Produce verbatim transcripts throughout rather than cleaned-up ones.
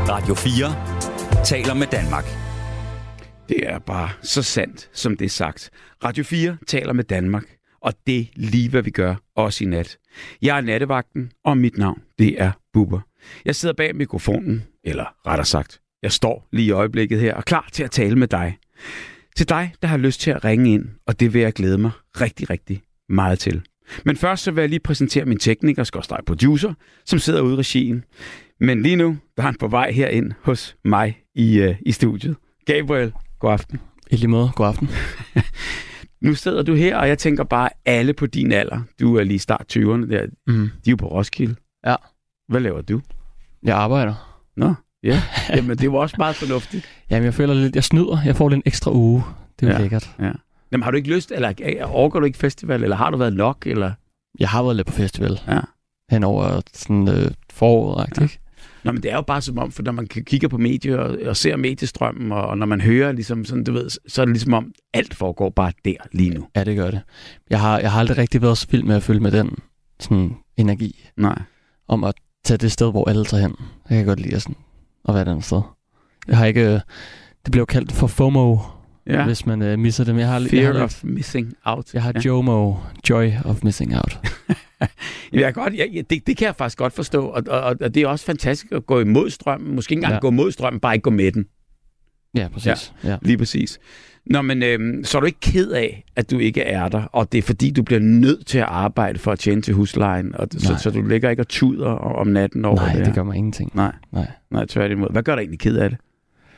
Radio fire taler med Danmark. Det er bare så sandt, som det er sagt. Radio fire taler med Danmark, og det er lige, hvad vi gør, også i nat. Jeg er nattevagten, og mit navn, det er Bubber. Jeg sidder bag mikrofonen, eller rettere sagt, jeg står lige i øjeblikket her og klar til at tale med dig. Til dig, der har lyst til at ringe ind, og det vil jeg glæde mig rigtig, rigtig meget til. Men først så vil jeg lige præsentere min tekniker, skorstræk producer, som sidder ude i regien. Men lige nu, der er han på vej herind hos mig i, uh, i studiet. Gabriel, god aften. I lige måde, god aften. Nu sidder du her, og jeg tænker bare, alle på din alder, du er lige start tyverne der, mm. de er jo på Roskilde. Ja. Hvad laver du? Jeg arbejder. Nå, ja. Jamen, det var også meget fornuftigt. Jamen, jeg føler lidt, jeg snyder. Jeg får lidt en ekstra uge. Det er jo ja. lækkert. Ja. Jamen, har du ikke lyst, eller overgår du ikke festival, eller har du været nok, eller? Jeg har været lidt på festival. Ja. Henover sådan øh, foråret, ja. Ikke? Nå, men det er jo bare som om, for når man kigger på medier og, og ser mediestrømmen, og, og når man hører, ligesom sådan, du ved, så er det ligesom om, alt foregår bare der lige nu. Ja, det gør det. Jeg har, jeg har aldrig rigtig været så vild med at følge med den sådan, energi. Nej. Om at tage det sted, hvor alle tager hen. Jeg kan godt lide sådan, at være et andet sted. Jeg har ikke... Det bliver kaldt for FOMO, ja. Hvis man uh, misser det. Men jeg har, Fear jeg har of lidt, missing out. Jeg har ja. JOMO, Joy of Missing Out. jeg godt, jeg, det, det kan jeg faktisk godt forstå, og, og, og det er også fantastisk at gå imod strømmen. Måske ikke engang ja. gå imod strømmen, bare ikke gå med den. Ja, præcis. Ja, ja. Lige præcis. Nå, men øhm, så er du ikke ked af, at du ikke er der, og det er fordi, du bliver nødt til at arbejde for at tjene til huslejen, og så, så du ligger ikke og tuder om natten over Nej, det Nej, det gør mig ingenting. Nej, Nej. Nej, tværtimod. Hvad gør dig egentlig ked af det?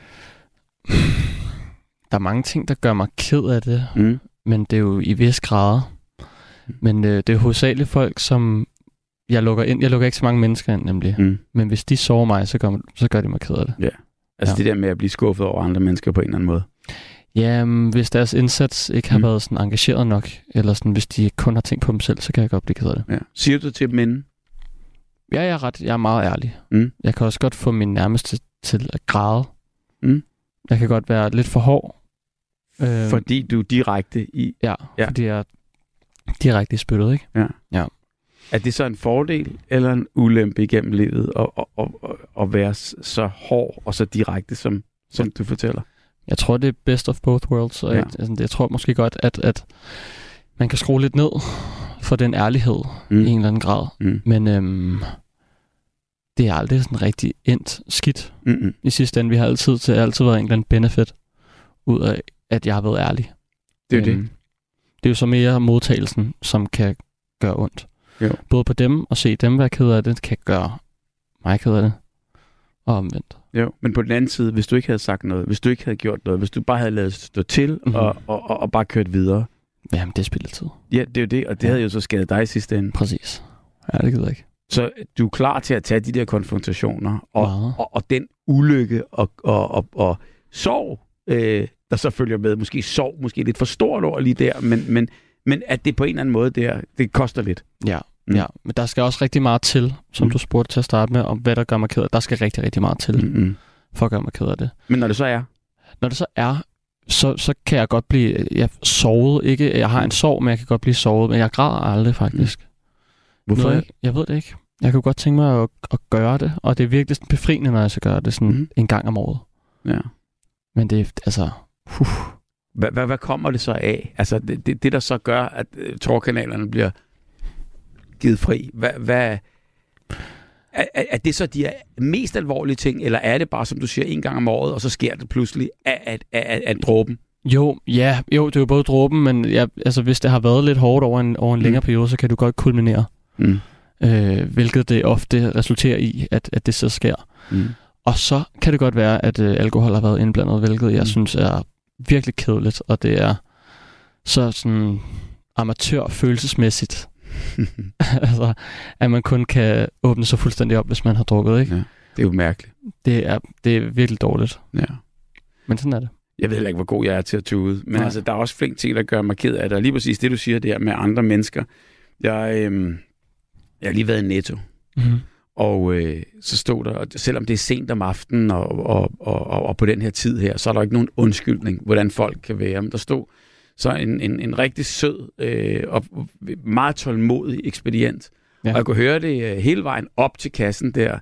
Der er mange ting, der gør mig ked af det, mm. men det er jo i vis grader. Men øh, det er hovedsageligt folk, som jeg lukker ind. Jeg lukker ikke så mange mennesker ind, nemlig. Mm. Men hvis de sover mig, så gør, så gør de mig ked af det. Ja. Altså ja. Det der med at blive skuffet over andre mennesker på en eller anden måde. Ja, hvis deres indsats ikke har mm. været sådan engageret nok, eller sådan, hvis de kun har tænkt på dem selv, så kan jeg godt blive ked af det. Ja. Siger du til dem inden? Ja, jeg er, ret, jeg er meget ærlig. Mm. Jeg kan også godt få min nærmeste til at græde. Mm. Jeg kan godt være lidt for hård. Øh, fordi du er direkte i... Ja, ja. fordi jeg er direkte i spyttet, ikke? Ja. Ja. Er det så en fordel eller en ulempe igennem livet at, at, at, at være så hård og så direkte, som, som du fortæller? Jeg tror, det er best of both worlds. Og ja. jeg, altså, jeg tror måske godt, at, at man kan skrue lidt ned for den ærlighed mm. i en eller anden grad. Mm. Men øhm, det er aldrig sådan rigtig endt skidt. Mm-hmm. I sidste ende, vi har altid, til, altid været en eller anden benefit ud af, at jeg har været ærlig. Det er øhm, det. Det er jo så mere modtagelsen, som kan gøre ondt. Jo. Både på dem og se dem være ked af det, kan gøre mig ked af det. Og omvendt. Jo, men på den anden side, hvis du ikke havde sagt noget, hvis du ikke havde gjort noget, hvis du bare havde ladet stå til mm-hmm. og, og, og, og bare kørt videre. Jamen, det er spilletid. Ja, det er jo det, og det ja. havde jo så skadet dig i sidste ende. Præcis. Ja, det gider jeg ikke. Så du er klar til at tage de der konfrontationer, og, og, og den ulykke og, og, og, og sorg, øh, der så følger med. Måske sorg, måske lidt for stort ord lige der, men, men, men at det på en eller anden måde, der, det koster lidt. Ja, mm. ja, men der skal også rigtig meget til, som mm. du spurgte til at starte med, om hvad der gør mig ked af. Der skal rigtig, rigtig meget til, mm-hmm. for at gøre mig ked af det. Men når det så er? Når det så er, så, så kan jeg godt blive jeg sovet. Ikke, jeg har en sorg, men jeg kan godt blive sovet, men jeg græder aldrig faktisk. Mm. Hvorfor ikke? Jeg, jeg ved det ikke. Jeg kunne godt tænke mig at, at gøre det, og det er virkelig sådan befriende, når jeg så gør det sådan mm. en gang om året. Ja. Men det er altså... Uh. Hvad, hvad, hvad kommer det så af? Altså det, det, det der så gør, at uh, trådkanalerne bliver givet fri. Hvad, hvad, er, er det så de mest alvorlige ting, eller er det bare, som du siger, en gang om året, og så sker det pludselig af, af, af, af dråben? Jo, ja, jo, det er jo både dråben, men jeg, altså, hvis det har været lidt hårdt over en, over en mm. længere periode, så kan du godt kulminere. Mm. Øh, hvilket det ofte resulterer i, at, at det så sker. Mm. Og så kan det godt være, at øh, alkohol har været indblandet, hvilket jeg mm. synes er virkelig kedeligt, og det er så sådan amatør-følelsesmæssigt, altså, at man kun kan åbne sig fuldstændig op, hvis man har drukket, ikke? Ja, det er jo mærkeligt. Det er, det er virkelig dårligt. Ja. Men sådan er det. Jeg ved heller ikke, hvor god jeg er til at tude, men altså, der er også flink ting, der gør mig ked af det, og lige præcis det, du siger der med andre mennesker. Jeg, øhm, jeg har lige været i Netto, mm-hmm. og øh, så stod der, selvom det er sent om aftenen, og, og, og, og, og på den her tid her, så er der ikke nogen undskyldning, hvordan folk kan være. Men der stod så en, en, en rigtig sød øh, og meget tålmodig ekspedient, ja. Og jeg kunne høre det øh, hele vejen op til kassen der.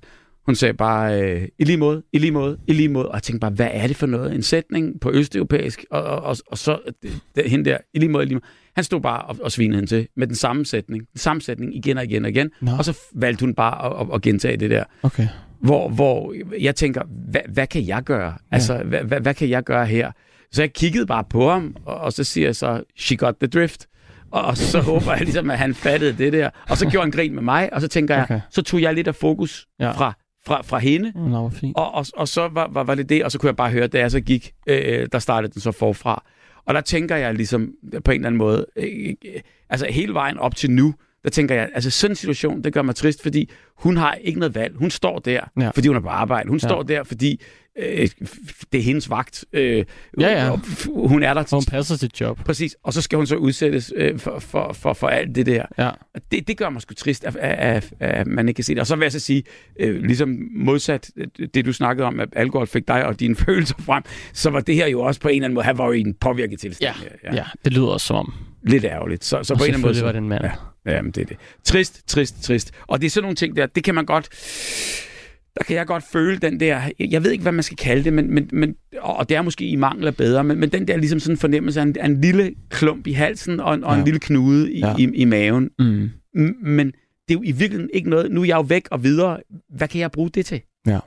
Hun sagde bare, øh, i lige måde, i lige måde, i lige måde. Og jeg tænkte bare, hvad er det for noget? En sætning på østeuropæisk, og, og, og, og så det, det, hende der, i lige måde, i lige måde. Han stod bare og, og svinede hende til med den samme sætning. Den samme sætning igen og igen og igen. No. Og så valgte hun bare at, at, at gentage det der. Okay. Hvor, hvor jeg tænker, hvad, hvad kan jeg gøre? Ja. Altså, hvad, hvad, hvad kan jeg gøre her? Så jeg kiggede bare på ham, og, og så siger jeg så, she got the drift. Og så håber jeg ligesom, at han fattede det der. Og så gjorde han grin med mig, og så tænker okay. jeg, så tog jeg lidt af fokus ja. fra, fra, fra hende. Nå, fint. Og, og, og så var, var, var det det, og så kunne jeg bare høre, da jeg så gik, øh, der startede den så forfra. Og der tænker jeg ligesom på en eller anden måde, øh, altså hele vejen op til nu, der tænker jeg, altså sådan en situation, det gør mig trist, fordi hun har ikke noget valg. Hun står der, ja. fordi hun er på arbejde. Hun ja. står der, fordi øh, det er hendes vagt. Øh, ja, ja. Hun er der. Hun passer sit job. Præcis. Og så skal hun så udsættes øh, for, for, for, for alt det der. Ja. Det, det gør mig sgu trist, at, at, at man ikke kan se det. Og så vil jeg så sige, øh, ligesom modsat det, du snakkede om, at alkohol fik dig og dine følelser frem, så var det her jo også på en eller anden måde, han var jo i en påvirket tilstand. Ja, ja. ja det lyder også som om. Lidt ærgerligt. Så, så på en eller anden måde. var det en mand. Ja. Jamen, det er det. Trist, trist, trist. Og det er sådan nogle ting der, det kan man godt, der kan jeg godt føle den der, jeg ved ikke, hvad man skal kalde det, men, men, men og det er måske i mangel af bedre, men, men den der ligesom sådan en fornemmelse af en, af en lille klump i halsen og en, ja. og en lille knude i, ja. i, i maven. Mm. Men det er jo i virkeligheden ikke noget, nu er jeg jo væk og videre, hvad kan jeg bruge det til? Ja.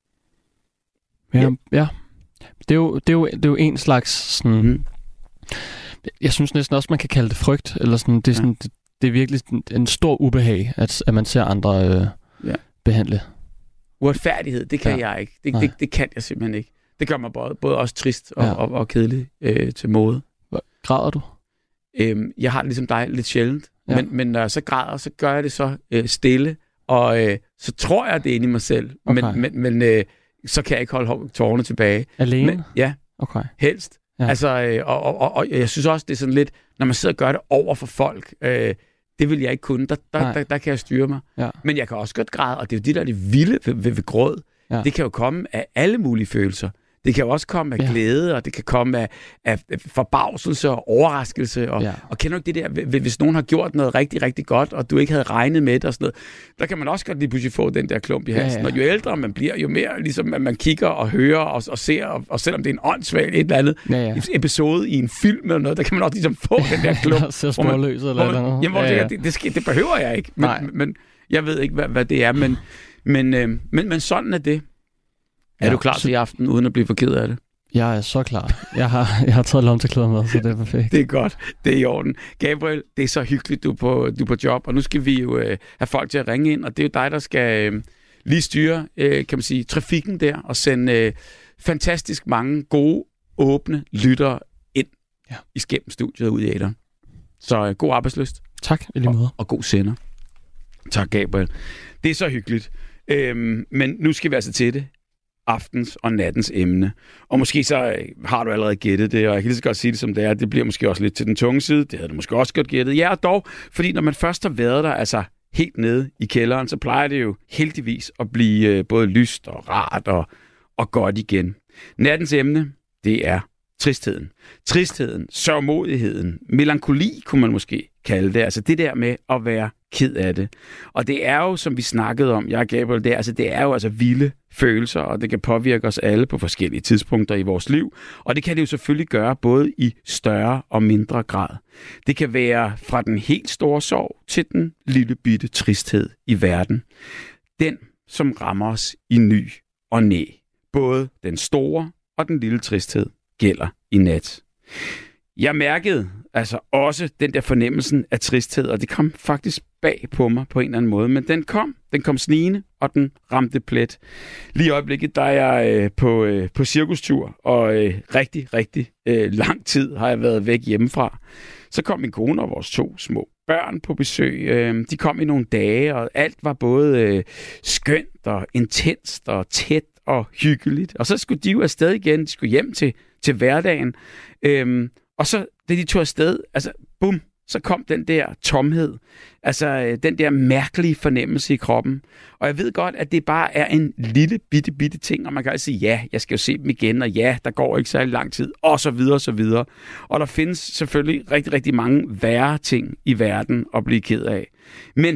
Ja, ja. ja. Det, er jo, det, er jo, det er jo en slags sådan, mm. jeg synes næsten også, man kan kalde det frygt, eller sådan, det er sådan, ja. det, det er virkelig en stor ubehag, at, at man ser andre øh, ja. behandle. Uretfærdighed, det kan ja. jeg ikke. Det, det, det kan jeg simpelthen ikke. Det gør mig både, både også trist og, ja. og, og kedelig øh, til mode. Græder du? Øhm, jeg har det ligesom dig lidt sjældent, ja. men, men når jeg så græder, så gør jeg det så øh, stille, og øh, så tror jeg, det er inde i mig selv, okay. men, men, men øh, så kan jeg ikke holde tårerne tilbage. Alene? Men, ja, okay. helst. Ja. Altså, øh, og, og, og, og jeg synes også, det er sådan lidt, når man sidder og gør det over for folk, øh, det vil jeg ikke kunne. Der, der, der, der kan jeg styre mig. Ja. Men jeg kan også godt græde, og det er jo det, der er det vilde ved, ved, ved gråd. Ja. Det kan jo komme af alle mulige følelser. Det kan jo også komme af ja. glæde, og det kan komme af, af forbavselse og overraskelse. Og, ja. og kender du ikke det der, hvis nogen har gjort noget rigtig, rigtig godt, og du ikke havde regnet med det og sådan noget, der kan man også godt lige pludselig få den der klump i halsen. Ja, ja. Og jo ældre man bliver, jo mere ligesom, at man kigger og hører og, og ser, og, og selvom det er en åndssvagt et eller andet ja, ja. episode i en film eller noget, der kan man også ligesom få den der klump. Ja, ser småløs eller noget. Jamen, hvor ja, ja. Det, det, det, det behøver jeg ikke. Men, men jeg ved ikke, hvad, hvad det er, men, men, øh, men, men sådan er det. Er ja, du klar til i aften, uden at blive for ked af det? Jeg er så klar. Jeg har, jeg har taget lomteklæder med, så det er perfekt. Det er godt. Det er i orden. Gabriel, det er så hyggeligt, du er på, du er på job, og nu skal vi jo øh, have folk til at ringe ind, og det er jo dig, der skal øh, lige styre, øh, kan man sige, trafikken der, og sende øh, fantastisk mange gode, åbne lyttere ind ja. i Skæmmen-studiet ud i æteren. Så øh, god arbejdslyst. Tak, i lige måde. Og, og god sender. Tak, Gabriel. Det er så hyggeligt. Øhm, men nu skal vi altså til det. Aftens og nattens emne. Og måske så har du allerede gættet det, og jeg kan lige så godt sige det som det er. Det bliver måske også lidt til den tunge side. Det havde du måske også godt gættet. Ja, og dog, fordi når man først har været der, altså helt nede i kælderen, så plejer det jo heldigvis at blive både lyst og rart og, og godt igen. Nattens emne, det er tristheden. Tristheden, sørgmodigheden, melankoli kunne man måske kalde det. Altså det der med at være ked af det. Og det er jo, som vi snakkede om, jeg og Gabriel, det er, altså, det er jo altså vilde følelser, og det kan påvirke os alle på forskellige tidspunkter i vores liv. Og det kan det jo selvfølgelig gøre både i større og mindre grad. Det kan være fra den helt store sorg til den lille bitte tristhed i verden. Den, som rammer os i ny og næ. Både den store og den lille tristhed gælder i nat. Jeg mærkede altså også den der fornemmelsen af tristhed, og det kom faktisk bag på mig på en eller anden måde, men den kom, den kom snigende, og den ramte plet. Lige i øjeblikket, der er jeg øh, på, øh, på cirkustur, og øh, rigtig, rigtig øh, lang tid har jeg været væk hjemmefra. Så kom min kone og vores to små børn på besøg. Øh, de kom i nogle dage, og alt var både øh, skønt og intenst og tæt og hyggeligt. Og så skulle de jo afsted igen, de skulle hjem til, til hverdagen. Øh, og så, da de tog afsted, altså bum, så kom den der tomhed, altså den der mærkelige fornemmelse i kroppen. Og jeg ved godt, at det bare er en lille bitte, bitte ting, og man kan altså sige, ja, jeg skal jo se dem igen, og ja, der går ikke særlig lang tid, og så videre, og så videre. Og der findes selvfølgelig rigtig, rigtig mange værre ting i verden at blive ked af. Men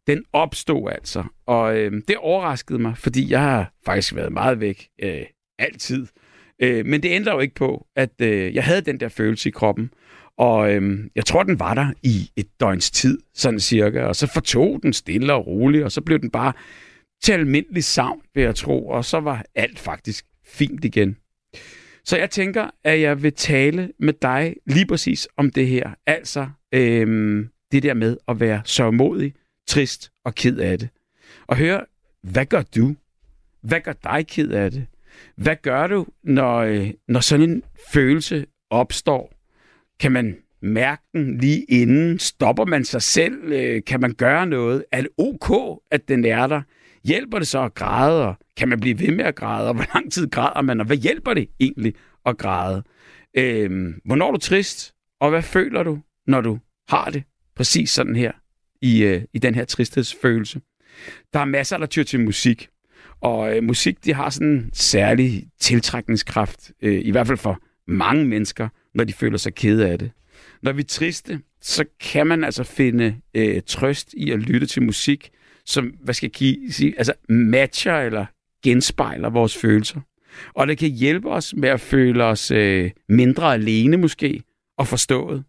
den opstod altså. Og øh, det overraskede mig, fordi jeg har faktisk været meget væk øh, altid. Øh, men det ændrer jo ikke på, at øh, jeg havde den der følelse i kroppen. Og øh, jeg tror, den var der i et døgns tid, sådan cirka. Og så fortog den stille og roligt, og så blev den bare til almindelig savn, vil jeg tro. Og så var alt faktisk fint igen. Så jeg tænker, at jeg vil tale med dig lige præcis om det her. Altså øh, det der med at være sørgmodig, trist og ked af det. Og høre, hvad gør du? Hvad gør dig ked af det? Hvad gør du, når, når sådan en følelse opstår? Kan man mærke den lige inden? Stopper man sig selv? Kan man gøre noget? Er det ok, at den er der? Hjælper det så at græde? Og kan man blive ved med at græde? Og hvor lang tid græder man? Og hvad hjælper det egentlig at græde? Øhm, hvornår er du trist? Og hvad føler du, når du har det præcis sådan her i, øh, i den her tristhedsfølelse? Der er masser, der tyr til musik. Og øh, musik, de har sådan en særlig tiltrækningskraft, øh, i hvert fald for mange mennesker, når de føler sig kede af det. Når vi er triste, så kan man altså finde øh, trøst i at lytte til musik, som, hvad skal jeg sige, altså matcher eller genspejler vores følelser. Og det kan hjælpe os med at føle os øh, mindre alene måske, og forstået.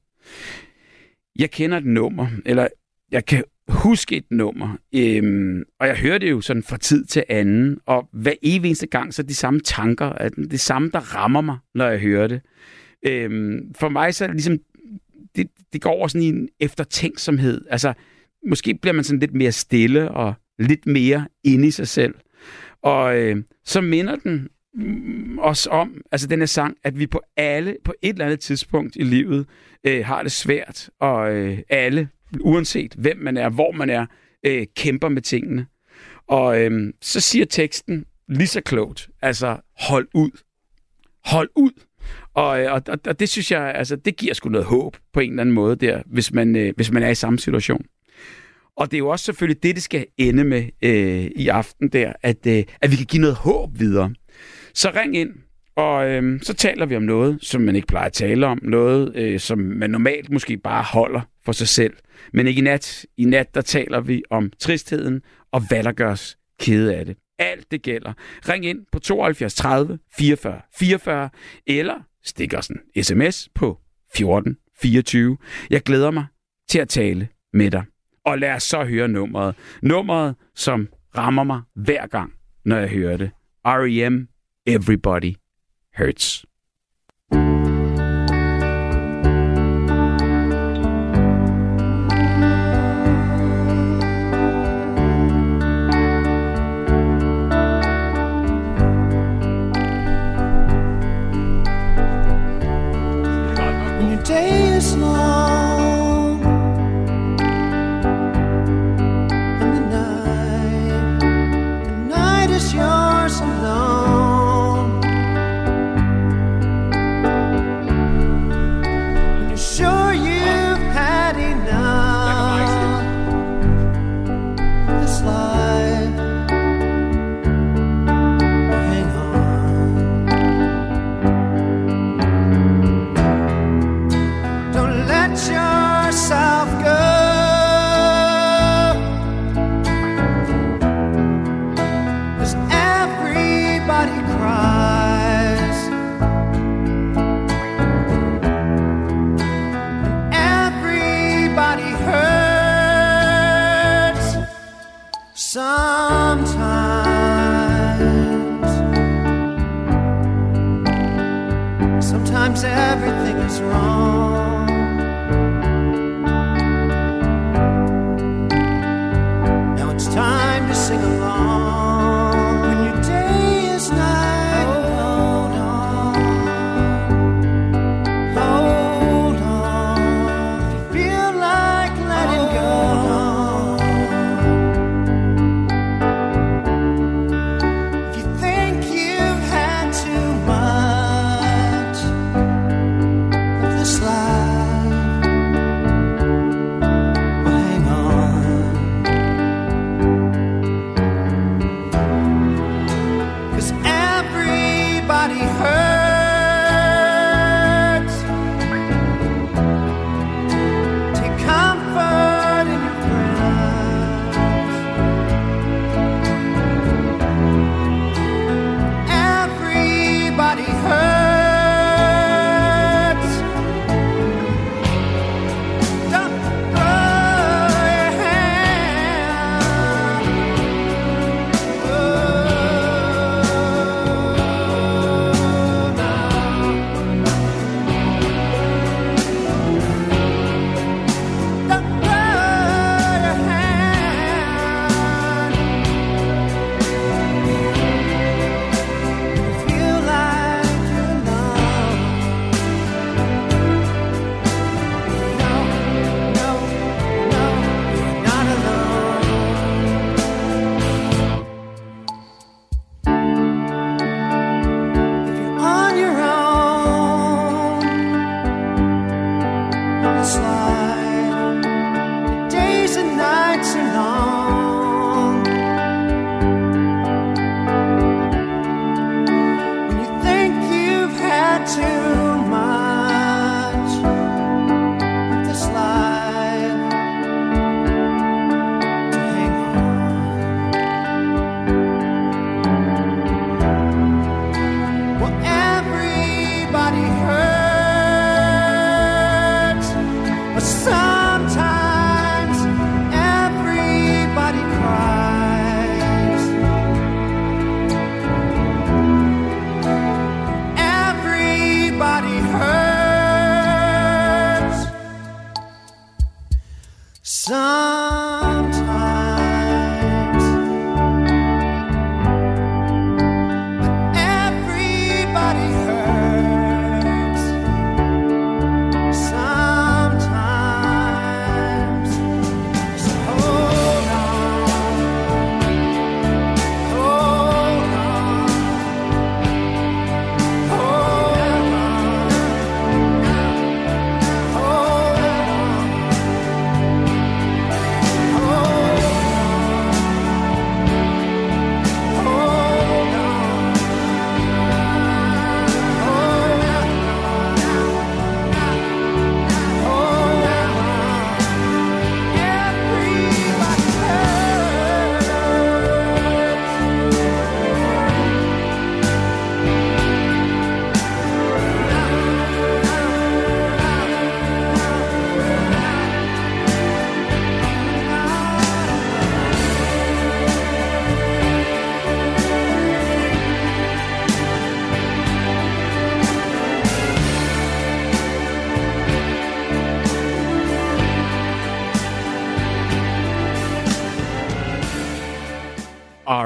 Jeg kender et nummer, eller jeg kan huske et nummer, øhm, og jeg hører det jo sådan fra tid til anden, og hver evig eneste gang, så er de samme tanker, at det samme, der rammer mig, når jeg hører det. Øhm, for mig så er det ligesom, det, det går over sådan i en eftertænksomhed. Altså, måske bliver man sådan lidt mere stille, og lidt mere inde i sig selv. Og øh, så minder den os om, altså den her sang, at vi på alle, på et eller andet tidspunkt i livet, øh, har det svært, og øh, alle, uanset hvem man er, hvor man er, øh, kæmper med tingene. Og øh, så siger teksten lige så klogt, altså hold ud. Hold ud. Og, og, og det synes jeg, altså det giver sgu noget håb på en eller anden måde der, hvis man, øh, hvis man er i samme situation. Og det er jo også selvfølgelig det, det skal ende med øh, i aften der, at, øh, at vi kan give noget håb videre. Så ring ind, og øh, så taler vi om noget, som man ikke plejer at tale om. Noget, øh, som man normalt måske bare holder for sig selv. Men ikke i nat. I nat, der taler vi om tristheden, og hvad der gør os kede af det. Alt det gælder. Ring ind på tooghalvfjerds tredive fireogfyrre fireogfyrre, eller stik os en sms på fjorten fireogtyve. Jeg glæder mig til at tale med dig. Og lad os så høre nummeret. Nummeret, som rammer mig hver gang, når jeg hører det. R E M, Everybody Hurts. When your day is long and the night, the night is yours alone. When you're sure you've had enough of this life, hang on. Don't let yourself go. Cause everybody cries and everybody hurts sometimes. Sometimes everything is wrong. Now it's time to sing along. When your day is night, hold on, hold on. If you feel like letting go, if you think you've had too much of this life, well, hang on.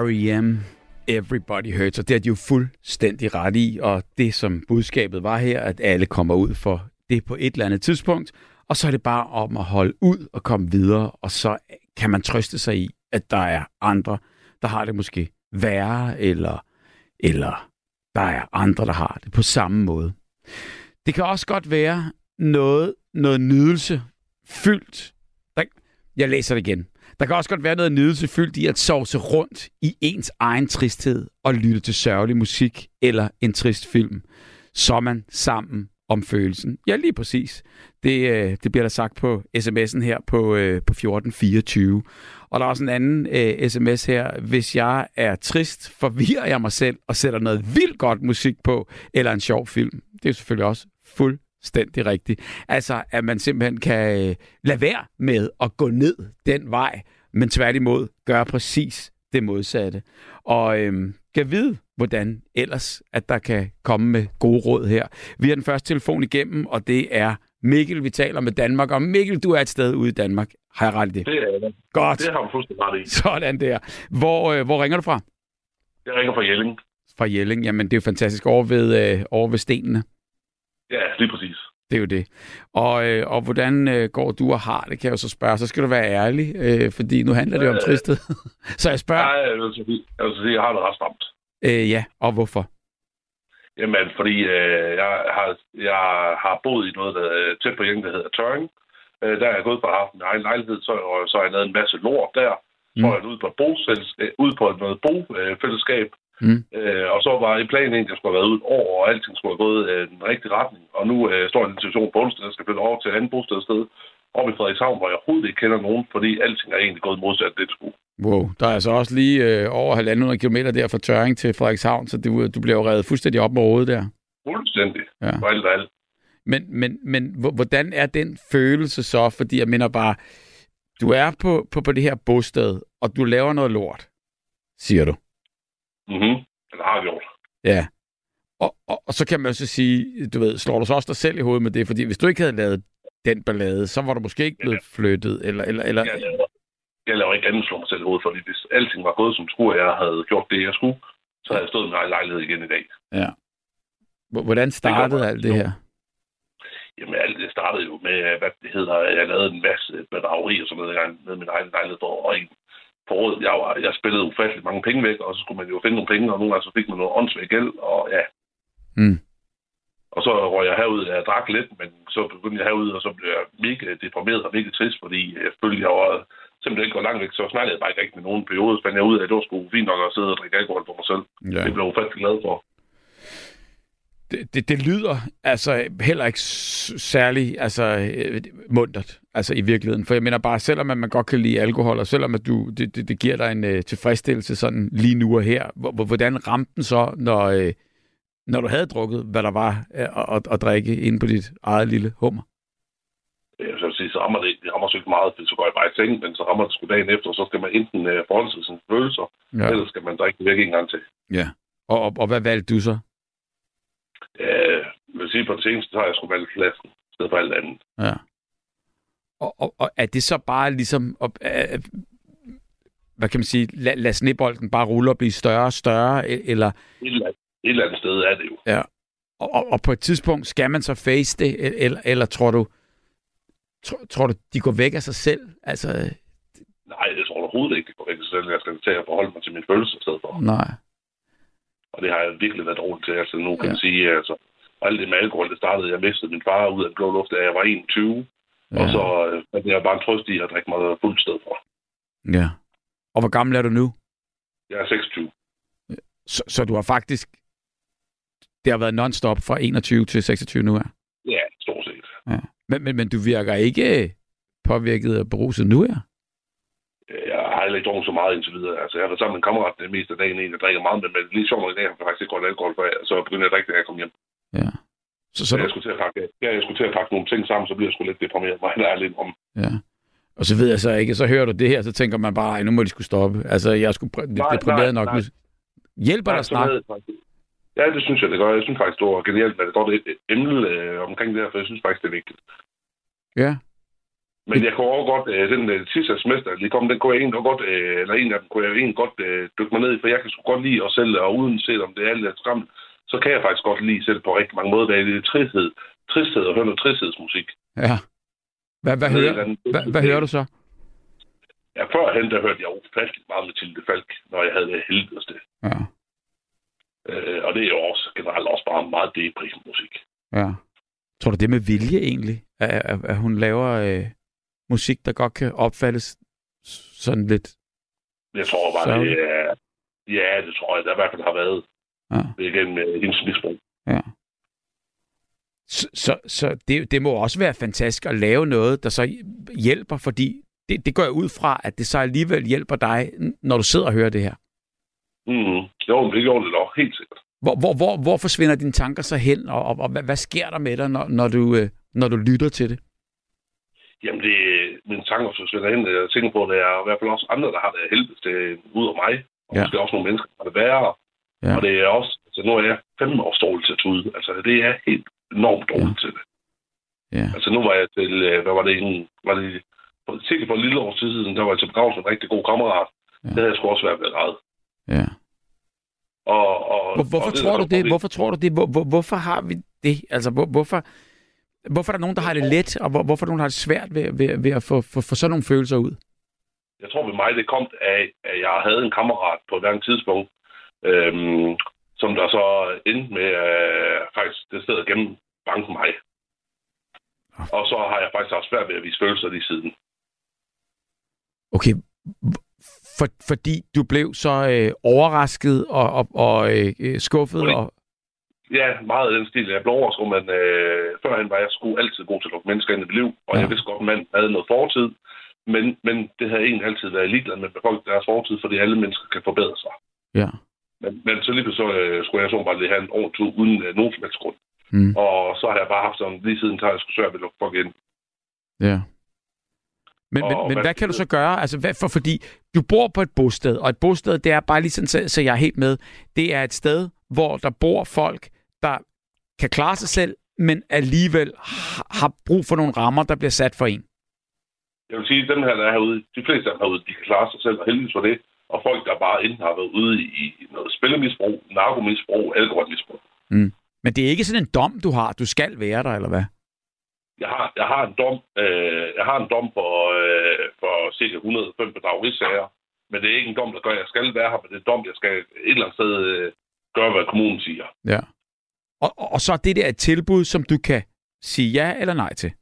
R E M, Everybody Hurts, og det er de jo fuldstændig ret i, og det som budskabet var her, at alle kommer ud for det på et eller andet tidspunkt, og så er det bare om at holde ud og komme videre, og så kan man trøste sig i, at der er andre, der har det måske værre, eller, eller der er andre, der har det på samme måde. Det kan også godt være noget, noget nydelse fyldt. Der, jeg læser det igen. Der kan også godt være noget nydelse fyldt i at sovse rundt i ens egen tristhed og lytte til sørgelig musik eller en trist film. Så er man sammen om følelsen. Ja, lige præcis. Det, øh, det bliver der sagt på sms'en her på, øh, på fjorten fireogtyve. Og der er også en anden øh, sms her. Hvis jeg er trist, forvirrer jeg mig selv og sætter noget vildt godt musik på, eller en sjov film. Det er selvfølgelig også fuldstændig rigtigt. Altså, at man simpelthen kan øh, lade være med at gå ned den vej, men tværtimod gøre præcis det modsatte. Og øh, kan vide, hvordan ellers, at der kan komme med gode råd her. Vi har den første telefon igennem, og det er Mikkel, vi taler med Danmark. Og Mikkel, du er et sted ude i Danmark. Har jeg ret i det? Det er det. Godt. Det har du fuldstændig ret i. Sådan der. Hvor, øh, hvor ringer du fra? Jeg ringer fra Jelling. Fra Jelling. Jamen, det er jo fantastisk. Over ved, øh, over ved stenene. Ja, lige præcis. Det er jo det. Og, øh, og hvordan øh, går du og har det, kan jeg jo så spørge. Så skal du være ærlig, øh, fordi nu handler det jo om tristhed. Så jeg spørger... Nej, jeg vil sige, jeg, vil sige, jeg har det ret stramt. Øh, ja, og hvorfor? Jamen, fordi øh, jeg, har, jeg har boet i noget, der er tæt på Jelling, der hedder Tørring. Øh, der er jeg gået på at have min egen lejlighed, så, og så har jeg lavet en masse lort der. Så mm. er jeg ude på et bofællesskab, ude på noget bofællesskab. Mm. Øh, og så var i planen egentlig, at jeg skulle have været ude et år, og alting skulle have gået øh, den rigtige retning. Og nu øh, står jeg i en situation på onsdag, jeg skal flytte over til et andet bostedssted oppe i Frederikshavn, hvor jeg overhovedet ikke kender nogen, fordi alting er egentlig gået modsat det, det skulle. Wow, der er altså også lige øh, over halvanden hundrede kilometer der fra Tørring til Frederikshavn, så du, du bliver jo revet fuldstændig op med hovedet der. Fuldstændig. Ja. For alt og alt. Men, men, men hvordan er den følelse så? Fordi jeg mener bare, du er på, på, på det her bosted, og du laver noget lort, siger du. Mhm. Det har jeg gjort. Ja. Og, og, og så kan man jo så sige, du ved, slår du så også dig selv i hovedet med det? Fordi hvis du ikke havde lavet den ballade, så var du måske ikke blevet ja. flyttet, eller... eller, eller... Jeg, laver, jeg laver ikke andet slå mig selv i hovedet, fordi hvis alting var gået som skulle, og jeg havde gjort det, jeg skulle, så havde jeg stået i min egen lejlighed igen i dag. Ja. Hvordan startede det alt det her? Jamen, alt det startede jo med, hvad det hedder, jeg lavede en masse bedrageri og sådan noget, med min egen lejlighed for at på rådet. Jeg, var, jeg spillede ufatteligt mange penge væk, og så skulle man jo finde nogle penge, og nogle gange så fik man noget åndssvagt gæld, og ja. Mm. Og så røg jeg herud, jeg drak lidt, men så begyndte jeg herud, og så blev jeg mega deprimeret og mega trist, fordi jeg følte, jeg var simpelthen ikke gået langt væk, så snakkede jeg bare ikke rigtig med nogen periode, så fandt jeg ud af, at det var sgu fint nok at sidde og drikke alkohol på mig selv. Ja. Det blev jeg ufattelig glad for. Det, det, det lyder altså heller ikke særlig altså, muntert, altså i virkeligheden. For jeg mener bare, selvom man godt kan lide alkohol, og selvom at du, det, det, det giver dig en uh, tilfredsstillelse sådan lige nu og her, hvordan ramte den så, når, uh, når du havde drukket, hvad der var uh, at, at drikke inde på dit eget lille hummer? Jeg vil sige, så rammer det, det rammer så ikke meget, så går jeg bare i seng, men så rammer det sgu dagen efter, og så skal man enten uh, forholde sig til sine følelser, ja. Eller skal man drikke det væk en gang til. Ja, og, og, og hvad valgte du så? Jeg vil sige, på det seneste, så har jeg sgu valgt flasken, i stedet for alt andet. Ja. Og, og, og er det så bare ligesom, op, øh, hvad kan man sige, lad, lad snebolden bare rulle og blive større og større, eller... Et eller, andet, et eller andet sted er det jo. Ja. Og, og, og på et tidspunkt, skal man så face det, eller, eller tror du, tror, tror du, de går væk af sig selv? Altså... Nej, det tror jeg overhovedet ikke, de går væk af sig selv. Jeg skal til at forholde mig til min følelse i stedet for. Nej. Og det har jeg virkelig været dårligt til. Altså nu kan ja. man sige, altså, alt det med alkohol, det startede, jeg mistede min far ud af den blå luft, da jeg var enogtyve. Ja. Og så øh, jeg bare en trøst i at drikke mig fuldt sted for. Ja. Og hvor gammel er du nu? Jeg er seksogtyve. Så, så du har faktisk, det har været non-stop fra enogtyve til seksogtyve nu, ja? Ja, stort set. Ja. Men, men, men du virker ikke påvirket af beruset nu, ja? Jeg har heller ikke drukket så meget indtil videre. Altså, jeg har været sammen med en kammerat den meste af dagen, en, jeg drikker meget, men lige sjovt i dag har jeg faktisk ikke godt alkohol for, så begynder jeg at drikke, da jeg kom hjem. Ja. Så, så, så du... jeg, skulle til at pakke, ja, jeg skulle til at pakke nogle ting sammen, så bliver jeg sgu lidt deprimeret, mig der er lidt om. Ja. Og så ved jeg så ikke, så hører du det her, så tænker man bare, nu må de skulle stoppe. Altså, jeg er sgu deprimeret nok. Nej. Hjælper dig snart? Ja, det synes jeg, det gør. Jeg synes faktisk, det var genialt, at det godt et emne øh, omkring det her, for jeg synes faktisk, det er vigtigt. Ja. Men jeg kunne også godt, øh, den øh, sidste semester, der lige kom, den kunne jeg egentlig godt, øh, eller en af dem kunne jeg egentlig godt øh, dykke mig ned i, for jeg kan sgu godt lide at selv, og uden set om det er lidt skræmt, så kan jeg faktisk godt lide selv på rigtig mange måder. Det er lidt tristhed, tristhed og høre noget tristhedsmusik. Ja. Hvad, hvad, hører, hvad, hvad hører du så? Ja, førhen, der hørte jeg ufattelig meget Mathilde Falk, når jeg havde det helvedeste. Ja. Øh, og det er jo også generelt også bare meget depressiv musik. Ja. Tror du det med vilje egentlig? At, at, at hun laver øh, musik, der godt kan opfattes sådan lidt... Jeg tror bare, det er... Ja, det tror jeg, der i hvert fald har været. Ja. Det er igen med hendes misbrug. Ja. Så, så, så det, det må også være fantastisk at lave noget, der så hjælper, fordi det, det går jeg ud fra, at det så alligevel hjælper dig, når du sidder og hører det her. Mm. Jo, det gjorde det nok, helt sikkert. Hvor, hvor, hvor, hvor forsvinder dine tanker så hen, og, og, og hvad, hvad sker der med dig, når, når, du, øh, når du lytter til det? Jamen, det, mine tanker forsvinder hen. Jeg tænker på, at der er i hvert fald også andre, der har det helvede ud af mig. Og ja. Måske også nogle mennesker, der har det værre. Ja. Og det er også, altså nu er jeg fem års dårlig til at tude. Altså, det er helt enormt dårligt ja. til det. Ja. Altså, nu var jeg til, hvad var det en, var det sikkert for et lille år siden, der var jeg til begravelse med en rigtig god kammerat. Ja. Det havde jeg sgu også været blevet ret. Ja. Og, og, hvor, hvorfor og det, tror du det? Hvorfor tror du det? Hvor, hvor, hvorfor har vi det? Altså, hvor, hvorfor, hvorfor er der nogen, der har det let, og hvor, hvorfor er der nogen, der har det svært ved, ved, ved at få, få, få sådan nogle følelser ud? Jeg tror ved mig, det kom af, at jeg havde en kammerat på et andet tidspunkt, øhm, som der så endte med øh, faktisk det sted at gennem banke mig. Og så har jeg faktisk haft svært ved at vise følelser lige siden. Okay. For, fordi du blev så øh, overrasket og, og, og øh, skuffet? Okay. Og... Ja, meget af den stil. Jeg blev overrasket, men øh, førhen var jeg sgu altid god til at lukke mennesker ind i mit liv, og ja. jeg vidste godt, at man havde noget fortid, men, men det havde egentlig altid været ligeglad med folk deres fortid, fordi alle mennesker kan forbedre sig. Ja. Men, men så lige så øh, skulle jeg så bare lige have en ordentlig tur uden øh, nogen som helst grund. Mm. Og så har jeg bare haft sådan, lige siden tager jeg sgu svært ved at lukke folk ind. Ja. Men, men, men hvad, hvad kan du så gøre? Altså, hvad, for, fordi du bor på et bosted, og et bosted, det er bare lige sådan, så, så jeg er helt med, det er et sted, hvor der bor folk, der kan klare sig selv, men alligevel har brug for nogle rammer, der bliver sat for en. Jeg vil sige, at dem her, der er herude, de fleste af dem herude, de kan klare sig selv, og heldigvis for det. Og folk, der bare enten har været ude i noget spillemisbrug, narkomisbrug, alkoholmisbrug. Mm. Men det er ikke sådan en dom, du har. Du skal være der, eller hvad? Jeg har, jeg har en dom, øh, jeg har en dom på, øh, for cirka et hundrede og fem bedragerisager. Men det er ikke en dom, der gør, at jeg skal være her, men det er en dom, jeg skal et eller andet sted øh, gøre, hvad kommunen siger. Ja. Og, og, og så er det der et tilbud, som du kan sige ja eller nej til?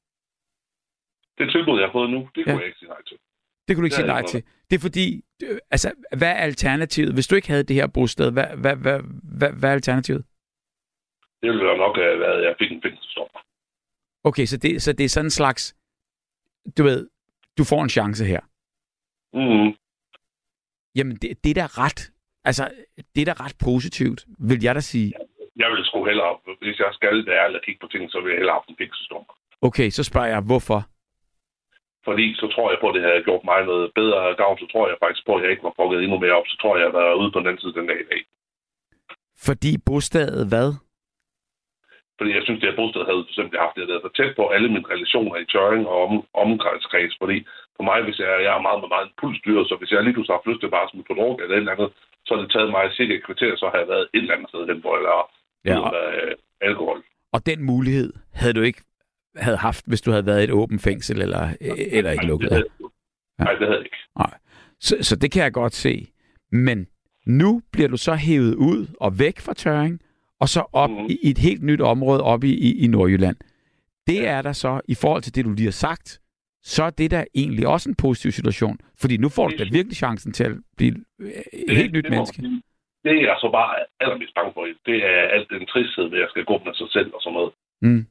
Det tilbud, jeg har fået nu, det kunne ja. jeg ikke sige nej til. Det kunne du ikke sige nej til. Det er fordi, altså, hvad er alternativet? Hvis du ikke havde det her bosted, hvad, hvad, hvad, hvad, hvad er alternativet? Det ville jo nok have været, at jeg fik en fængselsdom. Okay, så det, så det er sådan en slags, du ved, du får en chance her. Mm. Jamen, det, det er da ret, altså, det er da ret positivt, vil jeg da sige. Jeg vil sgu hellere, hvis jeg skal være eller kigge på ting, så vil jeg hellere have en fængselsdom. Okay, så spørger jeg, hvorfor? Fordi så tror jeg på, at det havde gjort mig noget bedre gavn, så tror jeg faktisk på, at jeg ikke var pukket endnu mere op, så tror jeg, at jeg var ude på den anden side den dag i dag. Fordi bostedet hvad? Fordi jeg synes, det her bosted havde for eksempel haft det, der for tæt på alle mine relationer i Tjøring og om, omkreds. Fordi for mig, hvis jeg, jeg er meget med meget impulsstyret, så hvis jeg lige pludselig har lyst til bare at smide på druk eller et eller andet, så har det taget mig cirka et kvarter, så har jeg været et eller andet sted hen, hvor jeg lader ja, og... øh, alkohol. Og den mulighed havde du ikke havde haft, hvis du havde været i et åbent fængsel eller, eller ikke lukket? Nej, Nej, det havde jeg ikke. Nej. Så, så det kan jeg godt se. Men nu bliver du så hævet ud og væk fra Tjøring, og så op mm-hmm. i, i et helt nyt område oppe i, i, i Nordjylland. Det ja. er der så, i forhold til det, du lige har sagt, så er det der egentlig også en positiv situation. Fordi nu får du da virkelig chancen til at blive et det, helt nyt det, menneske. Det, det er jeg så bare allermest bange for. Det er alt den tristhed, ved at jeg skal gå med sig selv og sådan noget. Mm.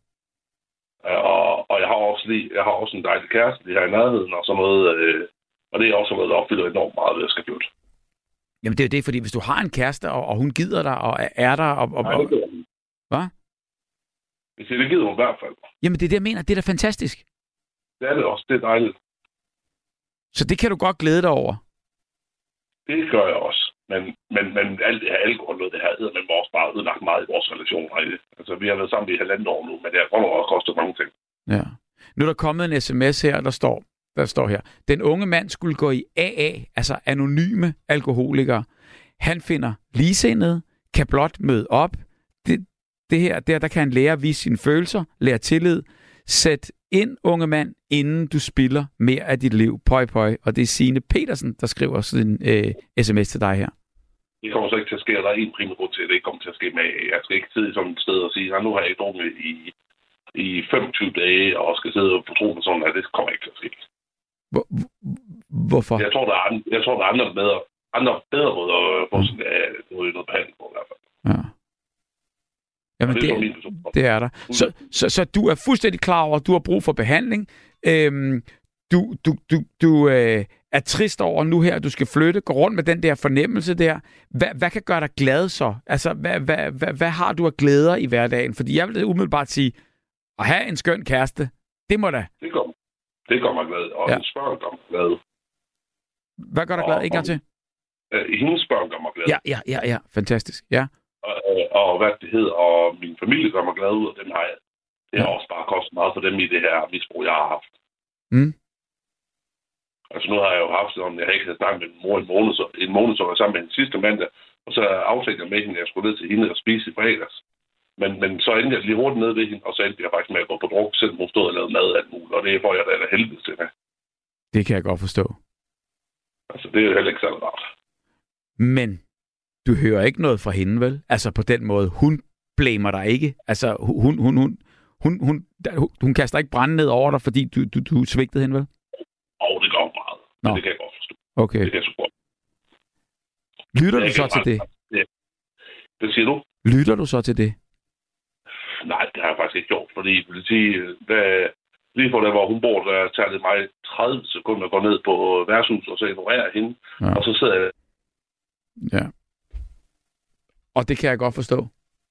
Og, og jeg har også lige, jeg har også en dejlig kæreste, lige her i nærheden og sådan noget. Øh, og det er også noget, der opfylder enormt meget, ved at jeg skal flytte. Jamen det er jo det, fordi hvis du har en kæreste, og, og hun gider dig, og er der, og... og Nej, det gider hun. Hvad? Hvis det gider hun i hvert fald. Jamen det er det, jeg mener. Det er da fantastisk. Det er det også. Det er dejligt. Så det kan du godt glæde dig over? Det gør jeg også. Men, men, men alt det her alkohol, det her hedder, men også bare ødelagt meget i vores relation. Altså, vi har været sammen i halvandet år nu, men det har godt også kostet mange ting. Ja. Nu er der kommet en sms her, der står, der står her. Den unge mand skulle gå i A A, altså anonyme alkoholikere. Han finder ligesindede, kan blot møde op. Det, det her, der, der kan han lære at vise sine følelser, lære tillid. Sæt ind, unge mand, inden du spilder mere af dit liv. Pøj, pøj. Og det er Signe Petersen, der skriver sådan en øh, sms til dig her. Det kommer så ikke til at ske, og der er en primær grund til, at det ikke kommer til at ske med. Jeg skal ikke sidde i sådan et sted og sige, at nu har jeg ikke drukket i, i femogtyve dage, og skal sidde og fortro på sådan, at det kommer ikke til at ske. Hvor, hvorfor? Jeg tror, der er, andre, jeg tror, der er andre, bedre, andre bedre måder at få sådan mm. noget, noget behandling på i hvert fald. Ja. Jamen, det, det, det er der. Så, så, så du er fuldstændig klar over, at du har brug for behandling. Øhm, du du, du, du øh, er trist over nu her, at du skal flytte, gå rundt med den der fornemmelse der. Hvad, hvad kan gøre dig glad så? Altså, hvad, hvad, hvad, hvad har du af glæder i hverdagen? Fordi jeg vil umiddelbart sige, at have en skøn kæreste, det må da. Det gør, det gør mig glad, og ja. Hendes børn gør mig glad. Hvad gør dig glad? En gang til. Øh, hendes børn gør mig glad. Ja, ja, ja, ja. Fantastisk. Ja. Og, og hvad det hedder, og min familie gør mig glad ud, og den har jeg. Det har ja. også bare kostet meget for dem i det her misbrug, jeg har haft. Mm. Altså nu har jeg jo haft sådan, jeg har ikke snakket med min mor en måned, så en måned, så var jeg sammen med hende sidste mandag, og så aftalte jeg med hende, at jeg skulle ned til hende og spise i fredags. Men, men så endte jeg lige hurtigt ned ved hende, og så endte jeg faktisk med at gå på druk, selvom hun stod og lavede mad af alt muligt, og det får jeg da eller helvede til. Det kan jeg godt forstå. Altså det er jo heller ikke særlig rart. Men du hører ikke noget fra hende, vel? Altså på den måde, hun blamer dig ikke. Altså hun, hun, hun, hun, hun, hun, hun kaster ikke brænde ned over dig, fordi du, du, du svigtede hende, vel? Åh, oh, det gør hun meget. Men det kan jeg godt forstå. Okay. Det kan jeg så godt. Lytter du så til det? Ja. Hvad siger du? Lytter du så til det? Nej, det har jeg faktisk ikke gjort, fordi jeg vil sige, da, lige på der, hvor hun bor, der tager det mig tredive sekunder at gå ned på værtshuset og så ignorerer hende, ja. Og så sidder jeg. Ja. Og det kan jeg godt forstå.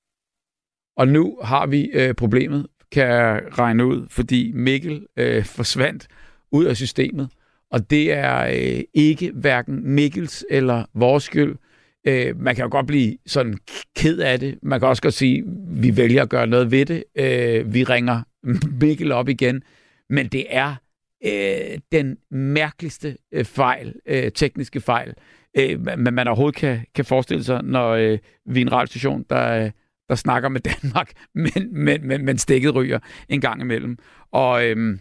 Og nu har vi øh, problemet, kan jeg regne ud, fordi Mikkel øh, forsvandt ud af systemet. Og det er øh, ikke hverken Mikkels eller vores skyld. Øh, man kan jo godt blive sådan ked af det. Man kan også godt sige, at vi vælger at gøre noget ved det. Øh, vi ringer Mikkel op igen. Men det er øh, den mærkeligste øh, fejl, øh, tekniske fejl, øh, man, man overhovedet kan, kan forestille sig, når øh, vi er en radiostation, der, øh, der snakker med Danmark, men, men, men, men stikket ryger en gang imellem. Og, øh,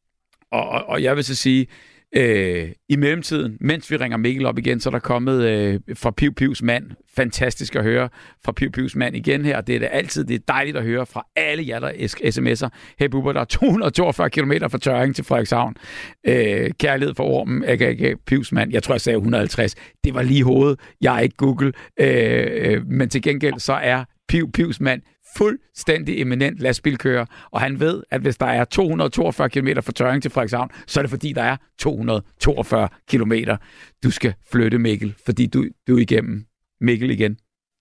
og, og jeg vil så sige, Øh, i mellemtiden, mens vi ringer Mikkel op igen, så er der kommet øh, fra Piv Pivs mand. Fantastisk at høre fra Piv Pivs mand igen her. Det er det altid, det er dejligt at høre fra alle jer, der sms'er. Hey Bubber, der er to hundrede og toogfyrre kilometer fra Tørring til Frederikshavn. Øh, kærlighed for ormen, aka Pivs mand. Jeg tror, jeg sagde et hundrede og halvtreds. Det var lige hovedet. Jeg er ikke Google. Øh, men til gengæld, så er Piv Pivs mand fuldstændig eminent lastbilkører, og han ved, at hvis der er to hundrede og toogfyrre kilometer fra Tørring til Frederikshavn, så er det fordi, der er to hundrede og toogfyrre kilometer. Du skal flytte, Mikkel, fordi du, du er igennem. Mikkel igen.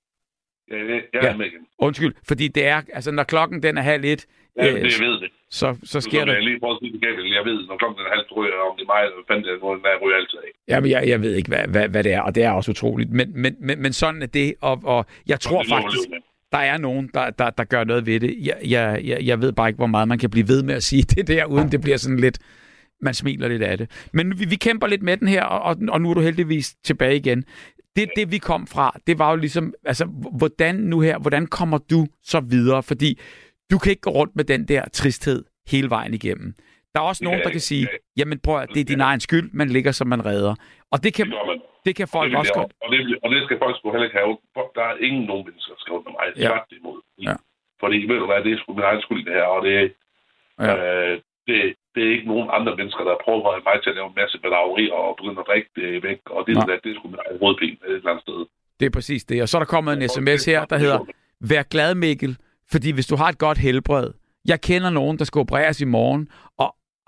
Ja, jeg er ja. med igen. Undskyld, fordi det er, altså når klokken den er halv et, ja, øh, det, jeg ved det. Så, så sker det. Jeg lige prøver at sige det, jeg ved, når klokken er halv, tror jeg, om det er mig, eller fandt det, hvor den er, ryger altid af. Jamen, jeg, jeg ved ikke, hvad, hvad, hvad det er, og det er også utroligt, men, men, men, men sådan er det, og, og jeg tror og faktisk... Der er nogen, der, der, der gør noget ved det. Jeg, jeg, jeg ved bare ikke, hvor meget man kan blive ved med at sige det der, uden det bliver sådan lidt... Man smiler lidt af det. Men vi, vi kæmper lidt med den her, og, og nu er du heldigvis tilbage igen. Det, det, vi kom fra, det var jo ligesom... Altså, hvordan nu her, hvordan kommer du så videre? Fordi du kan ikke gå rundt med den der tristhed hele vejen igennem. Der er også nogen, der kan sige, jamen prøv at det er din egen skyld, man ligger, som man redder. Og det kan... Det kan folk og det også godt. Og det, og det skal folk sgu heller ikke have. Der er ingen nogen mennesker, der skal rundt med mig. Det er ja. imod. Ja. Fordi, ved du hvad, det er sgu min egen skyld, det her. Og det, ja. øh, det, det er ikke nogen andre mennesker, der prøver mig til at lave en masse bedrageri og begynde at drikke det væk. Og det, der, det er sgu min egen hovedpine et eller andet sted. Det er præcis det. Og så er der kommet en sms her, der hedder, vær glad, Mikkel, fordi hvis du har et godt helbred, jeg kender nogen, der skal opereres i morgen, og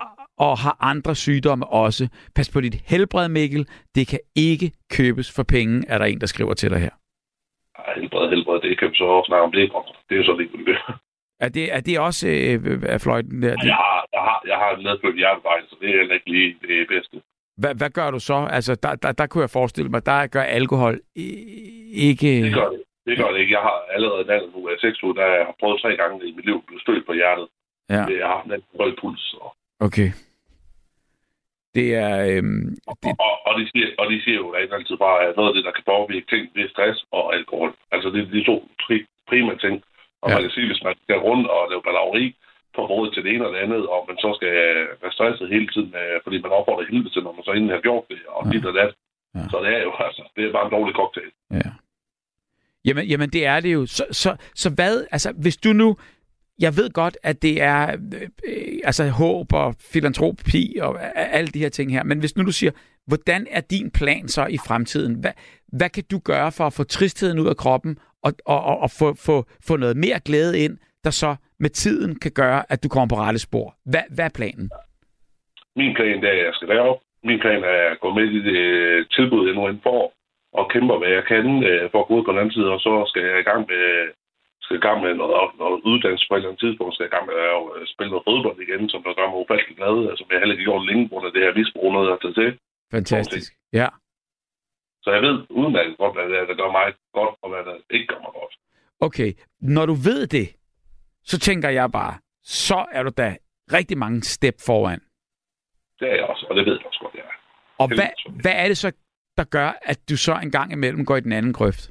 og har andre sygdomme også. Pas på dit helbred, Mikkel. Det kan ikke købes for penge, er der en, der skriver til dig her. Ej, helbred, helbred, det kan vi så også snakke om det. Det er jo så ligegyldigt. Er det, er det også øh, af fløjten der? Jeg har, jeg har, jeg har en medfødt hjertefejl, så det er heller ikke lige det bedste. Hvad, hvad gør du så? Altså, der, der, der kunne jeg forestille mig, der gør alkohol ikke... Det gør det. Det gør det ikke. Jeg har allerede en alder nu af seks uger, der jeg har prøvet tre gange i mit liv at blive stødt på hjertet. Ja. Jeg har haft en høj puls. Og... Okay. Det er... Øhm, det... Og, og, og, de siger, og de siger jo ikke altid bare, at noget af det, der kan påvirke ting, det er stress og alkohol. Altså det er de to tri- primære ting. Og ja. Man kan sige, hvis man skal rundt og lave balleri, på råd til det ene og det andet, og man så skal være stresset hele tiden, fordi man opfordrer helvede til, når man så inden har gjort det, og ja. dit og dat. Ja. Så det er jo altså, det er bare en dårlig cocktail. Ja. Jamen, jamen det er det jo. Så, så, så hvad, altså hvis du nu, jeg ved godt, at det er øh, altså håb og filantropi og alle de her ting her, men hvis nu du siger, hvordan er din plan så i fremtiden? Hvad, hvad kan du gøre for at få tristheden ud af kroppen og, og, og, og få, få, få noget mere glæde ind, der så med tiden kan gøre, at du kommer på rette spor? Hvad, hvad er planen? Min plan er, at jeg skal derop. Min plan er at gå med i det tilbud, jeg nu end får, og kæmpe, hvad jeg kan for at gå ud på den anden side, og så skal jeg i gang med, skal i gang med noget, noget uddannelse på et eller andet tidspunkt, skal jeg i gang med at spille noget fodbold igen, som der gør mig ufattelig glad, altså jeg heller ikke gjort længe, på det her misbrug, noget jeg har taget til. Fantastisk, ja. Så jeg ved udmærket godt, hvad det er, der gør mig godt, og hvad der ikke gør mig godt. Okay, når du ved det, så tænker jeg bare, så er du da rigtig mange step foran. Det er jeg også, og det ved jeg også godt, jeg er. Og hvad, hvad er det så, der gør, at du så en gang imellem går i den anden grøft?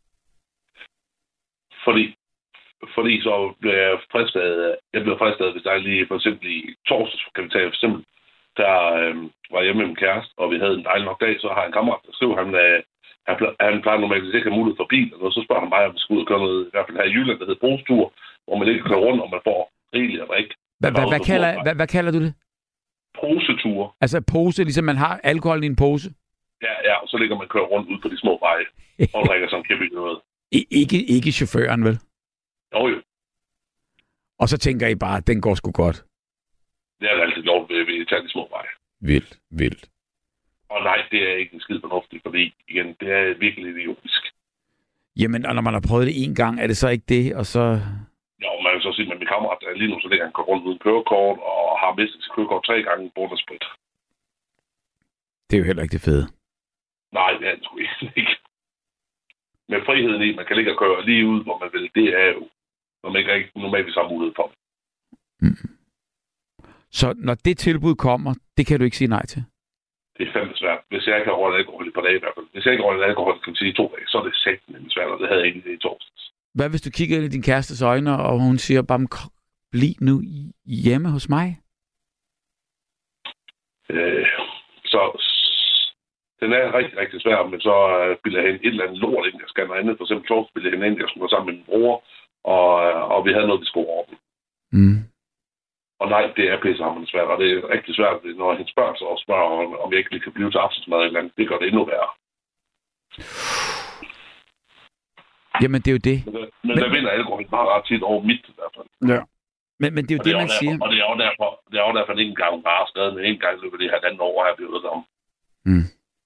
Fordi, fordi så bliver jeg fristet, jeg bliver fristet, hvis der er lige for eksempel i torsdags, kan vi tage for eksempel, der øh, var hjemme med min kæreste, og vi havde en dejlig nok dag, så har jeg en kammerat, der skriver, han, øh, han, han plejer normalt, hvis ikke har mulighed for bil, og så spørger han mig, om vi skal ud og køre noget, i hvert fald her i Jylland, der hedder Brugstur, hvor man ikke kører rundt, og man får rigeligt at drikke. Hvad, hvad, hvad, kalder, hvad, hvad kalder du det? Poseture. Altså pose, ligesom man har alkohol i en pose? Ja, ja, og så ligger man kører rundt ud på de små veje, og drikker sådan kæmpe noget. I, ikke, ikke chaufføren, vel? Jo, jo. Og så tænker I bare, at den går sgu godt. Det er altid lov, ved vi tager de små veje. Vildt, vildt. Og nej, det er ikke en skid fornuftigt, fordi igen, det er virkelig idiotisk. Jamen, og når man har prøvet det en gang, er det så ikke det, og så... Jo, man kan så sige, at min kammerat er lige nu, så ligger han kører rundt uden kørekort, og har mistet sit kørekort tre gange på sprit. Det er jo heller ikke det fede. Nej, det er det sgu ikke. Men friheden i, man kan ligge og køre lige ud, hvor man vil, det er jo, når man ikke rigtig normalt har mulighed for det. Mm. Så når det tilbud kommer, det kan du ikke sige nej til? Det er fandme svært. Hvis jeg ikke har røget alkohol i par dage i hvert fald. Hvis jeg ikke har røget alkohol, kan man sige, i to dage, så er det sættende svært, og det havde jeg ikke i torsdags. Hvad hvis du kigger ind i din kærestes øjne, og hun siger bare, bliv nu hjemme hos mig? Øh, så den er rigtig, rigtig svær, men så bilder jeg hende et eller andet lort ind, jeg skal noget andet. For eksempel torsdag bilder jeg hende ind, jeg skulle gå sammen med min bror, og, og vi havde noget, vi skulle ordne. Mm. Og nej, det er pissehammerende svært, og det er rigtig svært, når hende spørger sig og spørger, om jeg ikke lige kan blive til aftensmad eller andet. Det gør det endnu værre. Jamen, det er jo det. Men, men, men der vinder alkohol bare ret tit over mit i hvert fald. Ja. Men, men det er jo det, det er man derfor, siger. Og det er jo derfor, det er jo derfor, at det ikke engang bare skrevet, men en gang i løbet af det her andet år, har jeg blevet om. Mm.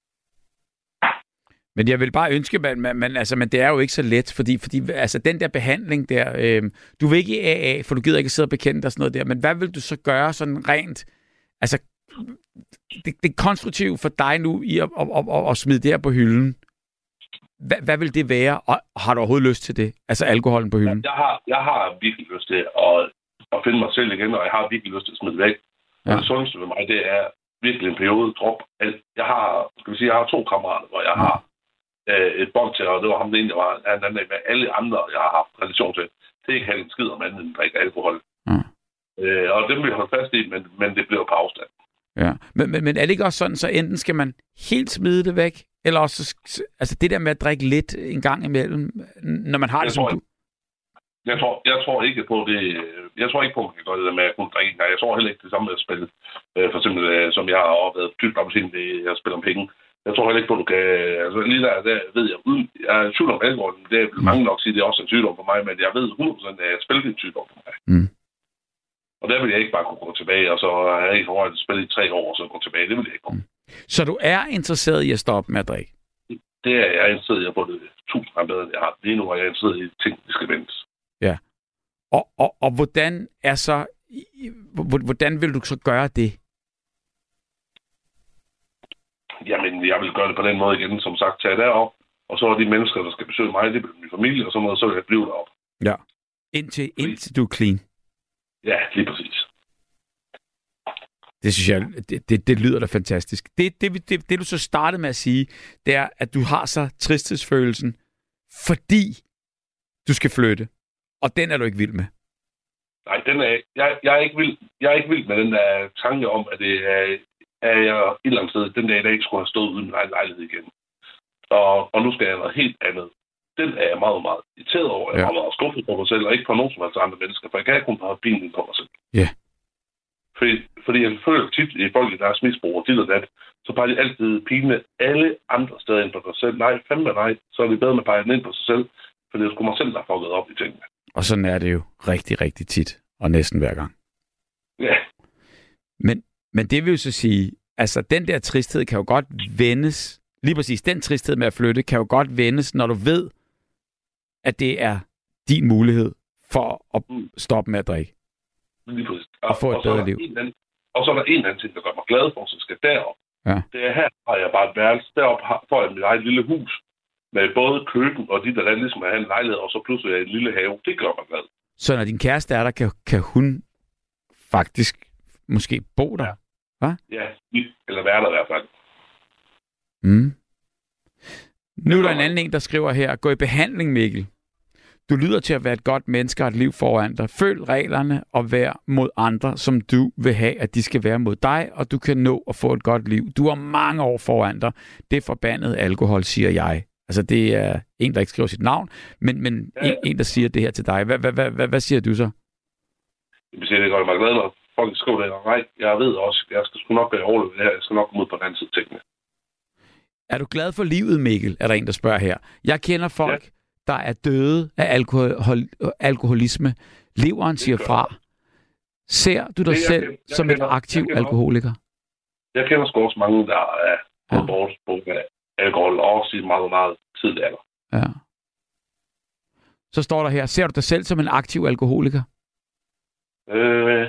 Men jeg vil bare ønske, at man, man, altså, men det er jo ikke så let, fordi, fordi altså, den der behandling der, øh, du vil ikke i A A, for du gider ikke sidde og bekende dig sådan noget der, men hvad vil du så gøre sådan rent, altså det, det er konstruktivt for dig nu i at, at, at, at, at smide det her på hylden. Hvad, hvad vil det være, og har du overhovedet lyst til det? Altså alkoholen på hylden? Jeg har, jeg har virkelig lyst til at, at finde mig selv igen, og jeg har virkelig lyst til at smide det væk. Ja. Og det sundeste ved mig, det er virkelig en periode drop. Jeg har, skal vi sige, jeg har to kammerater, hvor jeg har øh, et bånd til, og det var ham den ene, jeg var en anden af med alle andre, jeg har haft relation til. Det er ikke helt en skid om andet end drikke alkohol. Ja. Øh, og dem vil jeg holde fast i, men, men det bliver på afstand. Ja, men, men, men er det ikke også sådan, så enten skal man helt smide det væk, eller også, altså det der med at drikke lidt en gang imellem, når man har jeg det som tror, du... Jeg tror, jeg tror ikke på det, jeg tror ikke på, at man kan gøre det der med at kunne drikke en gang. Jeg tror heller ikke det samme med at spille, for eksempel, som jeg har været dybt op til, at jeg spiller om penge. Jeg tror heller ikke på, at du kan, altså lige der, der ved jeg, uden, jeg er en sygdom om alkohol, det er mange nok sige, det er også en sygdom for mig, men jeg ved hundrede procent, at jeg spiller en sygdom for mig. Mm. Og der vil jeg ikke bare kunne gå tilbage, og så har jeg ikke forhold til at spille i tre år, og så gå tilbage. Det vil jeg ikke komme. Så du er interesseret i at stoppe med at drikke? Det er jeg interesseret i at få det tusind gange bedre, end jeg har. Lige nu er jeg interesseret i ting, der skal vendes. Ja. Og, og, og hvordan er så... Hvordan vil du så gøre det? Jamen, jeg vil gøre det på den måde igen, som sagt, tage derop. Og så er de mennesker, der skal besøge mig, det bliver min familie, og så noget, så vil jeg blive derop. Ja. Indtil, indtil du er clean. Ja, lige præcis. Det synes jeg, det, det, det lyder da fantastisk. Det, det, det, det, du så startede med at sige, det er, at du har så tristhedsfølelsen, fordi du skal flytte. Og den er du ikke vild med. Nej, den er, jeg, jeg, er ikke vild, jeg er ikke vild med den der tanke om, at det er, er jeg et eller andet sted, den dag i dag skulle have stået uden min egen lejlighed igen. Og, og nu skal jeg noget helt andet. Den er jeg meget, meget irriteret over. Jeg er ja. meget, meget skuffet på mig selv, og ikke på nogen som helst andre mennesker, for jeg kan kun have bilen på mig selv. Ja. Fordi, fordi jeg føler tit i folk i deres misbrug og dit og dat, så peger de altid pine alle andre steder ind på sig selv. Nej, fandme nej, så er det bedre med at pege den ind på sig selv, for det er sgu mig selv, der har fucket op i tingene. Og sådan er det jo rigtig, rigtig tit, og næsten hver gang. Ja. Men, men det vil jo så sige, altså den der tristhed kan jo godt vendes, lige præcis den tristhed med at flytte, kan jo godt vendes, når du ved, at det er din mulighed for at stoppe med at drikke. Lige præcis. Og, og få et og bedre liv. Anden, og så er der en anden ting, der gør mig glad for, så skal derop. Ja. Det er her, har jeg bare et værelse. Deroppe får jeg mit eget lille hus, med både køkken og de der land, ligesom at have en lejlighed, og så pludselig er en lille have. Det gør mig glad. Så når din kæreste er der, kan, kan hun faktisk måske bo der? Hva? Ja, eller være der i hvert fald. Mm. Nu er der en anden en, der skriver her, gå i behandling, Mikkel. Du lyder til at være et godt menneske og et liv foran dig. Følg reglerne og vær mod andre, som du vil have, at de skal være mod dig, og du kan nå at få et godt liv. Du har mange år foran dig. Det er forbandet alkohol, siger jeg. Altså, det er en, der ikke skriver sit navn, men, men ja. en, en, der siger det her til dig. Hvad, hvad, hvad, hvad, hvad siger du så? Jeg siger, det gør mig glad, når folk skriver det. Nej, jeg ved også, jeg skal sgu nok overleve det her. Jeg skal nok komme ud på den anden side tingene. Er du glad for livet, Mikkel? Er der en, der spørger her. Jeg kender folk, ja. der er døde af alkohol, alkoholisme. Leveren siger fra. Ser du dig det, selv jeg, jeg som kender, et aktiv jeg alkoholiker? Jeg kender sgu også mange, der er på ja. bort på alkohol, og også i meget, meget tidlig alder. Ja. Så står der her, ser du dig selv som en aktiv alkoholiker? Øh,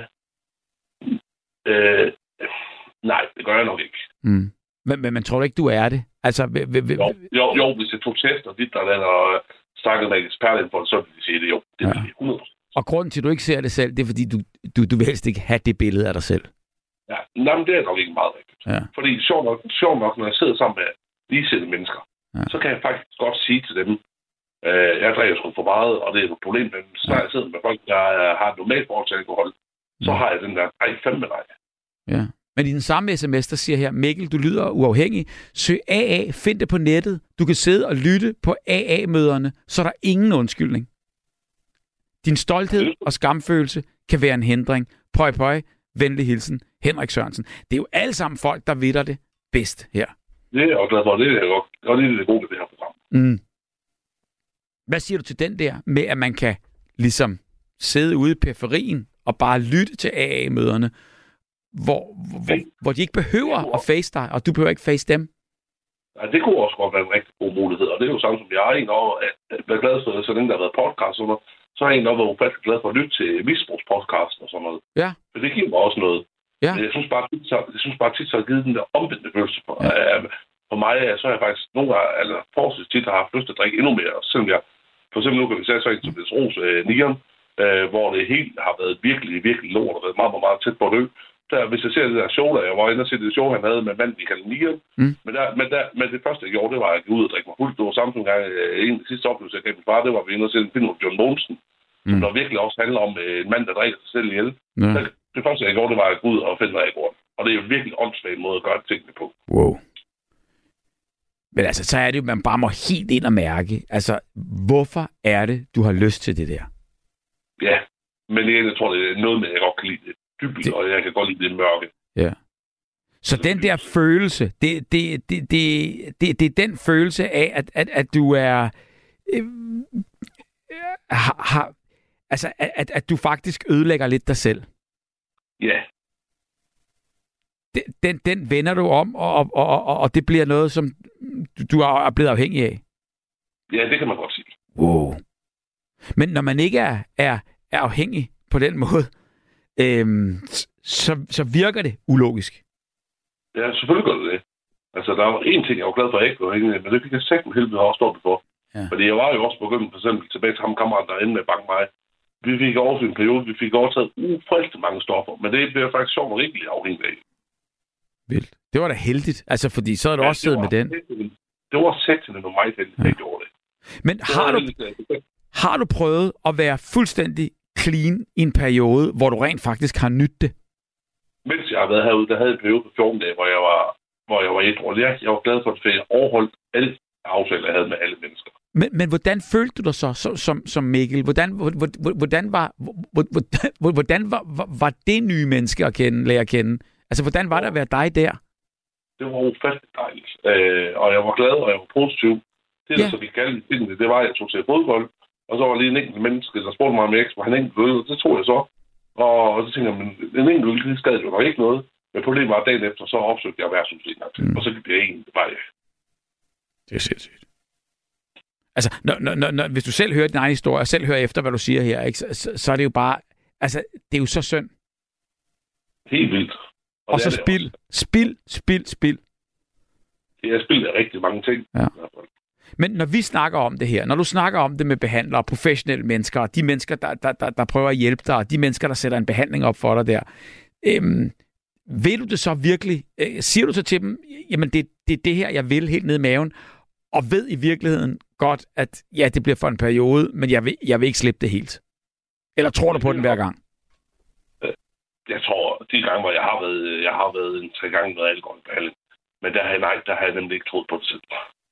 øh, nej, det gør jeg nok ikke. Mm. Men, men man tror ikke, du er det? Altså, v- v- v- jo, jo, jo, hvis jeg tog test og dit der land og snakkede med eksperter for det, så ville de sige det jo. Det er ja. hundrede procent. Og grunden til, at du ikke ser det selv, det er, fordi du, du, du vil helst ikke have det billede af dig selv. Ja, nej, men det er nok ikke meget rigtigt. Ja. Fordi sjovt nok, sjov nok, når jeg sidder sammen med ligesindede mennesker, ja. så kan jeg faktisk godt sige til dem, øh, jeg drikker sgu for meget, og det er et problem, men så når jeg sidder med folk, der har et normalt forhold til alkohol, så ja. har jeg den der, ej, fandme nej. Ja. Men i den samme sms, der siger her, Mikkel, du lyder uafhængig. Søg A A, find det på nettet. Du kan sidde og lytte på A A-møderne, så er der ingen undskyldning. Din stolthed og skamfølelse kan være en hindring. Pøj, pøj, venlig hilsen, Henrik Sørensen. Det er jo alle sammen folk, der vitter det bedst her. Det er jeg også glad for. Det er godt. Og det er det gode ved det her program. Mm. Hvad siger du til den der med, at man kan ligesom sidde ude i periferien og bare lytte til A A-møderne, hvor, hvor, hvor de ikke behøver at face dig, og du behøver ikke face dem? Ja, det kunne også godt være en rigtig god mulighed, og det er jo samme som jeg er en over, at jeg er glad for, så længe der har været podcast under, så er jeg en over, hvor jeg er glad for at lytte til misbrugspodcast og sådan noget. Ja. For det giver mig også noget. Ja. Jeg synes bare, jeg synes bare tit, så har givet den der omvendte følelse for, ja. uh, for mig, så har jeg faktisk nogle gange, eller forholdsvis tit, har haft lyst til at drikke endnu mere, selvom jeg, for eksempel nu kan vi sige, så en som Niels Ros uh, Nieren, uh, hvor det helt har været virkelig, virkelig lort, og været meget, meget, meget tæt på at dø. Der, hvis jeg ser det der show, der jeg var inde og se det show, han havde med manden i Kalenieren. Mm. Men, der, men, der, men det første, jeg gjorde, det var at gå ud og drikke mig fuldt. Det var samme gang, en af de sidste oplevelser, jeg gav min far, det var, at vi inde og se en film om John Monsen, mm. som der virkelig også handler om en mand, der drikker sig selv ihjel. Mm. Det, det første, jeg gjorde, det var at gå ud og finde mig i gården. Og det er jo virkelig en åndssvag måde at gøre tingene på. Wow. Men altså, så er det jo, man bare må helt ind og mærke. Altså, hvorfor er det, du har lyst til det der? Ja, men jeg tror, det er noget med, jeg godt kan lide det. Dybelt, det, og jeg kan godt lide det mørke. Ja. Så den der følelse, det, det, det, det, det, det er den følelse af, at, at, at du er... Øh, har, har, altså, at, at du faktisk ødelægger lidt dig selv. Ja. Den, den, den vender du om, og, og, og, og det bliver noget, som du er blevet afhængig af. Ja, det kan man godt sige. Wow. Men når man ikke er, er, er afhængig på den måde, Øhm, så, så virker det ulogisk. Ja, selvfølgelig gør det det. Altså, der er jo en ting, jeg var glad for, at jeg ikke var hængende, men det fik jeg sagt med helvede også stået for. Ja. Fordi jeg var jo også begyndt, for eksempel, tilbage til ham kammeraten derinde med bank mig. vi fik også en periode, vi fik overtaget ufrelst mange stoffer, men det blev faktisk sjovt og rigtig afhængig af. Vildt. Det var da heldigt, altså fordi så havde du ja, også siddet med den. Det var sættende med mig, at jeg gjorde det. Men har du, har du prøvet at være fuldstændig clean i en periode, hvor du rent faktisk har nydt det? Mens jeg har været herude, der havde en periode på fjorten dage, hvor jeg var, hvor jeg var et år. Jeg, jeg var glad for, at jeg overholdt alle aftaler, jeg havde med alle mennesker. Men, men hvordan følte du dig så som, som, som Mikkel? Hvordan, hvordan, var, hvordan, hvordan var, var, var det nye menneske at kende, lære at kende? Altså, hvordan var det at være dig der? Det var ufattelig dejligt. Øh, og jeg var glad, og jeg var positiv. Det, der ja. så vi kaldte det, det var, at jeg tog til fodbold. Og så var lige en enkelt menneske, der spurgte mig, om jeg ikke skulle have en enkelt øl. Og det tog jeg så. Og, og så tænkte jeg, men en enkelt øl, det skadede jo nok ikke noget. Men problemet var, at dagen efter, så opsøgte jeg værtshuslignende. Mm. Og så gik det en. Det var jeg. Det er sindssygt. Altså, når, når, når, hvis du selv hører din egen historie, og selv hører efter, hvad du siger her, ikke, så, så, så er det jo bare... Altså, det er jo så synd. Helt vildt. Og, og så spild, spild, spild, spild. Det er spild af rigtig mange ting. Ja. Men når vi snakker om det her, når du snakker om det med behandlere, professionelle mennesker, de mennesker, der, der, der, der prøver at hjælpe dig, de mennesker, der sætter en behandling op for dig der, øhm, ved du det så virkelig? Øh, siger du så til dem, jamen det er det, det her, jeg vil helt ned i maven, og ved i virkeligheden godt, at ja, det bliver for en periode, men jeg vil, jeg vil ikke slippe det helt? Eller tror du på den hver gang? Jeg tror, de gange, hvor jeg har været, jeg har været en tre gange noget alkoholbehandling, men der har jeg, nej, der har jeg nemlig ikke troet på det selv.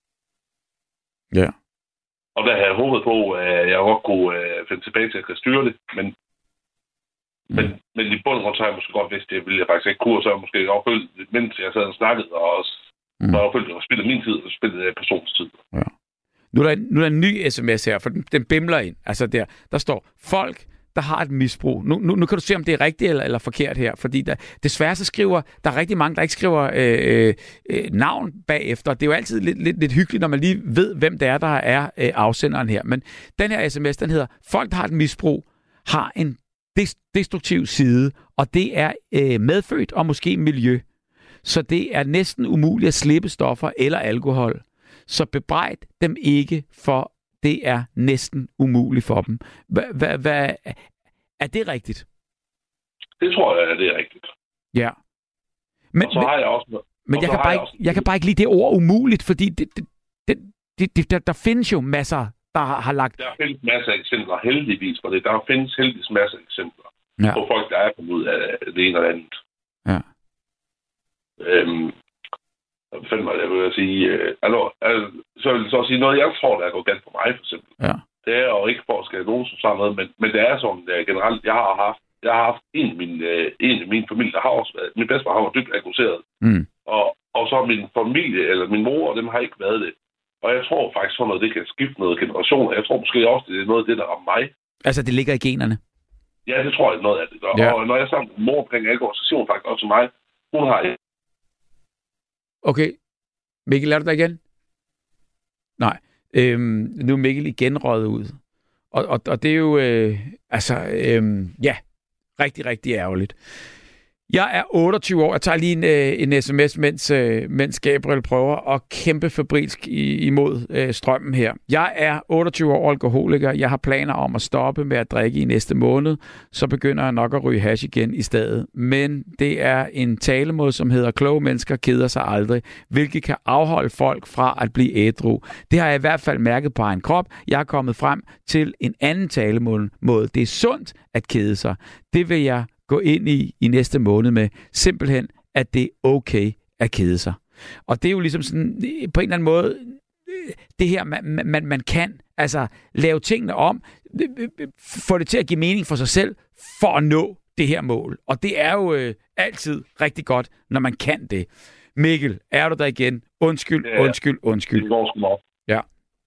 Ja. Og der har jeg håbet på, at jeg godt kunne uh, finde tilbage til at kunne styre det, men, mm. men, men i bund og grund, så har jeg måske godt vidst, det ville jeg faktisk ikke kunne, og så har jeg måske også følt, mens jeg sad og snakkede, og også, mm. så har jeg følt, at jeg spillet min tid, og spillet persons tid. Ja. Nu er, der, nu er der en ny sms her, for den, den bimler ind. Altså der, der står, folk, der har et misbrug. Nu, nu, nu kan du se, om det er rigtigt eller, eller forkert her, fordi der, desværre så skriver, der er rigtig mange, der ikke skriver øh, øh, navn bagefter. Det er jo altid lidt, lidt, lidt hyggeligt, når man lige ved, hvem det er, der er øh, afsenderen her. Men den her sms, den hedder, folk, der har et misbrug, har en destruktiv side, og det er øh, medfødt og måske miljø. Så det er næsten umuligt at slippe stoffer eller alkohol. Så bebrejд dem ikke for det er næsten umuligt for dem. Hva, hva, er det rigtigt? Det tror jeg, at det er rigtigt. Ja. Men, og så har jeg også... Men jeg kan, bare ikke, jeg kan bare ikke lide det ord umuligt, fordi det, det, det, det, det, der, der findes jo masser, der har, har lagt... Der findes masser af eksempler, heldigvis, for det. Der findes heldigvis masser af eksempler ja. på folk, der er kommet ud af det ene eller andet. Ja. Øhm, jeg finder mig, jeg vil sige... Øh, altså, altså, så vil jeg så sige noget, jeg tror, der er gået galt for mig, for eksempel. Ja. Det er jo ikke for at skade nogen som sådan noget, men, men det er sådan, at generelt, jeg har haft, jeg har haft en af min, øh, en af min familie, der har også været, min bedstefar har været dybt alkoholiseret. Mm. Og, og så min familie, eller min mor, dem har ikke været det. Og jeg tror faktisk sådan noget, det kan skifte noget generationer. Jeg tror måske også, det er noget af det, der rammer mig. Altså, det ligger i generne? Ja, det tror jeg noget af det gør. Ja. Og når jeg sammen med mor omkring alkohol, så siger hun faktisk også til mig, hun har... Okay. Mikkel, er du der igen? Nej. Øhm, nu er Mikkel igen røget ud. Og, og, og det er jo, øh, altså, øh, ja, rigtig, rigtig ærgerligt. Jeg er otteogtyve år. Jeg tager lige en, øh, en sms, mens, øh, mens Gabriel prøver at kæmpe febrilsk i, imod øh, strømmen her. Jeg er otteogtyve år alkoholiker. Jeg har planer om at stoppe med at drikke i næste måned. Så begynder jeg nok at ryge hash igen i stedet. Men det er en talemåde, som hedder, kloge mennesker keder sig aldrig, hvilket kan afholde folk fra at blive ædru. Det har jeg i hvert fald mærket på egen krop. Jeg er kommet frem til en anden talemåde. Det er sundt at kede sig. Det vil jeg gå ind i i næste måned med, simpelthen, at det er okay at kede sig. Og det er jo ligesom sådan, på en eller anden måde, det her, man, man, man kan altså lave tingene om, få det til at give mening for sig selv, for at nå det her mål. Og det er jo øh, altid rigtig godt, når man kan det. Mikkel, er du der igen? Undskyld, ja, undskyld, undskyld. Det går sgu nok. Ja.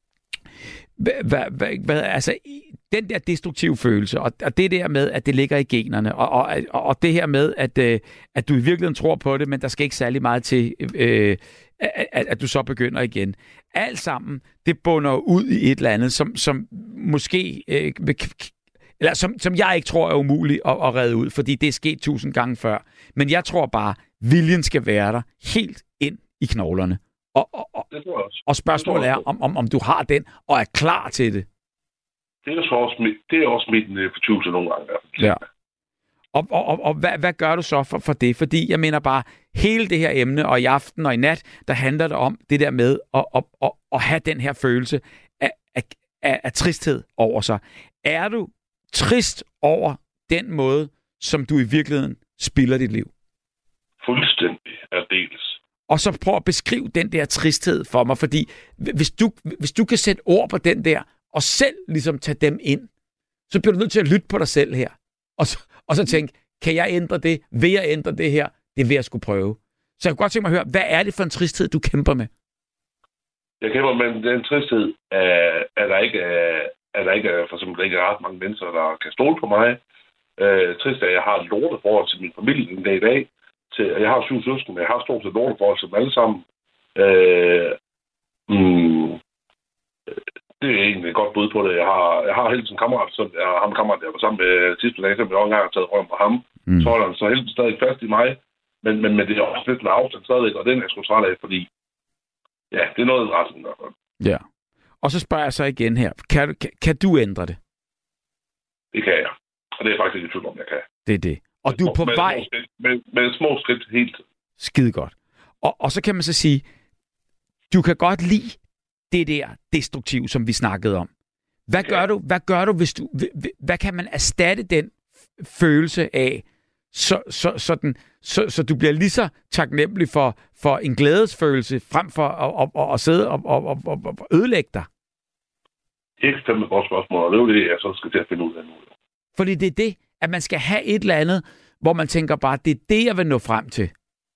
Hvad, hvad, hvad, altså, den der destruktive følelse, og, og det der med, at det ligger i generne, og, og, og det her med, at, øh, at du i virkeligheden tror på det, men der skal ikke særlig meget til, øh, at, at du så begynder igen. Alt sammen, det bunder ud i et eller andet, som, som måske, øh, eller som, som jeg ikke tror er umuligt at, at redde ud, fordi det er sket tusind gange før. Men jeg tror bare, viljen skal være der helt ind i knoglerne. Og, og, og, og spørgsmålet er, om, om, om du har den, og er klar til det. Det er, så også, det er også mit fortvivlelse nogle gange. Ja. Og, og, og, og hvad, hvad gør du så for, for det? Fordi jeg mener bare, hele det her emne, og i aften og i nat, der handler det om det der med at, at, at, at have den her følelse af, af, af, af tristhed over sig. Er du trist over den måde, som du i virkeligheden spilder dit liv? Fuldstændig aldeles. Og så prøv at beskrive den der tristhed for mig, fordi hvis du, hvis du kan sætte ord på den der, og selv ligesom tage dem ind, så bliver du nødt til at lytte på dig selv her. Og så, og så tænke, kan jeg ændre det? Vil jeg ændre det her? Det vil jeg skulle prøve. Så jeg kunne godt tænke mig at høre, hvad er det for en tristhed, du kæmper med? Jeg kæmper med den tristhed, at, at der ikke er, at der ikke er, for eksempel, ikke er ret mange mennesker, der kan stole på mig. Uh, trist er, at jeg har et lortet forhold til min familie den dag i dag. Til, jeg har syv søskende, men jeg har stort set lortet forhold til dem alle sammen. Uh, mm, det er egentlig et godt bud på det. Jeg har, jeg har heldigvis en kammerat, som jeg har en kammerat, der var sammen med sidste dag, som jeg også har taget røven på ham. Mm. Så holder han så heldigvis stadig fast i mig. Men, men, men det er også lidt med afstand stadigvæk, og den er jeg sgu træt af, fordi ja, det er noget i retten. Ja. Og så spørger jeg så igen her. Kan, kan, kan du ændre det? Det kan jeg. Og det er faktisk ikke i tvivl om, jeg kan. Det er det. Og du er på med vej... Skridt, med, med små skridt helt. Skide godt. Og, og så kan man så sige, du kan godt lide det der destruktive, som vi snakkede om. Hvad gør ja. du, hvad gør du, hvis du... Hvad kan man erstatte den følelse af, så, så, så, den, så, så du bliver lige så taknemmelig for, for en glædesfølelse, frem for at, at, at sidde og, og, og, og ødelægge dig? Det er et fandme godt spørgsmål, og det er jo det, jeg så skal til at finde ud af nu. Fordi det er det, at man skal have et eller andet, hvor man tænker bare, det er det, jeg vil nå frem til.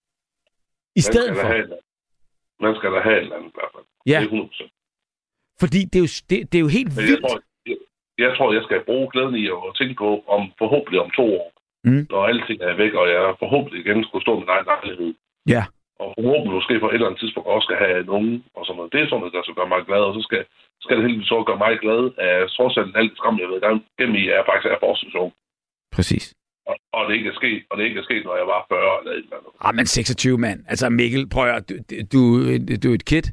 I man stedet for... Man skal da have et eller andet i hvert fald. Ja. Det er hundrede procent. Fordi det er jo, det, det er jo helt Men vildt. Jeg tror, jeg, jeg tror, jeg skal bruge glæden i at tænke på, om forhåbentlig om to år, mm. når alting er væk, og jeg forhåbentlig igen skulle stå med egen lejlighed. Ja. Og forhåbentlig måske på et eller andet tidspunkt også skal have nogen, og sådan noget. Det er sådan noget, der skal gøre mig glad, og så skal, skal det heldigvis så gøre mig glad, at trods alt alt det skam, jeg ved gennem i, er faktisk er forskningsstation. Præcis. Og, og, det ikke er sket, og det ikke er sket, når jeg var fyrre eller et eller andet. Ah, men seksogtyve mand. Altså Mikkel, prøv at du, du, du er et kid.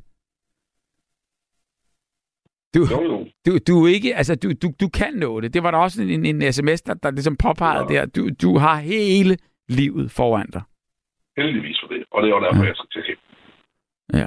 Du, jo, jo. Du, du ikke, altså du, du, du kan nå det. Det var der også en, en, en sms, der, der ligesom påpegede ja. der. Du, du har hele livet foran dig. Heldigvis for det, og det er jo derfor, ja. jeg skal til at kæmpe. Ja.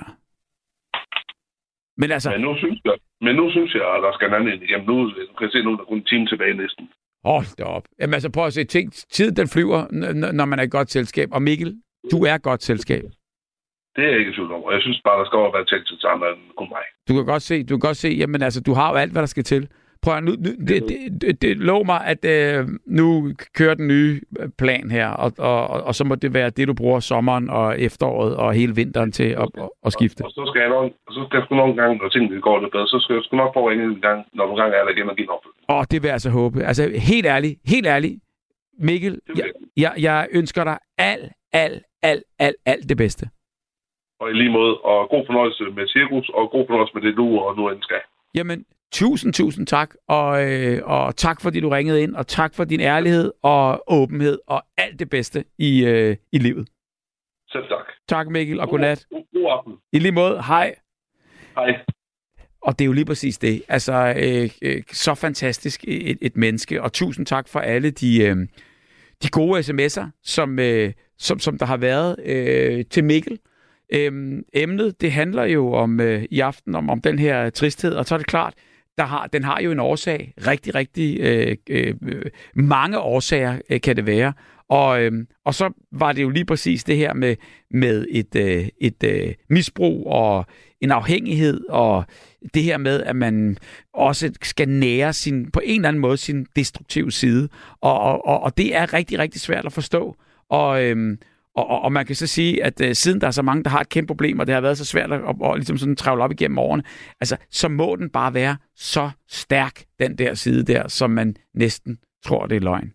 Men altså... Men nu synes jeg, men nu synes jeg at der skal en anden ind igennem. Nu, nu kan jeg se, nu der er kun en time tilbage næsten. Hold da op. Jamen altså prøv at se, ting, tid den flyver, n- når man er i godt selskab. Og Mikkel, du er godt selskab. Det er jeg ikke i tvivl om, og jeg synes bare, der skal være tænkt til andre end kun mig. Du kan godt se, du kan godt se, jamen altså, du har jo alt, hvad der skal til. Prøv at nu, nu det, det, det, det lov mig, at øh, nu kører den nye plan her, og, og, og, og så må det være det, du bruger sommeren og efteråret og hele vinteren til at, at, at skifte. Og, og så skal jeg nok, så skal jeg sgu nogle gange, når tingene går lidt bedre, så skal jeg sgu nok prøve en gang, når nogle gange er der igen og give en opfølgning. Åh, det vil jeg altså håbe. Altså, helt ærligt, helt ærligt, Mikkel, jeg, jeg, jeg ønsker dig alt, alt, alt, alt, alt det bedste. Og i lige måde, og god fornøjelse med cirkus, og god fornøjelse med det, du og nu end skal. Jamen, tusind, tusind tak, og, øh, og tak fordi du ringede ind, og tak for din ærlighed og åbenhed, og alt det bedste i, øh, i livet. Selv tak. Tak Mikkel, og godnat. God, god aften. I lige måde, hej. Hej. Og det er jo lige præcis det. Altså, øh, øh, så fantastisk et, et menneske, og tusind tak for alle de, øh, de gode sms'er, som, øh, som, som der har været øh, til Mikkel. Øhm, emnet, det handler jo om øh, i aften om, om den her tristhed, og så er det klart, der har, den har jo en årsag. Rigtig, rigtig øh, øh, mange årsager øh, kan det være. Og, øh, og så var det jo lige præcis det her med, med et, øh, et øh, misbrug og en afhængighed, og det her med, at man også skal nære sin, på en eller anden måde sin destruktive side. Og, og, og det er rigtig, rigtig svært at forstå. Og øh, Og, og, og man kan så sige, at uh, siden der er så mange, der har et kæmpe problem, og det har været så svært at, at, at, at ligesom sådan trævle op igennem årene, altså, så må den bare være så stærk, den der side der, som man næsten tror, det er løgn.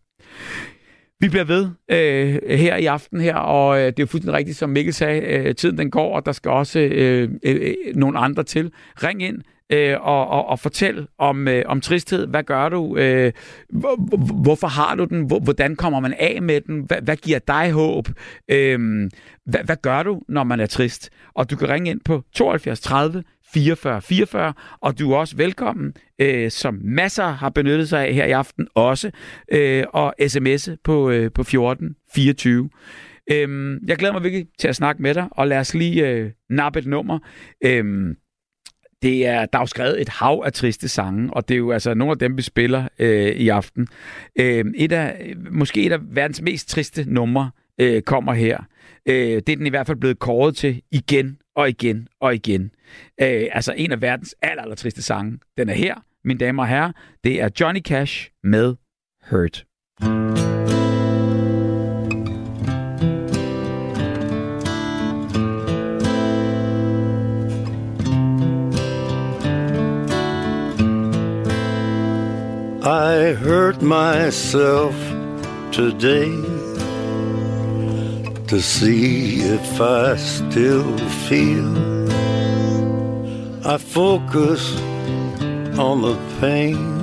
Vi bliver ved øh, her i aften her, og øh, det er jo fuldstændig rigtigt, som Mikkel sagde, øh, tiden den går, og der skal også øh, øh, nogle andre til. Ring ind øh, og, og, og fortæl om, øh, om tristhed. Hvad gør du? Øh, hvor, hvorfor har du den? Hvordan kommer man af med den? Hvad, hvad giver dig håb? Øh, hvad, hvad gør du, når man er trist? Og du kan ringe ind på tooghalvfjerds tredive fireogfyrre fireogfyrre, og du er også velkommen, øh, som masser har benyttet sig af her i aften også, øh, og sms'e på, øh, på fjorten fireogtyve. Øhm, jeg glæder mig virkelig til at snakke med dig, og lad os lige øh, nappe et nummer. Øhm, det er, der er jo skrevet et hav af triste sange, og det er jo altså nogle af dem, vi spiller øh, i aften. Øhm, et af, måske et af verdens mest triste numre øh, kommer her. Øh, det er den i hvert fald blevet kåret til igen og igen og igen. Øh, altså en af verdens aller, aller triste sange. Den er her, mine damer og herrer. Det er Johnny Cash med Hurt. I hurt myself today to see if I still feel. I focus on the pain,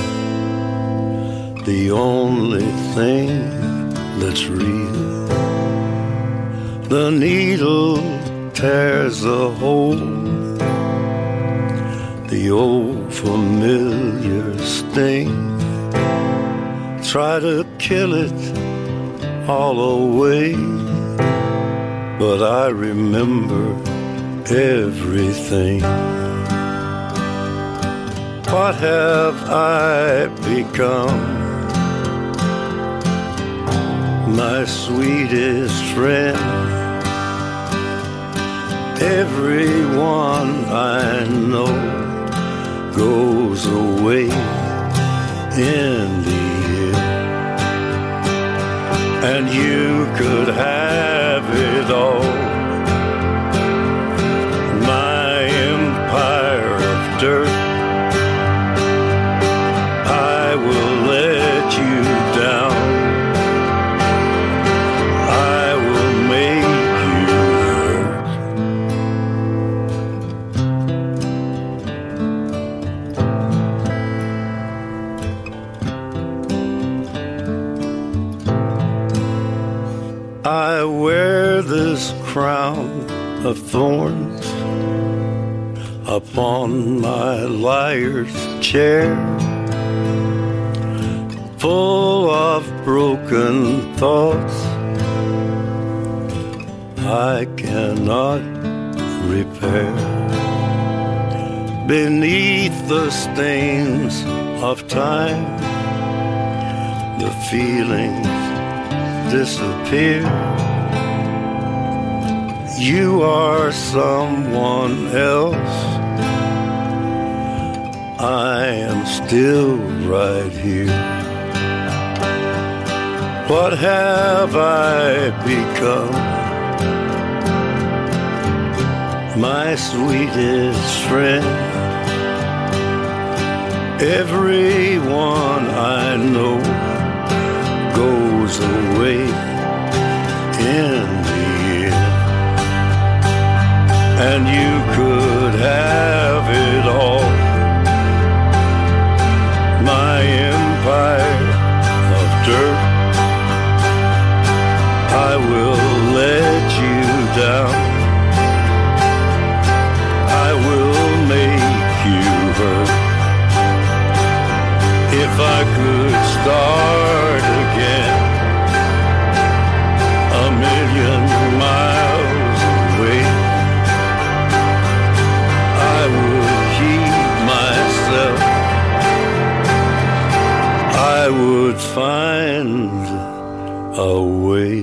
the only thing that's real. The needle tears a hole, the old familiar sting. Try to kill it all away, but I remember everything. What have I become? My sweetest friend, everyone I know goes away in the end, and you could have it all. My empire of dirt, I will let you down. I will make you hurt. I wear this crown of thorns upon my liar's chair, full of broken thoughts I cannot repair. Beneath the stains of time, the feelings disappear. You are someone else, I am still right here. What have I become? My sweetest friend, everyone I know goes away in the end, and you could have it all. My empire of dirt, I will let you down. I will make you hurt. If I could start again, a million miles away, I would keep myself. I would find a way.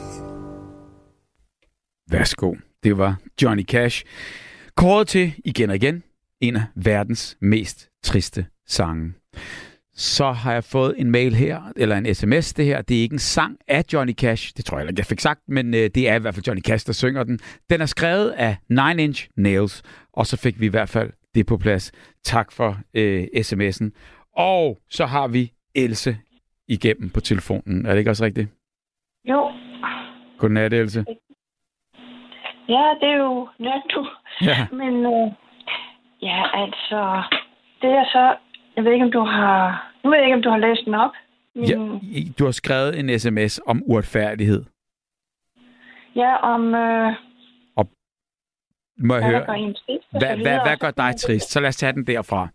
Værsgo. Det var Johnny Cash. Kåret til igen og igen en af verdens mest triste sange. Så har jeg fået en mail her, eller en sms. Det her, det er ikke en sang af Johnny Cash. Det tror jeg ikke, jeg fik sagt, men øh, det er i hvert fald Johnny Cash, der synger den. Den er skrevet af Nine Inch Nails, og så fik vi i hvert fald det på plads. Tak for øh, sms'en. Og så har vi Else igennem på telefonen. Er det ikke også rigtigt? Jo. Godnat, Else. Ja, det er jo nat du. Ja. Men øh, ja, altså, det er så, jeg ved ikke, om du har, nu ved jeg ikke, om du har læst den op. Men, Ja, du har skrevet en sms om uretfærdighed. Ja, om... Øh, Og Må jeg hvad høre, der gør en trist. og hvad, så hvad, videre. hvad gør dig trist? Så lad os tage den derfra.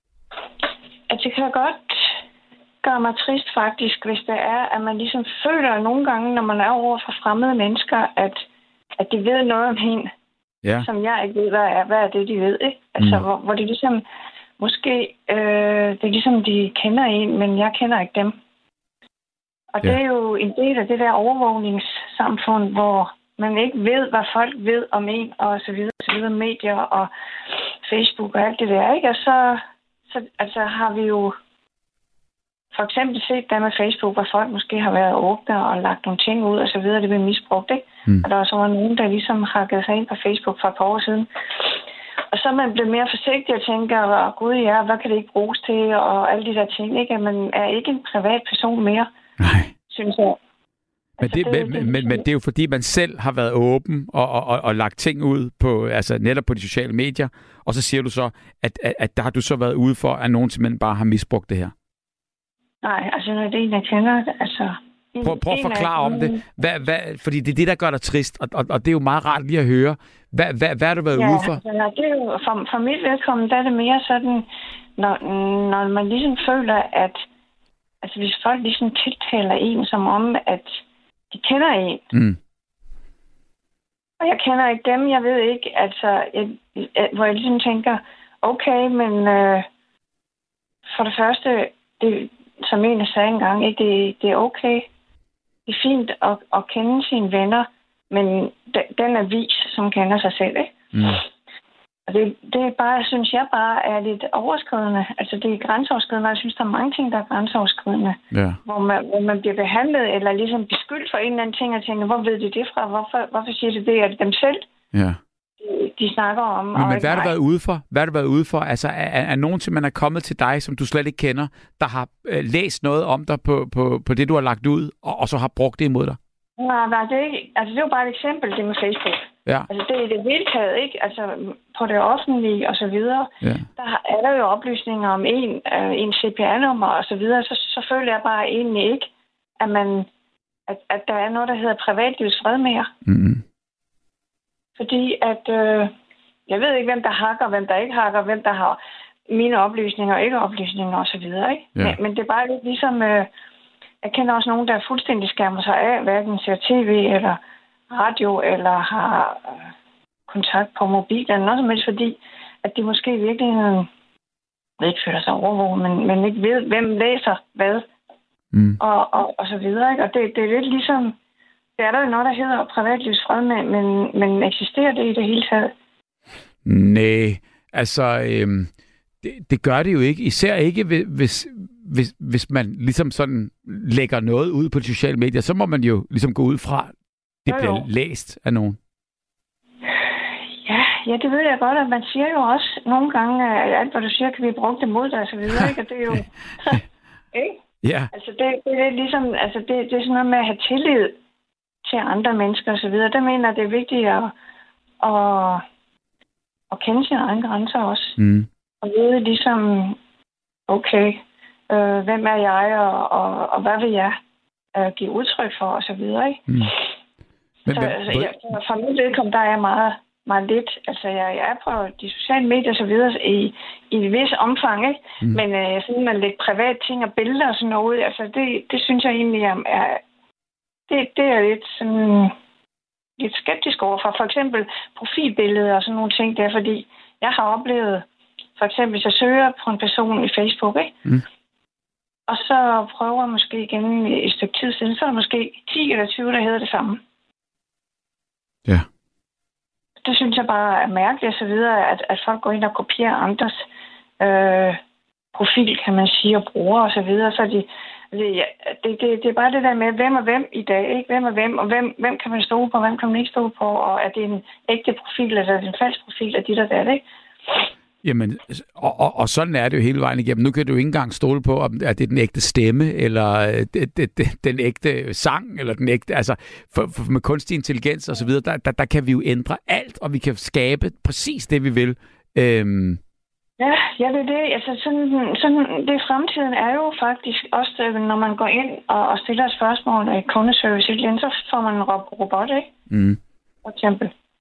At det kan godt gøre mig trist faktisk, hvis det er, at man ligesom føler nogle gange, når man er over for fremmede mennesker, at, at de ved noget om hende, Ja. som jeg ikke ved, hvad er, hvad er det, de ved, ikke? Altså, Mm. hvor, hvor det ligesom, måske, øh, det er ligesom, de kender en, men jeg kender ikke dem. Og Ja. det er jo en del af det der overvågningssamfund, hvor man ikke ved, hvad folk ved om en, og så videre, så videre, medier og Facebook og alt det der, ikke? Og så, så altså, har vi jo for eksempel set der med Facebook, hvor folk måske har været åbne og lagt nogle ting ud og så videre, det bliver misbrugt, ikke? Mm. Og der var så var nogen, der ligesom hakkede sig ind på Facebook for et par år siden. Og så er man blevet mere forsigtig og tænker, oh, gud ja, hvad kan det ikke bruges til, og alle de der ting, ikke? At man er ikke en privat person mere, Nej. synes jeg. Men Altså, det, det er jo men, det, men, men, men det er jo fordi, man selv har været åben og, og, og, og lagt ting ud på, altså netop på de sociale medier, og så siger du så, at, at, at der har du så været ude for, at nogen simpelthen bare har misbrugt det her. Nej, altså når det er en, jeg kender, altså... en- Prøv, prøv at en af forklare om dem- det. Hvad, hvad, fordi det er det, der gør dig trist, og, og, og det er jo meget rart lige at høre. Hvad, hvad, hvad har du været Ja, ude for? altså, når det er jo, for, for mit vedkommende, der er det mere sådan, når, når man ligesom føler, at altså, hvis folk ligesom tiltaler en som om, at de kender en, Mm. og jeg kender ikke dem, jeg ved ikke, altså, jeg, jeg, hvor jeg ligesom tænker, okay, men øh, for det første, det, som en sagde engang, ikke, det, det er okay, det er fint at, at kende sine venner, men den, den avis, som kender sig selv, ikke? Mm. Og det, det er bare, synes jeg bare er lidt overskridende. Altså det er grænseoverskridende, og jeg synes, der er mange ting, der er grænseoverskridende. Ja. Hvor man, hvor man bliver behandlet, eller ligesom beskyldt for en eller anden ting, og tænker, hvor ved de det fra? Hvorfor, hvorfor siger de det? Er det dem selv, Ja. de, de snakker om? Men, og men ikke hvad har du mig? været ude for? Hvad har du været ude for? Altså, er, er, er nogen simpelthen er kommet til dig, som du slet ikke kender, der har øh, læst noget om dig på, på, på det, du har lagt ud, og, og så har brugt det imod dig? Nej, nej, det er ikke. Altså det er jo bare et eksempel, det med Facebook. Ja. Altså det er i det hele taget, ikke? Altså på det offentlige og så videre, Ja. der er der jo oplysninger om en, øh, en C P R-nummer og så videre, så, så føler jeg bare egentlig ikke, at man, at, at der er noget, der hedder privatlivets fred mere. Mm-hmm. Fordi at, øh, jeg ved ikke, hvem der hakker, hvem der ikke hakker, hvem der har mine oplysninger og ikke oplysninger og så videre, ikke? Ja. Men, men det er bare lidt ligesom, øh, jeg kender også nogen, der fuldstændig skærmer sig af, hverken ser tv eller radio, eller har øh, kontakt på mobil, eller noget som helst, fordi at de måske i virkeligheden ikke føler sig overvåget, men, men ikke ved, hvem læser hvad, Mm. og, og, og så videre, ikke? Og det, det er lidt ligesom, det er der jo noget, der hedder privatlivsfred, men, men, men eksisterer det i det hele taget? Nej, altså, øhm, det, det gør det jo ikke. Især ikke, hvis, hvis, hvis man ligesom sådan lægger noget ud på de sociale medier, så må man jo ligesom gå ud fra, det Jo, bliver jo. læst af nogen. Ja, ja, det ved jeg godt, at man siger jo også nogle gange, at alt, hvad du siger, kan blive brugt imod dig, og så videre, ikke? Og det er jo... ikke? Ja, Altså, det, det er lidt ligesom... Altså, det, det er sådan noget med at have tillid til andre mennesker, og så videre. Der mener jeg, det er vigtigt at, at, at kende sine egne grænser også. mm. Og vide ligesom, okay, øh, hvem er jeg, og, og, og hvad vil jeg øh, give udtryk for, og så videre, ikke? Mm. Men, Så, men, altså, jeg, for mit vedkommende, der er jeg meget, meget lidt. Altså, jeg, jeg er på de sociale medier og så videre i, i et vis omfang, ikke? Mm. Men øh, sådan man lægger private ting og billeder og sådan noget ud, altså, det, det synes jeg egentlig er... er det, det er lidt sådan... lidt skeptisk overfor. For eksempel profilbilleder og sådan nogle ting der, fordi jeg har oplevet, for eksempel hvis jeg søger på en person i Facebook, ikke? Mm. Og så prøver jeg måske igen et stykke tid siden, så er der måske ti eller tyve, der hedder det samme. ja. Det synes jeg bare er mærkeligt og så videre, at, at folk går ind og kopierer andres øh, profil, kan man sige, og bruger og så videre. Så de, det, det, det, det er bare det der med, hvem er hvem i dag, ikke? Hvem er hvem, og hvem, hvem kan man stole på, hvem kan man ikke stole på, og er det en ægte profil, eller er det en falsk profil, af dit og dat, ikke? Jamen, og, og, og sådan er det jo hele vejen igennem. Nu kan du ikke engang stole på, om det er den ægte stemme, eller det, det, det, den ægte sang, eller den ægte, altså for, for med kunstig intelligens og så videre, der, der, der kan vi jo ændre alt, og vi kan skabe præcis det, vi vil. Øhm. Ja, ja, det er det. Altså, sådan, sådan, det fremtiden er jo faktisk også, når man går ind og, og stiller et spørgsmål af kundeservice, igen, så får man en rob- robot, ikke? Mm. For eksempel.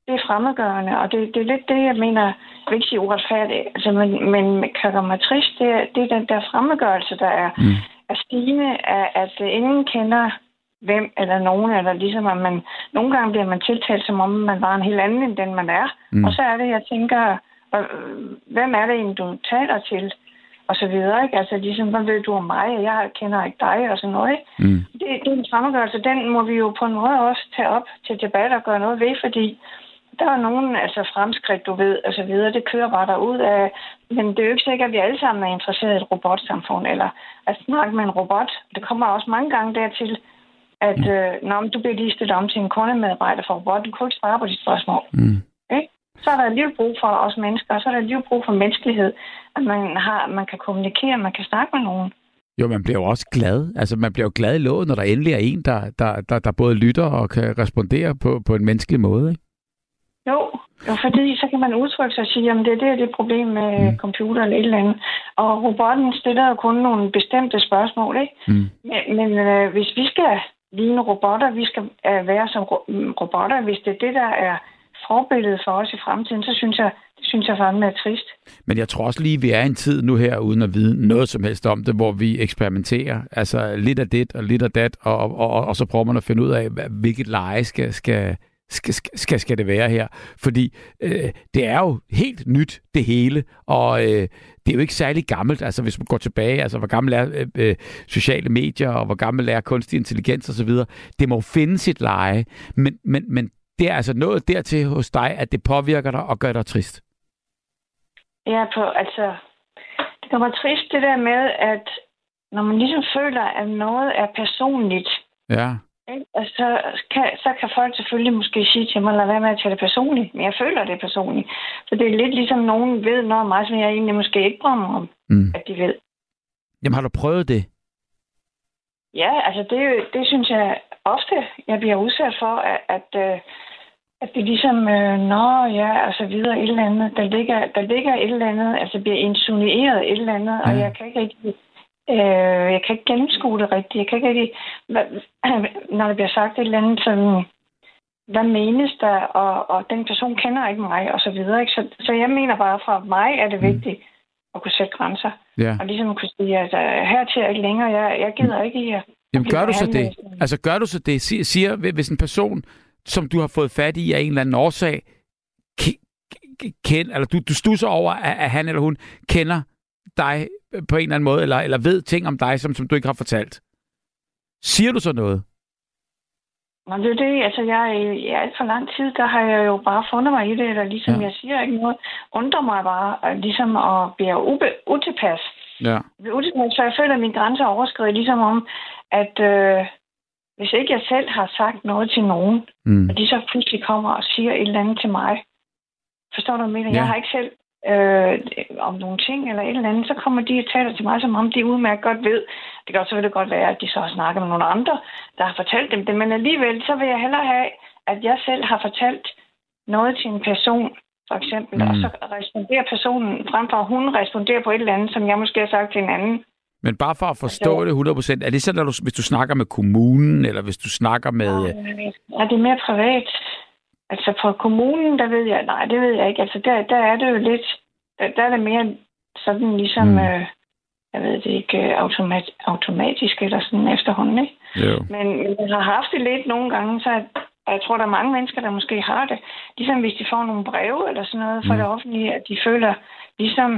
det er fremmedgørende, og det, det er lidt det, jeg mener, jeg vil ikke sige uretfærdigt, altså, men, men kan gøre mig trist, det er, det er den der fremmedgørelse, der er, mm. er stigende, at, at ingen kender hvem eller nogen, eller ligesom at man, nogle gange bliver man tiltalt, som om man var en helt anden, end den man er, mm. og så er det, jeg tænker, hvem er det egentlig, du taler til? Og så videre, ikke? Altså ligesom, hvad ved du om mig, og jeg kender ikke dig, og sådan noget, ikke? Mm. Det, det er en fremmedgørelse, den må vi jo på en måde også tage op til debat og gøre noget ved, fordi der er nogen, altså fremskridt, du ved, og så videre, det kører bare derud af, men det er jo ikke sikkert, at vi alle sammen er interesseret i et robotsamfund, eller at snakke med en robot. Det kommer også mange gange dertil, at mm. øh, når du bliver lige stillet om til en kundemedarbejder for robot, du kan ikke svare på dit spørgsmål. Mm. Ikke? Så er der alligevel brug for os mennesker, og så er der alligevel brug for menneskelighed, at man, har, man kan kommunikere, man kan snakke med nogen. Jo, man bliver jo også glad. Altså, man bliver jo glad i låget, når der endelig er en, der, der, der, der både lytter og kan respondere på, på en menneskelig måde, ikke? Jo, jo, fordi så kan man udtrykke sig og sige, at det er det, det er problem med mm. computer eller et eller andet. Og robotten stiller jo kun nogle bestemte spørgsmål, ikke? Mm. Men, men øh, hvis vi skal ligne robotter, vi skal øh, være som ro- robotter, hvis det er det, der er forbilledet for os i fremtiden, så synes jeg, det synes jeg fandme er trist. Men jeg tror også lige, vi er i en tid nu her, uden at vide noget som helst om det, hvor vi eksperimenterer. Altså lidt af det og lidt af dat, og, og, og, og så prøver man at finde ud af, hvilket leje skal, skal, skal, skal, skal det være her. Fordi øh, det er jo helt nyt, det hele, og øh, det er jo ikke særlig gammelt. Altså hvis man går tilbage, altså hvor gammel er øh, øh, sociale medier, og hvor gammel er kunstig intelligens osv., det må finde sit leje, men, men, men det er altså noget dertil hos dig, at det påvirker dig og gør dig trist. Ja, på, altså, det gør mig trist det der med, at når man ligesom føler, at noget er personligt, ja. Ikke? Altså, så, kan, så kan folk selvfølgelig måske sige til mig, lad være med at tage det personligt, men jeg føler det personligt. Så det er lidt ligesom, nogen ved noget om mig, som jeg egentlig måske ikke drømmer om, mm. at de ved. Jamen, har du prøvet det? Ja, altså det, det synes jeg ofte, jeg bliver udsat for, at, at, at det ligesom, øh, nå ja, og så videre, et eller andet, der ligger, der ligger et eller andet, altså bliver insinueret et eller andet, ja. Og jeg kan ikke rigtig, øh, jeg kan ikke gennemskue det rigtigt, jeg kan ikke rigtig, hvad, når der bliver sagt et eller andet, sådan, hvad menes der, og, og den person kender ikke mig, og så videre, ikke? Så, så jeg mener bare, fra mig er det vigtigt at kunne sætte grænser, ja. Og ligesom at kunne sige, at uh, hertil er ikke længere, jeg, jeg gider ikke i at... Jamen gør du så det? Altså gør du så det? Siger, hvis en person, som du har fået fat i af en eller anden årsag, kend, eller du, du stusser over, at, at han eller hun kender dig på en eller anden måde, eller, eller ved ting om dig, som, som du ikke har fortalt. Siger du så noget? Nå, det er det. Altså, jeg i alt for lang tid, der har jeg jo bare fundet mig i det, eller ligesom ja. Jeg siger ikke noget, undrer mig bare, ligesom at blive ube, utilpas. Ja. Utilpas, så jeg føler, at mine grænser er overskredet, ligesom om, at øh, hvis ikke jeg selv har sagt noget til nogen, mm. og de så pludselig kommer og siger et eller andet til mig, forstår du, hvad jeg mener? Ja. Jeg har ikke selv øh, om nogle ting eller et eller andet, så kommer de og taler til mig, som om de udmærket godt ved. Det kan selvfølgelig godt være, at de så har snakket med nogle andre, der har fortalt dem det, men alligevel, så vil jeg hellere have, at jeg selv har fortalt noget til en person, for eksempel, mm. og så responderer personen, frem for at hun responderer på et eller andet, som jeg måske har sagt til en anden. Men bare for at forstå altså, det hundrede procent, er det sådan, at du, hvis du snakker med kommunen, eller hvis du snakker med... Ja, det er mere privat. Altså på kommunen, der ved jeg, nej, det ved jeg ikke. Altså der, der er det jo lidt, der, der er det mere sådan ligesom, mm. øh, jeg ved det ikke, automat, automatisk eller sådan efterhånden, ikke? Jo. Men jeg har haft det lidt nogle gange, så at, og jeg tror, der er mange mennesker, der måske har det. Ligesom hvis de får nogle breve eller sådan noget fra mm. det offentlige, at de føler ligesom,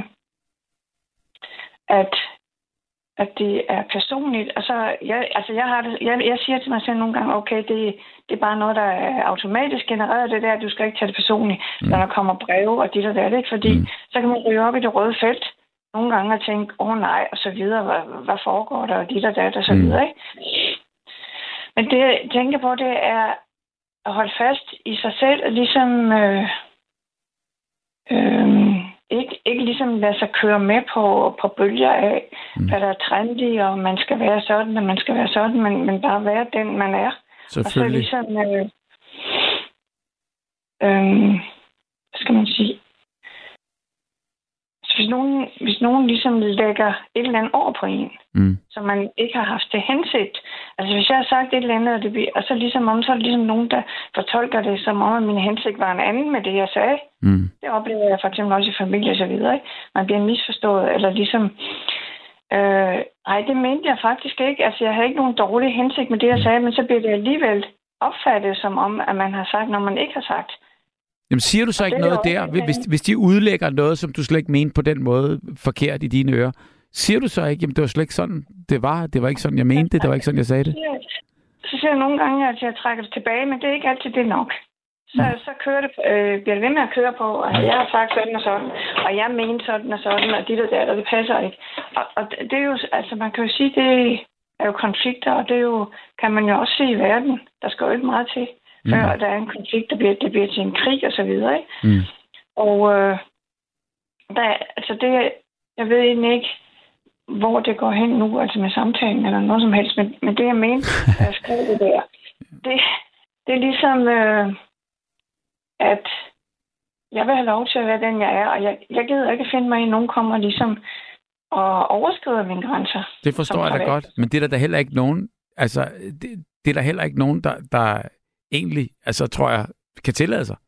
at at det er personligt. Og så, jeg, altså jeg, har det, jeg, jeg siger til mig selv nogle gange, okay, det, det er bare noget, der er automatisk genereret, det der, du skal ikke tage det personligt, mm. når der kommer breve og dit og det, ikke? Fordi mm. så kan man ryge op i det røde felt nogle gange og tænke, åh oh, nej, og så videre, hvad, hvad foregår der, og dit og det, og så mm. videre, ikke? Men det, jeg tænker på, det er at holde fast i sig selv, og ligesom øh, øh, Ikke, ikke ligesom lade sig køre med på, på bølger af, mm. hvad der er trendy, og man skal være sådan, og man skal være sådan, men, men bare være den, man er. Og så ligesom, øh, øh, hvad skal man sige, så hvis nogen, hvis nogen ligesom lægger et eller andet over på en, mm. som man ikke har haft til hensigt. Altså hvis jeg har sagt et eller andet, og, det bliver, og så, ligesom om, så er det ligesom nogen, der fortolker det som om, at min hensigt var en anden med det, jeg sagde. Mm. Det oplever jeg for eksempel også i familie og så videre. Ikke? Man bliver misforstået, eller ligesom... Øh, ej, det mente jeg faktisk ikke. Altså jeg havde ikke nogen dårlig hensigt med det, jeg sagde, men så bliver det alligevel opfattet som om, at man har sagt, når man ikke har sagt. Jamen siger du så ikke noget der, hvis, hvis de udlægger noget, som du slet ikke mente på den måde forkert i dine ører? Siger du så ikke, jamen det var slet ikke sådan, det var, det var ikke sådan, jeg mente det, det var ikke sådan, jeg sagde det? Så siger jeg nogle gange, at jeg trækker det tilbage, men det er ikke altid det nok. Så, ja. så kører det, øh, bliver det ved med at køre på, og jeg har sagt sådan og sådan, og jeg mener sådan og sådan, og dit og dat, og det passer ikke. Og, og det er jo, altså man kan jo sige, det er jo konflikter, og det er jo, kan man jo også se i verden. Der skal jo ikke meget til. Før mm. der er en konflikt, der bliver, det bliver til en krig og så videre, ikke? Mm. Og øh, der, altså det, jeg ved egentlig ikke, hvor det går hen nu, altså med samtalen eller noget som helst, men, men det jeg mente, da jeg skrev det der, det, det er ligesom, øh, at jeg vil have lov til at være den, jeg er, og jeg, jeg gider ikke finde mig i, at nogen kommer ligesom og overskrider mine grænser. Det forstår jeg da godt, men det er der heller ikke nogen, altså det, det er der heller ikke nogen, der, der egentlig, altså tror jeg, kan tillade sig.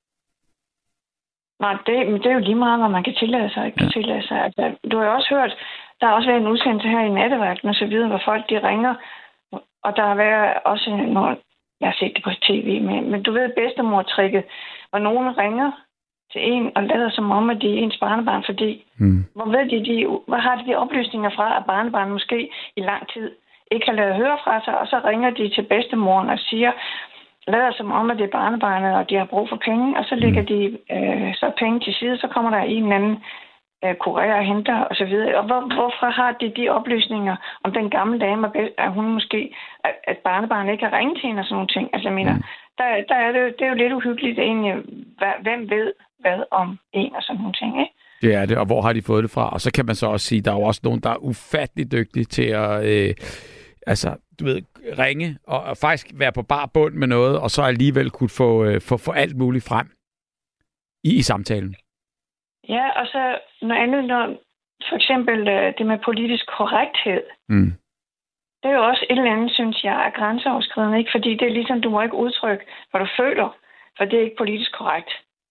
Nej, det, men det er jo lige meget, hvad man kan tillade sig og ikke kan ja. tillade sig. Altså, du har jo også hørt, der har også været en udsendelse her i nattevagten og så videre, hvor folk de ringer, og der har været også, når jeg har set det på tv, men, men du ved bedstemor-trikket, hvor nogen ringer til en og lader som om, at de er ens barnebarn, fordi hmm. hvor ved de, de, hvor har de de oplysninger fra, at barnebarn måske i lang tid ikke har ladet høre fra sig, og så ringer de til bedstemoren og siger, lader som om, at det er barnebarnet, og de har brug for penge, og så lægger mm. de øh, så penge til side, så kommer der en eller anden øh, kurér og henter, og så videre. Og hvor, hvorfor har de de oplysninger om den gamle dame, at hun måske, at, at barnebarnet ikke har ringet til hende og sådan nogle ting? Altså, jeg mener, mm. der, der er det, jo, det er jo lidt uhyggeligt egentlig, hvem ved hvad om en og sådan nogle ting, ikke? Det er det, og hvor har de fået det fra? Og så kan man så også sige, der er jo også nogen, der er ufattelig dygtige til at... Øh, altså, du ved, ringe og, og faktisk være på bar bund med noget, og så alligevel kunne få, øh, få, få alt muligt frem i, i samtalen. Ja, og så noget andet, når for eksempel øh, det med politisk korrekthed. Mm. Det er jo også et eller andet, synes jeg, er grænseoverskridende, ikke? Fordi det er ligesom, du må ikke udtrykke, hvad du føler, for det er ikke politisk korrekt.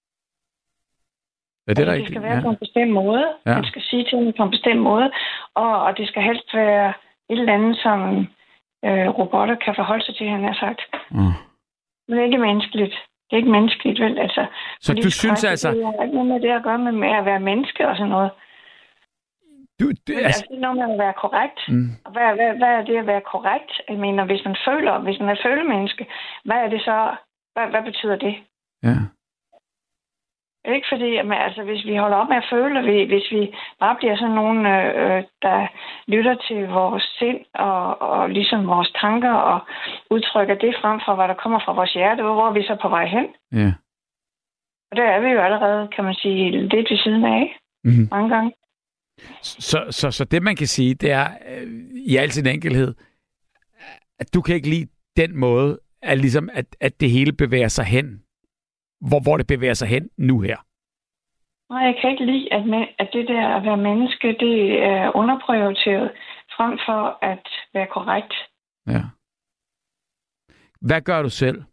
Ja, det, er altså, det skal være ja. på en bestemt måde. Ja. Man skal sige tingene på en bestemt måde, og, og det skal helst være et eller andet, som øh, robotter kan forholde sig til, han har sagt. Mm. Men det er ikke menneskeligt. Det er ikke menneskeligt, vel? Altså, så du synes altså... Det har ikke noget med det at gøre med, med at være menneske og sådan noget. Du, du, altså... altså, det er noget med at være korrekt. Mm. Og hvad, hvad, hvad er det at være korrekt? Jeg mener, hvis man føler, hvis man er følemenneske, hvad er det så... Hvad, hvad betyder det? Ja. Ikke fordi, at man, altså, hvis vi holder op med at føle, vi, hvis vi bare bliver sådan nogen, øh, der lytter til vores sind og, og ligesom vores tanker og udtrykker det frem for, hvad der kommer fra vores hjerte, hvor er vi så på vej hen. Ja. Og der er vi jo allerede, kan man sige, lidt ved siden af. Mm-hmm. Mange gange. Så, så, så det, man kan sige, det er øh, i al sin enkelhed, at du kan ikke lide den måde, at, ligesom, at, at det hele bevæger sig hen. Hvor, hvor det bevæger sig hen nu her? Nej, jeg kan ikke lide, at, med, at det der at være menneske, det er underprioriteret frem for at være korrekt. Ja. Hvad gør du selv?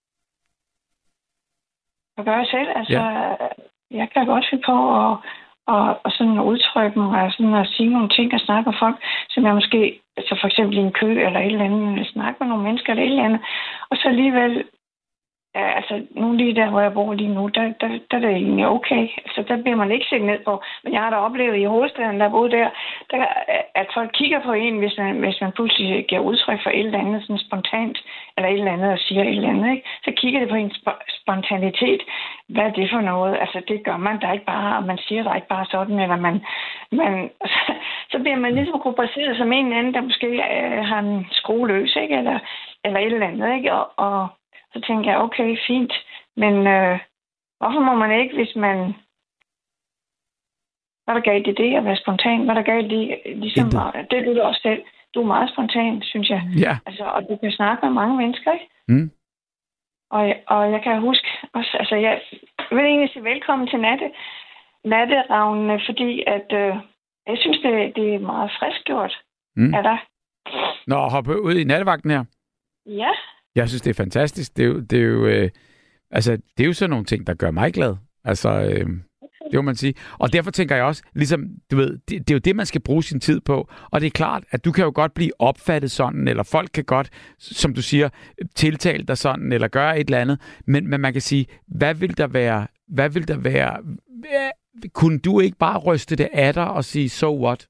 Hvad gør jeg selv? Altså, ja. Jeg kan godt finde på at, at, at sådan udtrykke mig og sådan at sige nogle ting og snakke med folk, som jeg måske, altså for eksempel i en kø eller et eller andet, snakke med nogle mennesker eller et eller andet, og så alligevel ja, altså, nu lige der, hvor jeg bor lige nu, der, der, der er det egentlig okay. Altså, der bliver man ikke set ned på. Men jeg har da oplevet i hovedstaden, der boede der, der, at folk kigger på en, hvis man, hvis man pludselig giver udtryk for et eller andet sådan spontant, eller et eller andet, og siger et eller andet, ikke? Så kigger det på en sp- spontanitet. Hvad er det for noget? Altså, det gør man da ikke bare, og man siger da ikke bare sådan, eller man... man altså, så bliver man ligesom rubriceret som en eller anden, der måske øh, har en skrue løs, ikke? Eller, eller et eller andet, ikke? Og... og så tænker jeg, okay, fint, men øh, hvorfor må man ikke, hvis man... Hvad er der galt i det at være spontan? Hvad er der galt i... Ligesom, det er du også selv. Du er meget spontan, synes jeg. Ja. Altså, og du kan snakke med mange mennesker, ikke? Mm. Og, og jeg kan huske også... Altså, jeg vil egentlig sige velkommen til Natte. natteravnene, fordi at, øh, jeg synes, det, det er meget friskgjort Mm. af dig. Nå, hoppe ud i nattevagten her. Ja, Jeg synes, det er fantastisk. Det er jo, det er jo, øh, altså, det er jo sådan nogle ting, der gør mig glad. Altså, øh, det må man sige. Og derfor tænker jeg også, ligesom, du ved, det, det er jo det, man skal bruge sin tid på. Og det er klart, at du kan jo godt blive opfattet sådan, eller folk kan godt, som du siger, tiltale dig sådan, eller gøre et eller andet. Men, men man kan sige, hvad vil der være, hvad vil der være, kunne du ikke bare ryste det af dig og sige, so what?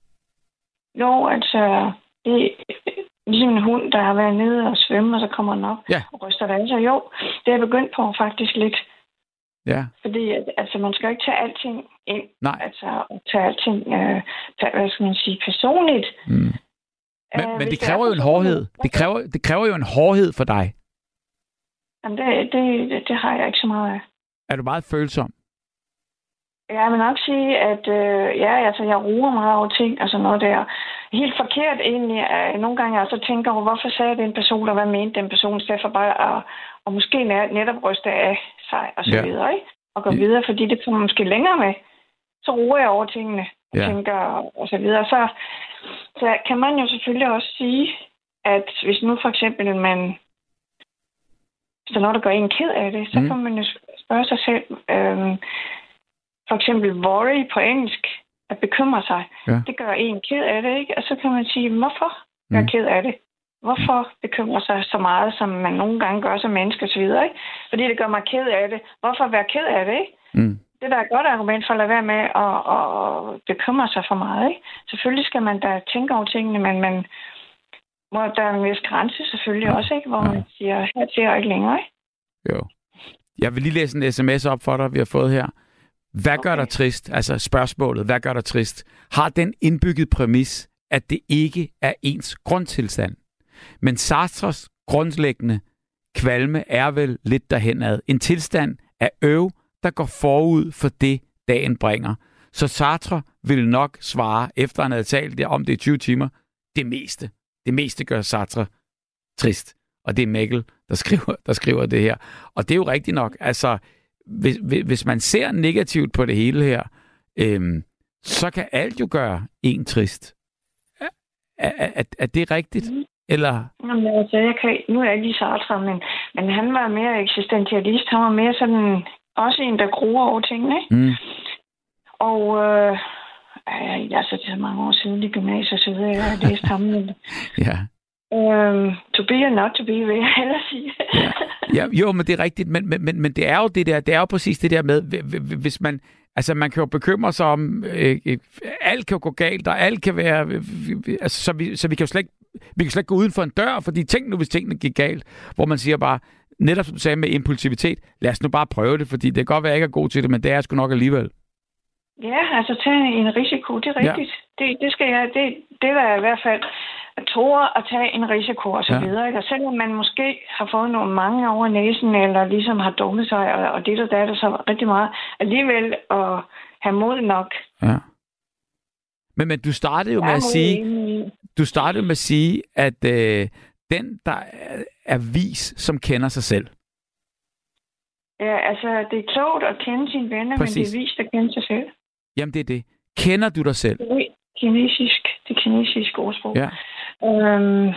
jo, altså, det er ligesom en hund, der har været nede og svømme, og så kommer den op Ja. og ryster det af. Så jo, det er jeg begyndt på faktisk lidt. Ja, Fordi altså, man skal jo ikke tage alting ind. nej. Altså, og tage alting, øh, tage, hvad skal man sige, personligt. Mm. Men, Øh, men hvis det er kræver jo en personligt- hårdhed. Det kræver, det kræver jo en hårdhed for dig. Jamen, det, det, det, det har jeg ikke så meget af. Er du meget følsom? Jeg vil nok sige, at øh, ja, altså, jeg roer meget over ting og sådan noget der. Helt forkert egentlig. Øh, nogle gange jeg så tænker over, hvorfor sagde den person, og hvad mente den person, i stedet for bare at, at måske netop ryste af sig og så Ja. videre, ikke? Og gå Ja. videre, fordi det kommer måske længere med. Så roer jeg over tingene og Ja. tænker og så videre. Så, så kan man jo selvfølgelig også sige, at hvis nu for eksempel man, hvis der er noget, der gør en ked af det, så Mm. kan man jo spørge sig selv, øh, for eksempel worry på engelsk, at bekymre sig. Ja. Det gør en ked af det, ikke? Og så kan man sige, hvorfor er jeg Mm. ked af det? Hvorfor bekymre sig så meget, som man nogle gange gør som menneske osv., ikke? Fordi det gør mig ked af det. Hvorfor være ked af det, ikke? Mm. Det der er et godt argument for at lade være med at, at bekymre sig for meget, ikke? Selvfølgelig skal man da tænke over tingene, men man må der er en vis grænse selvfølgelig Ja. også, ikke? Hvor Ja. man siger, her til og ikke længere, ikke? Jo. Jeg vil lige læse en sms op for dig, vi har fået her. Hvad gør Okay. dig trist? Altså spørgsmålet, hvad gør dig trist? Har den indbygget præmis, at det ikke er ens grundtilstand. Men Sartres grundlæggende kvalme er vel lidt derhenad. En tilstand af øv, der går forud for det, dagen bringer. Så Sartre vil nok svare, efter han havde talt om det i tyve timer, det meste. Det meste gør Sartre trist. Og det er Mikkel, der skriver, der skriver det her. Og det er jo rigtigt nok. Altså, hvis, hvis man ser negativt på det hele her, øhm, så kan alt jo gøre en trist. Er, er, er, er det rigtigt? Mm. Eller? Jamen, altså, jeg kan, nu er jeg ikke lige Sartre, men, men han var mere eksistentialist. Han var mere sådan, også en, der gruer over tingene, ikke? Mm. Og øh, altså, det er så mange år siden i gymnasiet, så videre, jeg har læst ham. Men, Ja. øhm, to be or not to be, vil jeg hellere sige. Ja. Ja, jo, men det er rigtigt, men, men, men, men det er jo det der, det er jo præcis det der med, hvis man, altså man kan jo bekymre sig om, øh, øh, alt kan jo gå galt, og alt kan være, øh, øh, altså, så, vi, så vi kan jo slet ikke, vi kan slet ikke gå uden for en dør, fordi tænk nu, hvis tingene gik galt, hvor man siger bare, netop som du sagde med impulsivitet, lad os nu bare prøve det, fordi det kan godt være, at jeg ikke er god til det, men det er jeg sgu nok alligevel. Ja, altså tage en risiko, det er rigtigt. Ja. Det, det skal jeg, det, det er i hvert fald at tåre at tage en risiko og så Ja. videre. Ikke? Og selvom man måske har fået nogle mange over næsen, eller ligesom har dummet sig, og, og det der, der er det så rigtig meget, alligevel at have mod nok. Ja. Men, men du startede jo med at sige, du startede med at sige, at øh, den, der er, er vis, som kender sig selv. Ja, altså det er klogt at kende sine venner, Præcis. men det er vist at kende sig selv. Jamen, det er det. Kender du dig selv? Det er kinesisk, det kinesiske ordsprog. Ja. Øhm,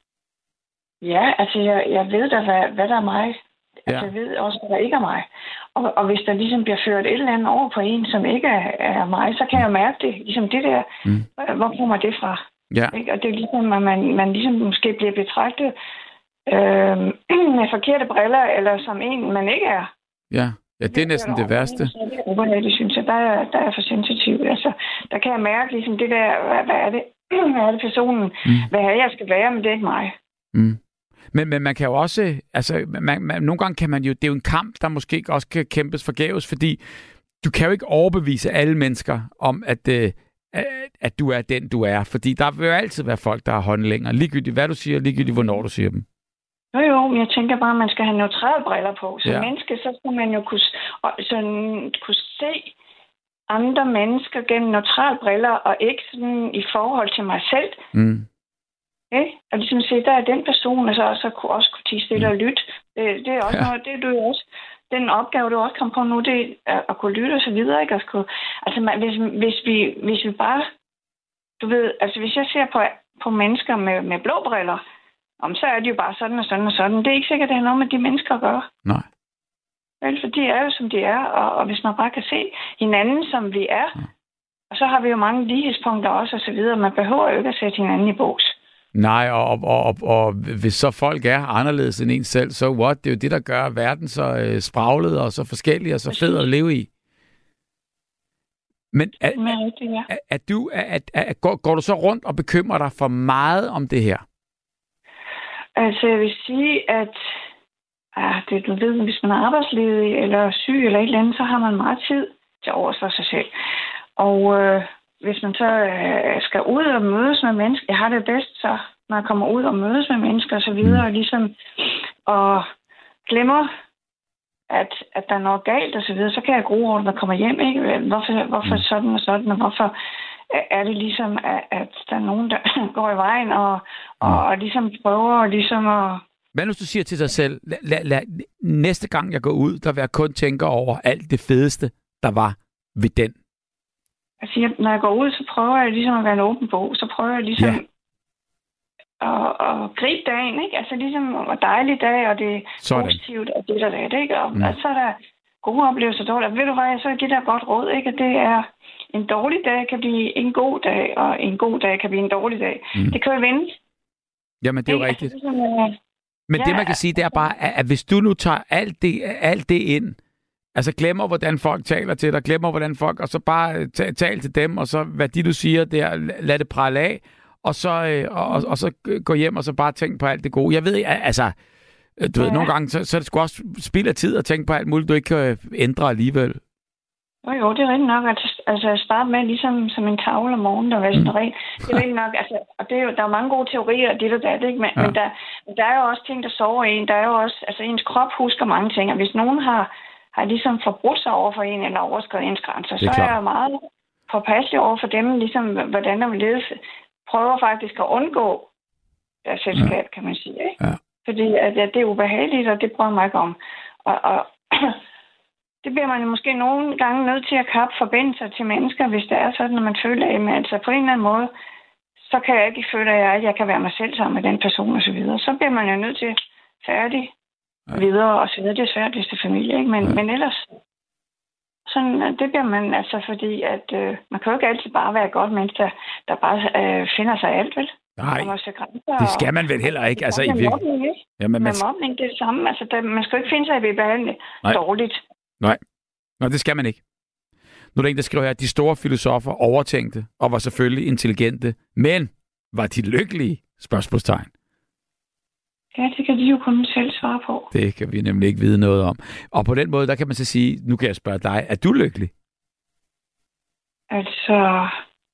ja, altså jeg, jeg ved da, hvad, hvad der er mig. Ja. Altså, jeg ved også, hvad der ikke er mig. Og, og hvis der ligesom bliver ført et eller andet over på en, som ikke er, er mig, så kan jeg mærke det. Ligesom det der, Mm. hvor kommer det fra? Ja. Ikke? Og det er ligesom, at man, man ligesom måske bliver betragtet øh, med forkerte briller, eller som en, man ikke er. Ja. Ja, det er næsten det værste. Det synes jeg, der er, der er for sensitiv. Altså, der kan jeg mærke ligesom det der, hvad, hvad er det? Hvad er det personen? Mm. Hvad er det, jeg skal være, men det er ikke mig. Mm. Men, men man kan jo også, altså man, man, nogle gange kan man jo, det er jo en kamp, der måske også kan kæmpes forgæves, fordi du kan jo ikke overbevise alle mennesker om, at, øh, at du er den, du er. Fordi der vil jo altid være folk, der har håndlænger. Ligegyldigt hvad du siger, ligegyldigt hvornår du siger dem. Jo, jo, men jeg tænker bare, at man skal have neutrale briller på. Som Ja. menneske, så skal man jo kunne, og, sådan, kunne se andre mennesker gennem neutrale briller, og ikke sådan i forhold til mig selv. Mm. Okay? Og ligesom se, der er den person, og så, så kunne også kunne tige stille og lytte. Det, det er også Ja. noget, det er du jo også. den opgave, du også kom på nu, det er at kunne lytte og så videre, ikke? Skulle, altså, man, hvis, hvis, vi, hvis vi bare, du ved, altså hvis jeg ser på, på mennesker med, med blå briller, om, så er de jo bare sådan og sådan og sådan. Det er ikke sikkert, at det har noget med de mennesker at gøre. Nej. Vel, for de er jo, som de er, og, og hvis man bare kan se hinanden, som vi er, ja. Og så har vi jo mange lighedspunkter også, og så videre. Man behøver jo ikke at sætte hinanden i bås. Nej, og, og, og, og hvis så folk er anderledes end en selv, så what? Det er jo det, der gør verden så øh, spraglet og så forskellig og så fed at leve i. Men er, er, er, er du, er, er, er, går, går du så rundt og bekymrer dig for meget om det her? Altså, jeg vil sige, at ah, det, du ved, hvis man er arbejdsledig eller syg eller et eller andet, så har man meget tid til overs for sig selv. Og øh, hvis man så øh, skal ud og mødes med mennesker, jeg har det bedst, så når jeg kommer ud og mødes med mennesker og så videre, og ligesom og glemmer, at, at der er noget galt og så videre, så kan jeg gro over, når jeg kommer hjem, ikke? Hvorfor, hvorfor sådan og sådan, og hvorfor er det ligesom, at, at der er nogen, der går i vejen og, og, og ligesom prøver ligesom at... Hvad hvis du siger til dig selv, la, la, la, næste gang jeg går ud, der vil jeg kun tænke over alt det fedeste, der var ved den? Altså, jeg, når jeg går ud, så prøver jeg ligesom at være en åben bog. Så prøver jeg ligesom ja. at, at gribe dagen, ikke? Altså ligesom en dejlig dag, og det er sådan. Positivt, og det der er det, ikke? Og mm. altså, så er der gode oplevelser dårligt. Ved du hvad, så er det der godt råd, ikke? Og det er, en dårlig dag kan blive en god dag, og en god dag kan blive en dårlig dag. Mm. Det kan jo vende. Jamen, det er jo ikke? rigtigt. Altså, ligesom, uh, Men ja, det, man kan sige, det er bare, at hvis du nu tager alt det, alt det ind, altså glemmer, hvordan folk taler til dig, glemmer, hvordan folk, og så bare tal til dem, og så hvad de, du siger, der, lad det prale af, og så, og, og, og så gå hjem, og så bare tænk på alt det gode. Jeg ved, altså, du ja. ved, nogle gange, så, så er det sgu også spild af tid at tænke på alt muligt, du ikke kan ændre alligevel. Jo, jo, det er rigtigt nok. Altså, altså starte med ligesom som en tavle om morgenen, der var sådan mm. rent. Det er rigtigt nok. Altså, og det er jo, der er mange gode teorier, og det og det, ikke? Men, ja. men der, der er jo også ting, der sover en. Der er jo også, altså ens krop husker mange ting, og hvis nogen har har ligesom forbrudt sig over for en, eller overskrevet ens grænser, så er jeg meget påpasselig over for dem, ligesom hvordan der vil ledes. Prøver faktisk at undgå deres selskab, ja. kan man sige. Ikke? Ja. Fordi at, at det er ubehageligt, og det prøver man ikke om. Og, og det bliver man jo måske nogle gange nødt til at kappe forbindelser til mennesker, hvis det er sådan, når man føler, at altså på en eller anden måde, så kan jeg ikke føle, at jeg kan være mig selv sammen med den person, og så videre. Så bliver man jo nødt til færdig. Ja. Videre og så videre. Det er svært, hvis det er familie, ikke? Men, ja. men ellers, sådan, det bliver man altså, fordi at øh, man kan jo ikke altid bare være et godt menneske, der, der bare øh, finder sig alt, vel? Nej, det skal man vel heller ikke. Altså, i virkeligheden. Mobning, ikke? Ja, men man... mobning, det er det samme. Altså, der, man skal jo ikke finde sig at blive behandlet dårligt. Nej. Nej, det skal man ikke. Nu er der en, der skriver her, at de store filosofer overtænkte og var selvfølgelig intelligente, men var de lykkelige? Spørgsmålstegn. Ja, det kan de jo kun selv svare på. Det kan vi nemlig ikke vide noget om. Og på den måde, der kan man så sige, nu kan jeg spørge dig, er du lykkelig? Altså,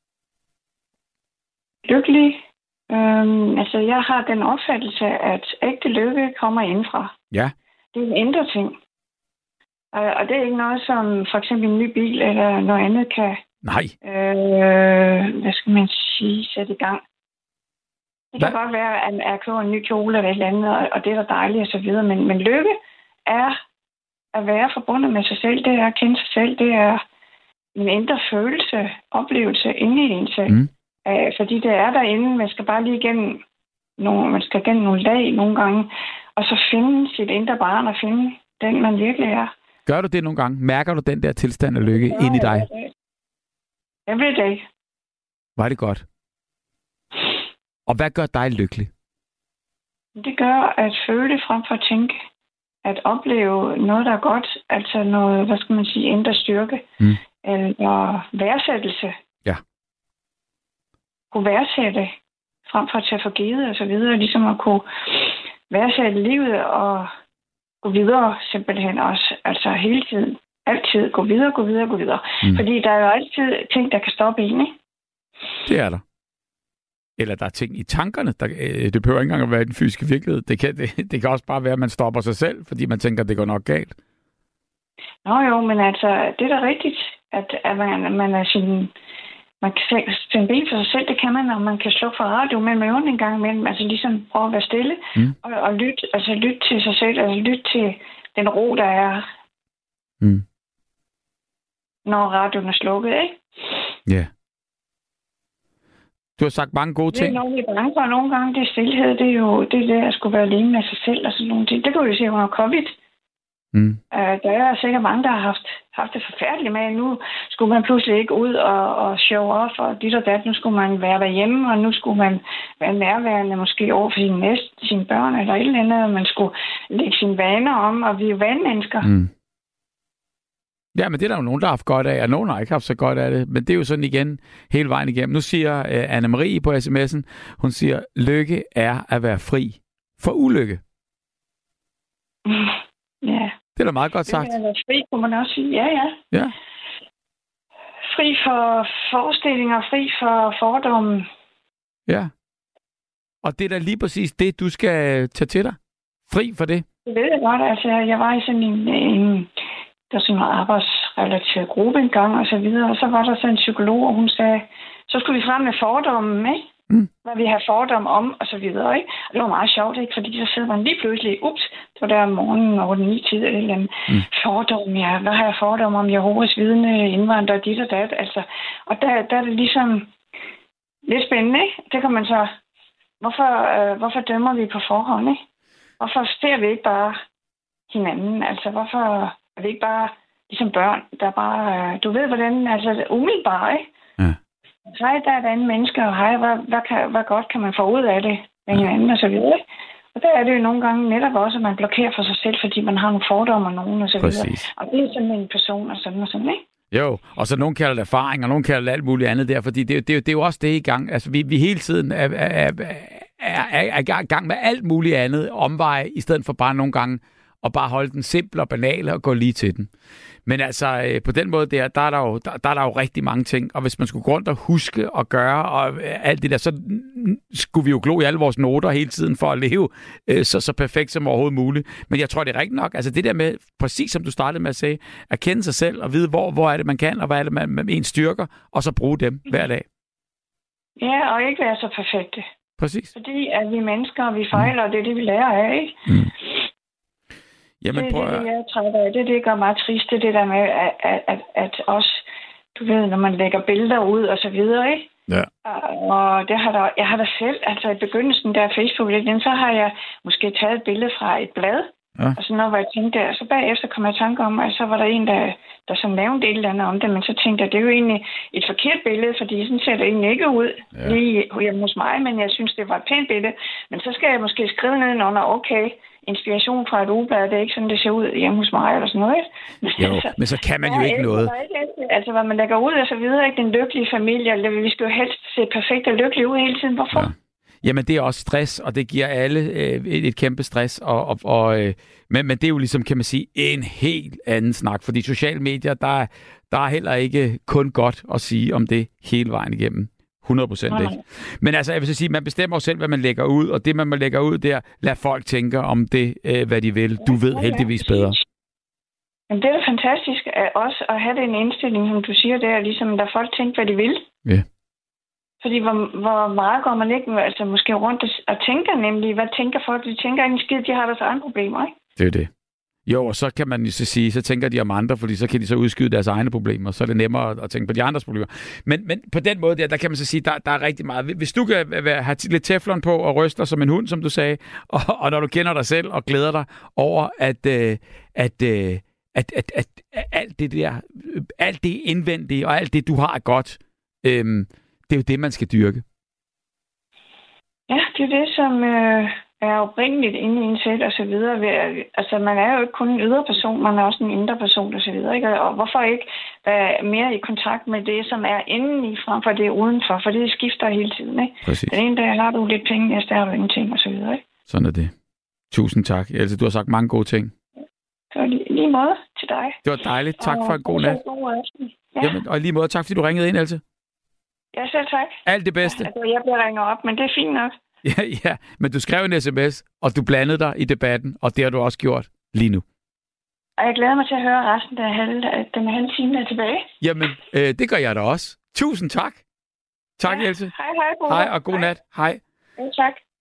lykkelig? Øhm, altså, jeg har den opfattelse, at ægte lykke kommer indfra. Ja. Det er en indre ting. Og, og det er ikke noget, som for eksempel en ny bil eller noget andet kan... Nej. Øh, hvad skal man sige, sætte i gang. Det kan Hva? godt være, at jeg køber en ny kjole eller et eller andet, og det er da dejligt og så videre, men, men lykke er at være forbundet med sig selv, det er at kende sig selv, det er en indre følelse, oplevelse inde i en selv. Mm. Uh, fordi det er derinde, man skal bare lige igennem nogle, man skal gennem nogle lag nogle gange, og så finde sit indre barn og finde den, man virkelig er. Gør du det nogle gange? Mærker du den der tilstand af lykke ja, inde i dig? Jeg ved det ikke. Var det godt? Og hvad gør dig lykkelig? Det gør at føle frem for at tænke. At opleve noget, der er godt. Altså noget, hvad skal man sige, indre styrke. Mm. Eller værdsættelse. Ja. Kunne værdsætte frem for at tage for givet og så videre. Ligesom at kunne værdsætte livet og gå videre simpelthen også. Altså hele tiden. Altid gå videre, gå videre, gå videre. Mm. Fordi der er jo altid ting, der kan stoppe en, ikke? Det er der. Eller der er ting i tankerne. Der, øh, det behøver ikke engang at være i den fysiske virkelighed. Det kan, det, det kan også bare være, at man stopper sig selv, fordi man tænker, at det går nok galt. Nå jo, men altså, det er da rigtigt, at, at man, man er sin... Man kan finde bil for sig selv, det kan man, og man kan slå for radio med maven en gang imellem. Altså ligesom prøve at være stille mm. og, og lytte, altså lytte til sig selv, altså lytte til den ro, der er Mm. Når radioen er slukket, ikke? Ja. Yeah. Du har sagt mange gode ting. Det er noget, vi er bange for. Nogle gange, det er stillhed, det er jo det, der at skulle være alene med sig selv og sådan nogle ting. Det kan vi jo se under covid. Mm. Uh, der er sikkert mange, der har haft, haft det forfærdeligt med. Nu skulle man pludselig ikke ud og, og show off og dit og dat. Nu skulle man være derhjemme, og nu skulle man være nærværende måske over for sine næste, sine børn eller et eller andet. Man skulle lægge sine vaner om, og vi er jo vanemennesker. Mm. Ja, men det er der jo nogen, der har haft godt af, og nogen har ikke haft så godt af det. Men det er jo sådan igen hele vejen igennem. Nu siger uh, Anne-Marie på sms'en, hun siger, lykke er at være fri for ulykke. Mm. Ja. Det er da meget godt sagt. Det er fri, kunne man også sige. Ja, ja. Ja. Fri for forestillinger, fri for fordomme. Ja. Og det er da lige præcis det, du skal tage til dig. Fri for det. Det ved jeg godt. Altså, jeg var i sådan en, en der var sådan en arbejdsrelateret gruppe en gang, og så videre. Og så var der sådan en psykolog, og hun sagde, så skulle vi frem med fordomme, ikke? Mm. Hvad vi har fordomme om, og så videre, ikke? Og det var meget sjovt, ikke? Fordi så sidder man lige pludselig, ups, det var der om morgenen over den ni tid, eller et eller andet. Mm. Fordomme, ja. Hvad har jeg fordomme om? Jehovas vidne, indvandrere, dit og dat, altså. Og der, der er det ligesom lidt spændende, ikke? Det kan man så, hvorfor, øh, hvorfor dømmer vi på forhånd, ikke? Hvorfor ser vi ikke bare hinanden? Altså, hvorfor er vi ikke bare ligesom børn, der bare, øh, du ved hvordan, altså umiddelbart, ikke? Ja. Hej, der er et andet menneske, og hej, hvad, hvad, kan, hvad godt kan man få ud af det med hinanden, og så videre. Og der er det jo nogle gange netop også, at man blokerer for sig selv, fordi man har nogle fordomme og nogen, og så videre. Præcis. Og det er sådan en person, og sådan og sådan, ikke? Jo, og så nogen kalder det erfaring, og nogen kalder det alt muligt andet der, fordi det, det, det er jo også det i gang. Altså, vi, vi hele tiden er, er, er, er, er i gang med alt muligt andet omveje, i stedet for bare nogle gange at bare holde den simple og banale og gå lige til den. Men altså, øh, på den måde der, der er der, jo, der, der er der jo rigtig mange ting, og hvis man skulle gå rundt og huske og gøre og øh, alt det der, så skulle vi jo glo i alle vores noter hele tiden for at leve øh, så, så perfekt som overhovedet muligt. Men jeg tror, det er rigtigt nok. Altså det der med, præcis som du startede med at sige, at kende sig selv og vide, hvor, hvor er det, man kan, og hvad er det, man, man ens styrker, og så bruge dem hver dag. Ja, og ikke være så perfekte. Præcis. Fordi at vi er mennesker, og vi fejler, mm. og det er det, vi lærer af, ikke? Mm. Jamen, det prøv... er det, jeg er træt af. Det, det gør mig trist, det, det der med, at, at, at, at også, du ved, når man lægger billeder ud og så videre, ikke? Ja. Og det har der, jeg har da selv, altså i begyndelsen der Facebook-lidt, så har jeg måske taget et billede fra et blad, ja. Og så noget, hvor jeg tænkte, og så bagefter kom jeg i tanke om, at så var der en, der, der så nævnte et eller andet om det, men så tænkte jeg, det er jo egentlig et forkert billede, fordi sådan ser det egentlig ikke ud ja. Lige hjemme hos mig, men jeg synes, det var et pænt billede. Men så skal jeg måske skrive nedenunder, okay, inspiration fra et ugeblad, det er ikke sådan, det ser ud hjemme hos mig, eller sådan noget, ikke? Jo, altså, men så kan man jo ja, ikke noget. Ikke, altså, hvad man lægger ud og så videre, ikke? Den lykkelige familie, vi skal jo helst se perfekt og lykkelig ud hele tiden. Hvorfor? Ja. Jamen, det er også stress, og det giver alle øh, et, et kæmpe stress. Og, og, og, øh, men, men det er jo ligesom, kan man sige, en helt anden snak. Fordi sociale medier, der, der er heller ikke kun godt at sige om det hele vejen igennem. hundrede procent ikke. Men altså, jeg vil så sige, man bestemmer jo selv, hvad man lægger ud, og det, man lægger ud der, lad folk tænke om det, øh, hvad de vil. Du ved heldigvis bedre. Jamen, det er fantastisk at også at have den indstilling, som du siger der, ligesom der folk tænker, hvad de vil. Ja. Fordi hvor, hvor meget går man ikke altså måske rundt og tænker nemlig, hvad tænker folk? De tænker ikke en skid, de har deres egne problemer, ikke? Det er det. Jo, og så kan man jo så sige, så tænker de om andre, fordi så kan de så udskyde deres egne problemer, så er det nemmere at tænke på de andres problemer. Men, men på den måde der, der kan man så sige, der, der er rigtig meget. Hvis du kan have lidt teflon på og ryster som en hund, som du sagde, og, og når du kender dig selv og glæder dig over, at, øh, at, øh, at, at, at, at alt det der, alt det indvendige og alt det, du har godt, øh, det er jo det, man skal dyrke. Ja, det er det, som øh, er oprindeligt inde i en selv og så videre. Altså, man er jo ikke kun en ydre person, man er også en indre person og så videre. Ikke? Og hvorfor ikke være mere i kontakt med det, som er indeni frem for det udenfor? For det skifter hele tiden, ikke? Præcis. Den ene dag har du lidt penge, næste dag har du ingenting og så videre, ikke? Sådan er det. Tusind tak. Else, du har sagt mange gode ting. Det var lige, lige måde til dig. Det var dejligt. Tak og for en god nat. God ja. Jamen, og lige måde tak, fordi du ringede ind, Else. Ja, selv tak. Alt det bedste. Altså, jeg bliver ringet op, men det er fint nok. Ja, ja, men du skrev en sms, og du blandede dig i debatten, og det har du også gjort lige nu. Og jeg glæder mig til at høre resten af halv, den halve time er tilbage. Jamen, øh, det gør jeg da også. Tusind tak. Tak, ja. Else. Hej, hej. God hej, og god hej. Nat. Hej. Ja, tak.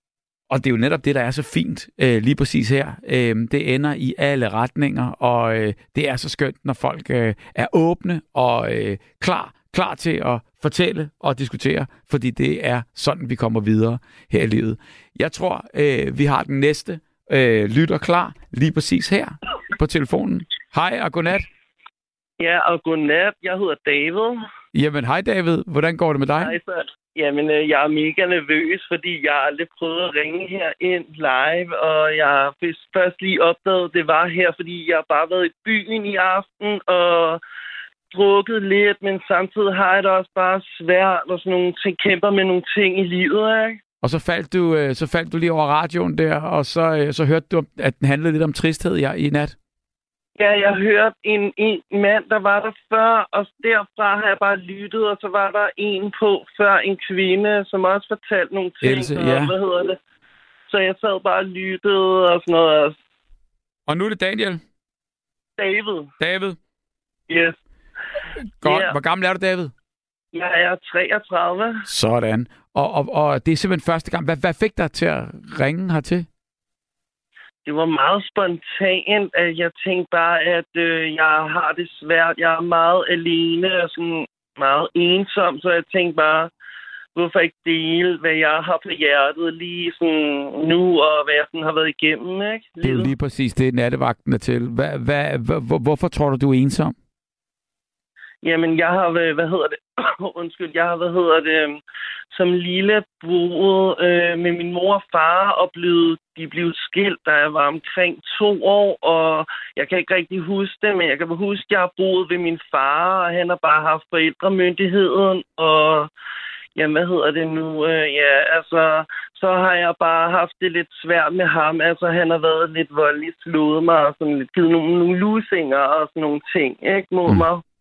Og det er jo netop det, der er så fint øh, lige præcis her. Øh, det ender i alle retninger, og øh, det er så skønt, når folk øh, er åbne og øh, klar, klar til at fortælle og diskutere, fordi det er sådan, vi kommer videre her i livet. Jeg tror, øh, vi har den næste øh, lytter klar lige præcis her på telefonen. Hej og godnat. Ja, og godnat. Jeg hedder David. Jamen, hej David. Hvordan går det med dig? Hej, så. Jamen, jeg er mega nervøs, fordi jeg aldrig prøvet at ringe her ind live, og jeg har først lige opdaget, at det var her, fordi jeg har bare været i byen i aften og drukket lidt, men samtidig har jeg det også bare svært og sådan nogle ting, kæmper med nogle ting i livet, ikke? Og så faldt du, så faldt du lige over radioen der, og så, så hørte du, at den handlede lidt om tristhed i, i nat. Ja, jeg hørte en, en mand, der var der før, og derfra har jeg bare lyttet, og så var der en på før, en kvinde, som også fortalte nogle ting. Else, og, ja. Hvad hedder det? Så jeg sad bare og lyttede og sådan noget. Og nu er det Daniel. David. David. Yes. Godt. Yeah. Hvor gammel er du, David? Jeg er treogtredive. Sådan. Og, og, og det er simpelthen første gang. Hvad, hvad fik dig til at ringe hertil? Det var meget spontant, at jeg tænkte bare, at øh, jeg har det svært. Jeg er meget alene og sådan meget ensom, så jeg tænkte bare, hvorfor ikke dele, hvad jeg har på hjertet lige sådan nu, og hvad jeg sådan har været igennem, ikke? Det er jo lige præcis det, nattevagten er til. Hvad, hvad, hvor, hvorfor tror du, du er ensom? Jamen, jeg har, hvad hedder det, undskyld, jeg har, hvad hedder det, som lille boet øh, med min mor og far, og blevet, de blev skilt, da jeg var omkring to år, og jeg kan ikke rigtig huske det, men jeg kan huske, at jeg har boet ved min far, og han har bare haft forældremyndigheden, og jamen, hvad hedder det nu, øh, ja, altså, så har jeg bare haft det lidt svært med ham, altså, han har været lidt voldelig, slået mig, og sådan lidt givet nogle, nogle lusinger, og sådan nogle ting, ikke, mod mig. Mm.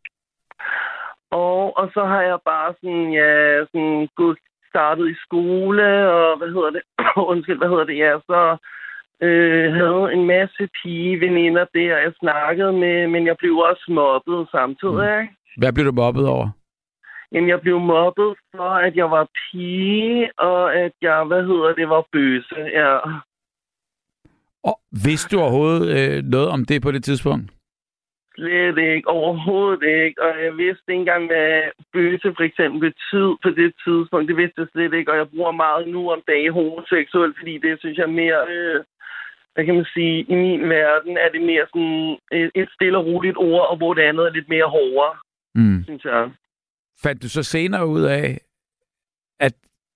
Og, og så har jeg bare sådan, ja, sådan gået startet i skole, og hvad hedder det, undskyld, hvad hedder det, ja, så øh, havde en masse pigeveninder der, jeg snakkede med, men jeg blev også mobbet samtidig, ikke? Hvad blev du mobbet over? Jamen, jeg blev mobbet for, at jeg var pige, og at jeg, hvad hedder det, var bøse, ja. Og vidste du overhovedet øh, noget om det på det tidspunkt? Slet ikke, overhovedet ikke, og jeg vidste ikke engang, hvad bøse for eksempel betød på det tidspunkt. Det vidste jeg slet ikke, og jeg bruger meget nu om dagen homoseksuel, fordi det synes jeg mere, øh, hvad kan man sige, i min verden er det mere sådan et, et stille og roligt ord, og hvor det andet er lidt mere hårdere, mm. synes jeg. Fandt du så senere ud af, at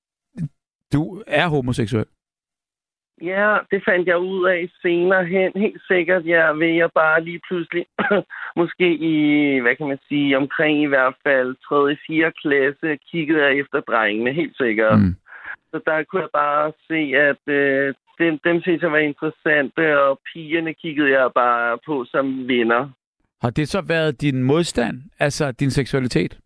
du er homoseksuel? Ja, det fandt jeg ud af senere hen. Helt sikkert, ja, ved jeg bare lige pludselig, måske i, hvad kan man sige, omkring i hvert fald tredje fjerde klasse, kiggede jeg efter drengene, helt sikkert. Mm. Så der kunne jeg bare se, at øh, dem, dem synes jeg var interessante, og pigerne kiggede jeg bare på som venner. Har det så været din modstand, altså din seksualitet?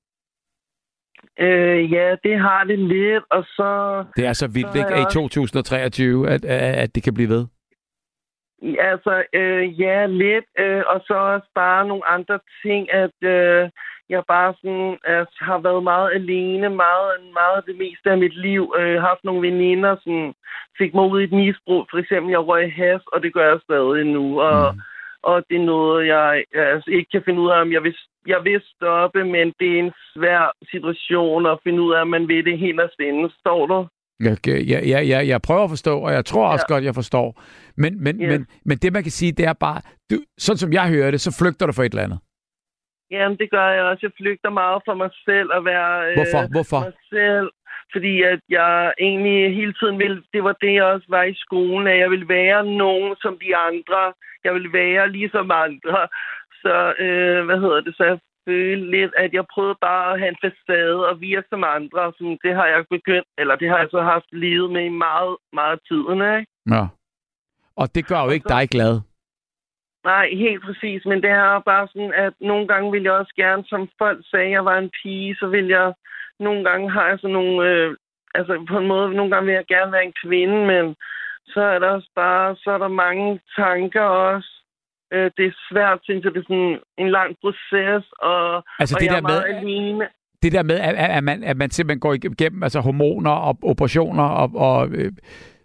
Øh, ja, det har det lidt, og så... Det er så vildt, så ikke, i to tusind og treogtyve, at, at det kan blive ved? Altså, øh, ja, lidt, øh, og så også bare nogle andre ting, at øh, jeg bare sådan, altså, har været meget alene, meget, meget det meste af mit liv, øh, haft nogle veninder, som fik mig ud i et misbrug, for eksempel, jeg røg hash, og det gør jeg stadig nu, og... Mm. Og det er noget, jeg altså, ikke kan finde ud af, om jeg vil, jeg vil stoppe, men det er en svær situation at finde ud af, om man vil det helt af stinde. Forstår du? Ja, ja, ja, ja, jeg prøver at forstå, og jeg tror også ja. godt, jeg forstår. Men, men, yes. men, men det, man kan sige, det er bare, du, sådan som jeg hører det, så flygter du for et eller andet. Jamen, det gør jeg også. Jeg flygter meget for mig selv at være Hvorfor? Øh, Hvorfor? mig selv. Fordi at jeg egentlig hele tiden ville, det var det, jeg også var i skolen, at jeg ville være nogen som de andre. Jeg ville være ligesom andre. Så, øh, hvad hedder det, så jeg følte lidt, at jeg prøvede bare at have en facade og virke som andre. Så det har jeg begyndt, eller det har jeg så haft livet med i meget, meget tiden, ikke? Ja. Og det gør jo ikke dig glad. Nej, helt præcis. Men det er bare sådan, at nogle gange ville jeg også gerne, som folk sagde, at jeg var en pige, så ville jeg... Nogle gange har jeg sådan nogle... Øh, altså på en måde, nogle gange vil jeg gerne være en kvinde, men så er der også bare... Så er der mange tanker også. Øh, det er svært, synes jeg. Det er sådan en lang proces, og, altså, og det jeg der er meget med, alene. Det der med, at, at, man, at man simpelthen går igennem altså hormoner og operationer og... og øh,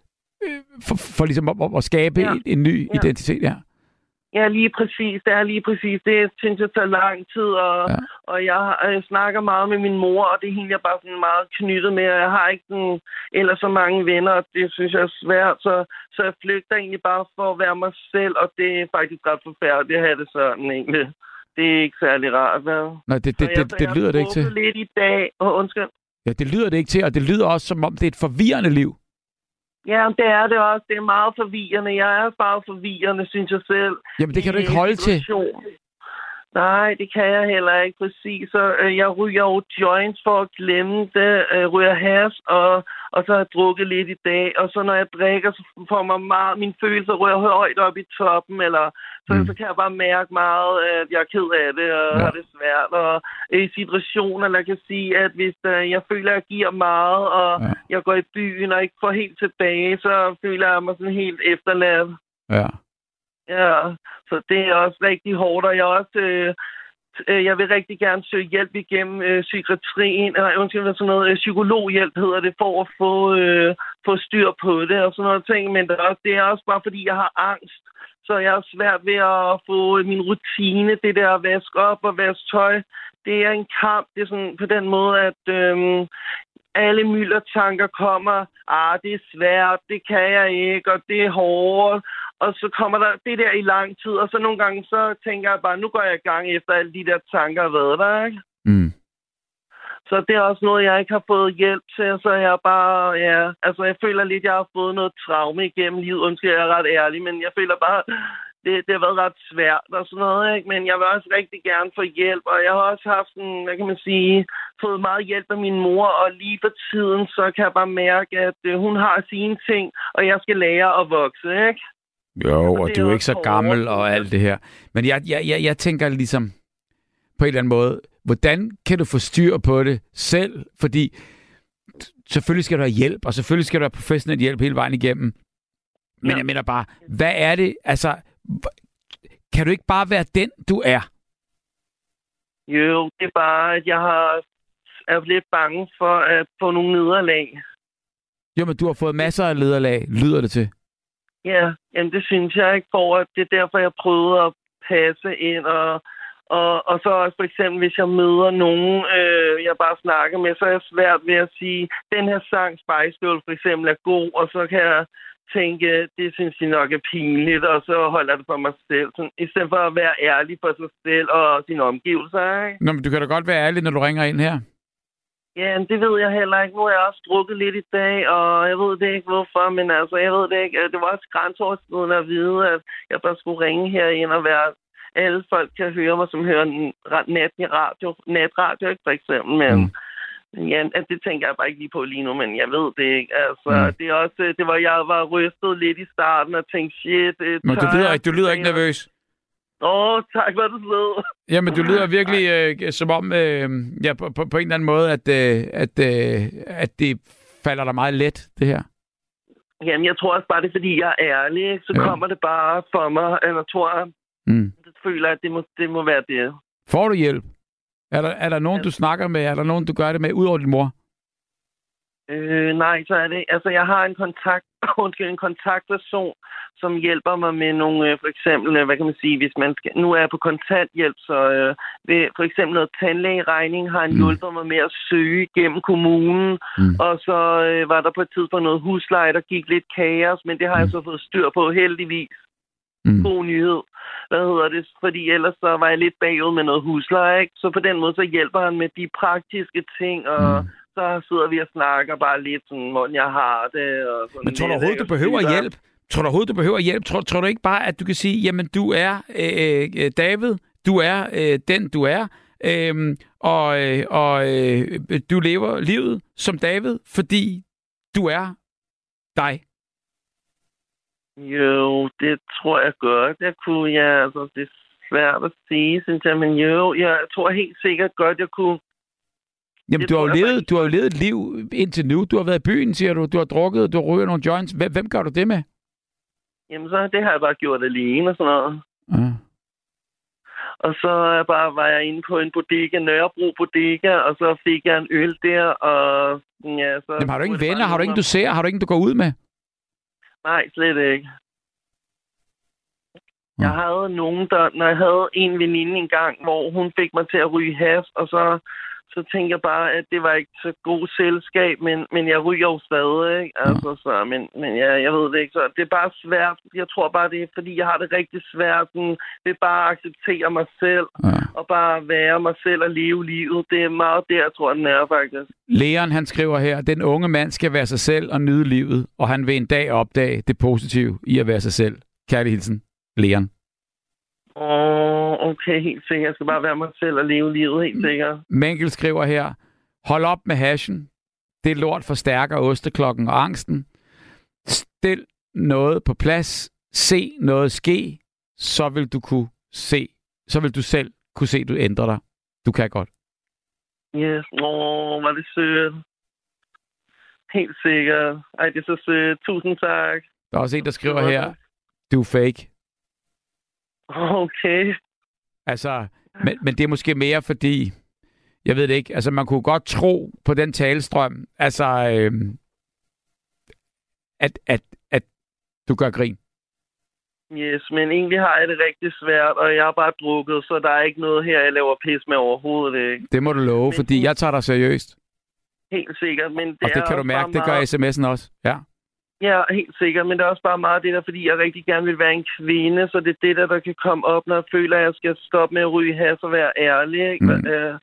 for, for ligesom at, at skabe ja. en, en ny ja. identitet, ja. Ja, lige præcis. Det er lige præcis. Det synes jeg tager lang tid, og, ja. og jeg, jeg snakker meget med min mor, og det er hende, jeg bare sådan meget knyttet med, og jeg har ikke den, eller så mange venner, og det synes jeg er svært, så, så jeg flygter egentlig bare for at være mig selv, og det er faktisk ret forfærdeligt at have det sådan egentlig. Det er ikke særlig rart, vel? Nej, det, det, det, det, det lyder det ikke til. Jeg har lidt i dag, og undskyld. Ja, det lyder det ikke til, og det lyder også, som om det er et forvirrende liv. Ja, det er det også. Det er meget forvirrende. Jeg er bare forvirrende, synes jeg selv. Jamen, det kan du ikke holde til. Nej, det kan jeg heller ikke præcis. Så øh, jeg ryger jo joints for at glemme det. Øh, ryger hash, og, og så har jeg drukket lidt i dag. Og så når jeg drikker, så får man meget... Mine følelser ryger højt op i toppen, eller... Så, mm. så kan jeg bare mærke meget, at jeg er ked af det, og ja. har det svært. Og i situationer, der kan sige, at hvis øh, jeg føler, at jeg giver meget, og ja. jeg går i byen og ikke får helt tilbage, så føler jeg mig sådan helt efterladt. Ja. Ja, så det er også rigtig hårdt, og jeg også... Øh, Jeg vil rigtig gerne søge hjælp igennem øh, psykiatrien, eller undskyld, sådan noget øh, psykologhjælp hedder det, for at få, øh, få styr på det og sådan noget ting. Men det er, også, det er også bare, fordi jeg har angst. Så jeg er svært ved at få min rutine, det der at vaske op og vaske tøj. Det er en kamp. Det er sådan på den måde, at øh, alle myldertanker kommer. Ah, det er svært, det kan jeg ikke, og det er hårdt. Og så kommer der det der i lang tid, og så nogle gange, så tænker jeg bare, nu går jeg i gang efter alle de der tanker, har været der, ikke? Mm. Så det er også noget, jeg ikke har fået hjælp til, så jeg bare, ja, altså jeg føler lidt, jeg har fået noget traume igennem livet, undskyld, jeg er ret ærlig, men jeg føler bare, det, det har været ret svært og sådan noget, ikke? Men jeg vil også rigtig gerne få hjælp, og jeg har også haft en, hvad kan man sige, fået meget hjælp af min mor, og lige for tiden, så kan jeg bare mærke, at øh, hun har sine ting, og jeg skal lære at vokse, ikke? Jo, og, og du er jo ikke så gammel og alt det her. Men jeg, jeg, jeg, jeg tænker ligesom på en eller anden måde, hvordan kan du få styr på det selv? Fordi selvfølgelig skal du have hjælp, og selvfølgelig skal du have professionel hjælp hele vejen igennem. Men ja. jeg mener bare, hvad er det? Altså, kan du ikke bare være den, du er? Jo, det er bare, at jeg har, er lidt bange for at få nogle nederlag. Jo, men du har fået masser af nederlag, lyder det til. Ja, jamen det synes jeg ikke, for at det er derfor, jeg prøvede at passe ind, og, og, og så også for eksempel, hvis jeg møder nogen, øh, jeg bare snakker med, så er jeg svært ved at sige, den her sang Spice Girl for eksempel er god, og så kan jeg tænke, det synes jeg nok er pinligt, og så holder jeg det for mig selv, sådan, i stedet for at være ærlig for sig selv og sine omgivelser, ikke? Nå, men du kan da godt være ærlig, når du ringer ind her. Ja, det ved jeg heller ikke. Nu har jeg også drukket lidt i dag, og jeg ved det ikke, hvorfor, men altså, jeg ved det ikke. Det var også grænseoverskridende at vide, at jeg bare skulle ringe herind og være... Alle folk kan høre mig, som hører nat i radio. Natradio, ikke for eksempel, men... Mm. Ja, det tænker jeg bare ikke lige på lige nu, men jeg ved det ikke. Altså, mm. det er også... Det var, jeg var rystet lidt i starten og tænkte, shit... Men du lyder, du lyder ikke nervøs? Åh, oh, tak, hvor du sød. Jamen, du lyder virkelig øh, som om, øh, ja, på, på, på en eller anden måde, at, øh, at, øh, at det falder dig meget let, det her. Jamen, jeg tror også bare, det er, fordi jeg er ærlig, ikke? Så ja. kommer det bare for mig, eller tror jeg, mm. jeg føler, at det må, det må være det. Får du hjælp? Er der, er der nogen, ja. du snakker med? Er der nogen, du gør det med, ud over din mor? Øh, nej, så er det... Altså, jeg har en kontakt, undskyld, en kontaktperson, som hjælper mig med nogle, øh, for eksempel, øh, hvad kan man sige, hvis man skal... Nu er jeg på kontanthjælp, så øh, ved, for eksempel noget tandlægeregning har han mm. hjulpet mig med at søge gennem kommunen, mm. og så øh, var der på et tidspunkt noget husleje, der gik lidt kaos, men det har mm. jeg så fået styr på, heldigvis. Mm. God nyhed. Hvad hedder det? Fordi ellers så var jeg lidt bagud med noget husleje, ikke? Så på den måde, så hjælper han med de praktiske ting, og... Mm. Så sidder vi og snakker bare lidt sådan, hvordan jeg har det. Og sådan. Men tror du overhovedet, du behøver hjælp? Tror du overhovedet, du behøver hjælp? Tror, tror du ikke bare, at du kan sige, jamen du er øh, David, du er øh, den, du er, øh, og, øh, og øh, du lever livet som David, fordi du er dig? Jo, det tror jeg godt. Jeg kunne, ja, altså, det er svært at sige, synes jeg, men jo, jeg tror helt sikkert godt, jeg kunne. Jamen, du har, jo levet, du har jo levet et liv indtil nu. Du har været i byen, siger du. Du har drukket, du har ryget nogle joints. Hvem, hvem gør du det med? Jamen, så det har jeg bare gjort alene og sådan noget. Ja. Og så jeg bare, var jeg inde på en bodega, Nørrebro bodega, og så fik jeg en øl der, og ja, så... Jamen, har du ingen venner? Har du ingen, du ser? Har du ingen, du går ud med? Nej, slet ikke. Jeg havde nogen, der... Når jeg havde en veninde engang, hvor hun fik mig til at ryge hash, og så... Så tænker jeg bare, at det var ikke så god selskab, men, men jeg ryger jo stadig, ikke? Altså, ja. så, men, men ja, jeg ved det ikke. Så det er bare svært. Jeg tror bare, det er, fordi jeg har det rigtig svært. Sådan, det er bare at acceptere mig selv, ja. og bare være mig selv og leve livet. Det er meget der, jeg tror, den er faktisk. Leon, han skriver her, den unge mand skal være sig selv og nyde livet, og han vil en dag opdage det positive i at være sig selv. Kærlig hilsen, Leon. Åh, oh, okay, helt sikkert. Jeg skal bare være mig selv og leve livet, helt sikkert. Menkel skriver her, hold op med hashen. Det lort forstærker osteklokken og angsten. Stil noget på plads. Se noget ske. Så vil du kunne se. Så vil du selv kunne se, du ændrer dig. Du kan godt. Yes. Åh, oh, var det sødt. Helt sikkert. Ej, det er så sødt. Tusind tak. Der er også en, der skriver her, du er fake. Okay. Altså, men, men det er måske mere fordi, jeg ved det ikke, altså man kunne godt tro på den talestrøm, altså, øh, at, at, at du gør grin. Yes, men egentlig har jeg det rigtig svært, og jeg har bare drukket, så der er ikke noget her, jeg laver pis med overhovedet, ikke? Det må du love, men, fordi jeg tager dig seriøst. Helt sikkert, men det og det er kan du mærke, det gør meget... sms'en også, ja. Ja, helt sikkert, men det er også bare meget det der, fordi jeg rigtig gerne vil være en kvinde, så det er det der, der kan komme op, når jeg føler, at jeg skal stoppe med at ryge hash og være ærlig, ikke? Mm. Uh,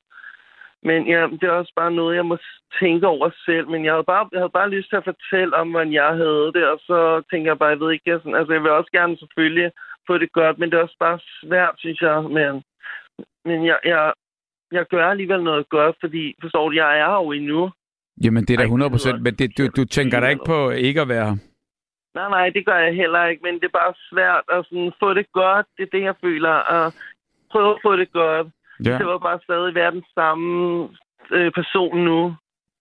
men ja, det er også bare noget, jeg må tænke over selv, men jeg havde bare, jeg havde bare lyst til at fortælle om, hvordan jeg havde det, og så tænker jeg bare, jeg ved ikke, jeg, sådan, altså jeg vil også gerne selvfølgelig få det godt, men det er også bare svært, synes jeg, men, men jeg, jeg, jeg gør alligevel noget godt, fordi, forstår du, jeg er her jo endnu. Jamen, det er da hundrede procent, men det, du, du tænker da ikke på ikke at være... Nej, nej, det gør jeg heller ikke, men det er bare svært at sådan, få det godt. Det er det, jeg føler. At prøve at få det godt. Ja. Det var bare stadig være den samme øh, person nu.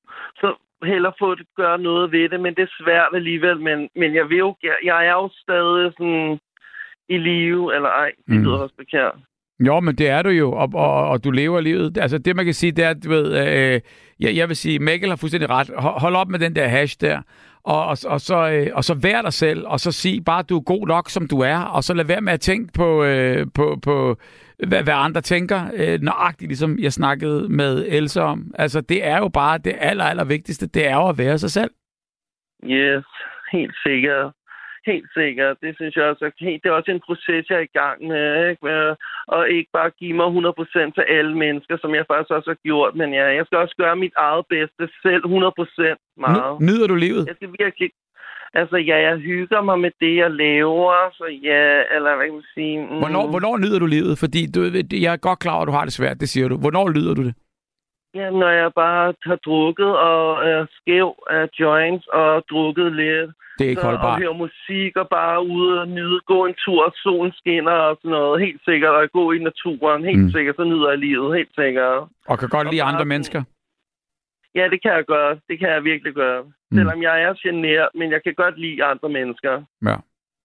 Så hellere få det, gøre noget ved det, men det er svært alligevel. Men, men jeg vil jo, jeg, jeg er jo stadig sådan i live, eller ej, det lyder mm. også bekært. Jo, men det er du jo, og, og, og du lever livet. Altså det, man kan sige, det er, du ved, øh, jeg, jeg vil sige, Mikkel har fuldstændig ret. Hold op med den der hash der, og, og, og, så, øh, og så vær dig selv, og så sig bare, at du er god nok, som du er, og så lad være med at tænke på, øh, på, på hvad, hvad andre tænker, øh, nøjagtigt ligesom jeg snakkede med Else om. Altså det er jo bare det aller, aller vigtigste, det er jo at være sig selv. Yes, helt sikkert. Helt sikkert. Det synes jeg også. Det er også en proces, jeg er i gang med, ikke? Og ikke bare give mig hundrede procent til alle mennesker, som jeg faktisk også har gjort. Men ja, jeg skal også gøre mit eget bedste selv hundrede procent meget. Nyder du livet? Jeg skal virkelig... Altså, ja, jeg hygger mig med det, jeg laver. Så ja, eller hvad kan man sige... Mm. Hvornår, hvornår nyder du livet? Fordi du, jeg er godt klar over, at du har det svært, det siger du. Hvornår nyder du det? Ja, når jeg bare har drukket og er skæv af joints og drukket lidt. Det er ikke holdbart. Og høre musik og bare ude og nyde, gå en tur, og solen skinner og sådan noget. Helt sikkert. Og gå i naturen. Helt mm. sikkert. Så nyder jeg livet. Helt sikkert. Og kan godt lide andre mennesker? Ja, det kan jeg gøre. Det kan jeg virkelig gøre. Mm. Selvom jeg er genert, men jeg kan godt lide andre mennesker. Ja.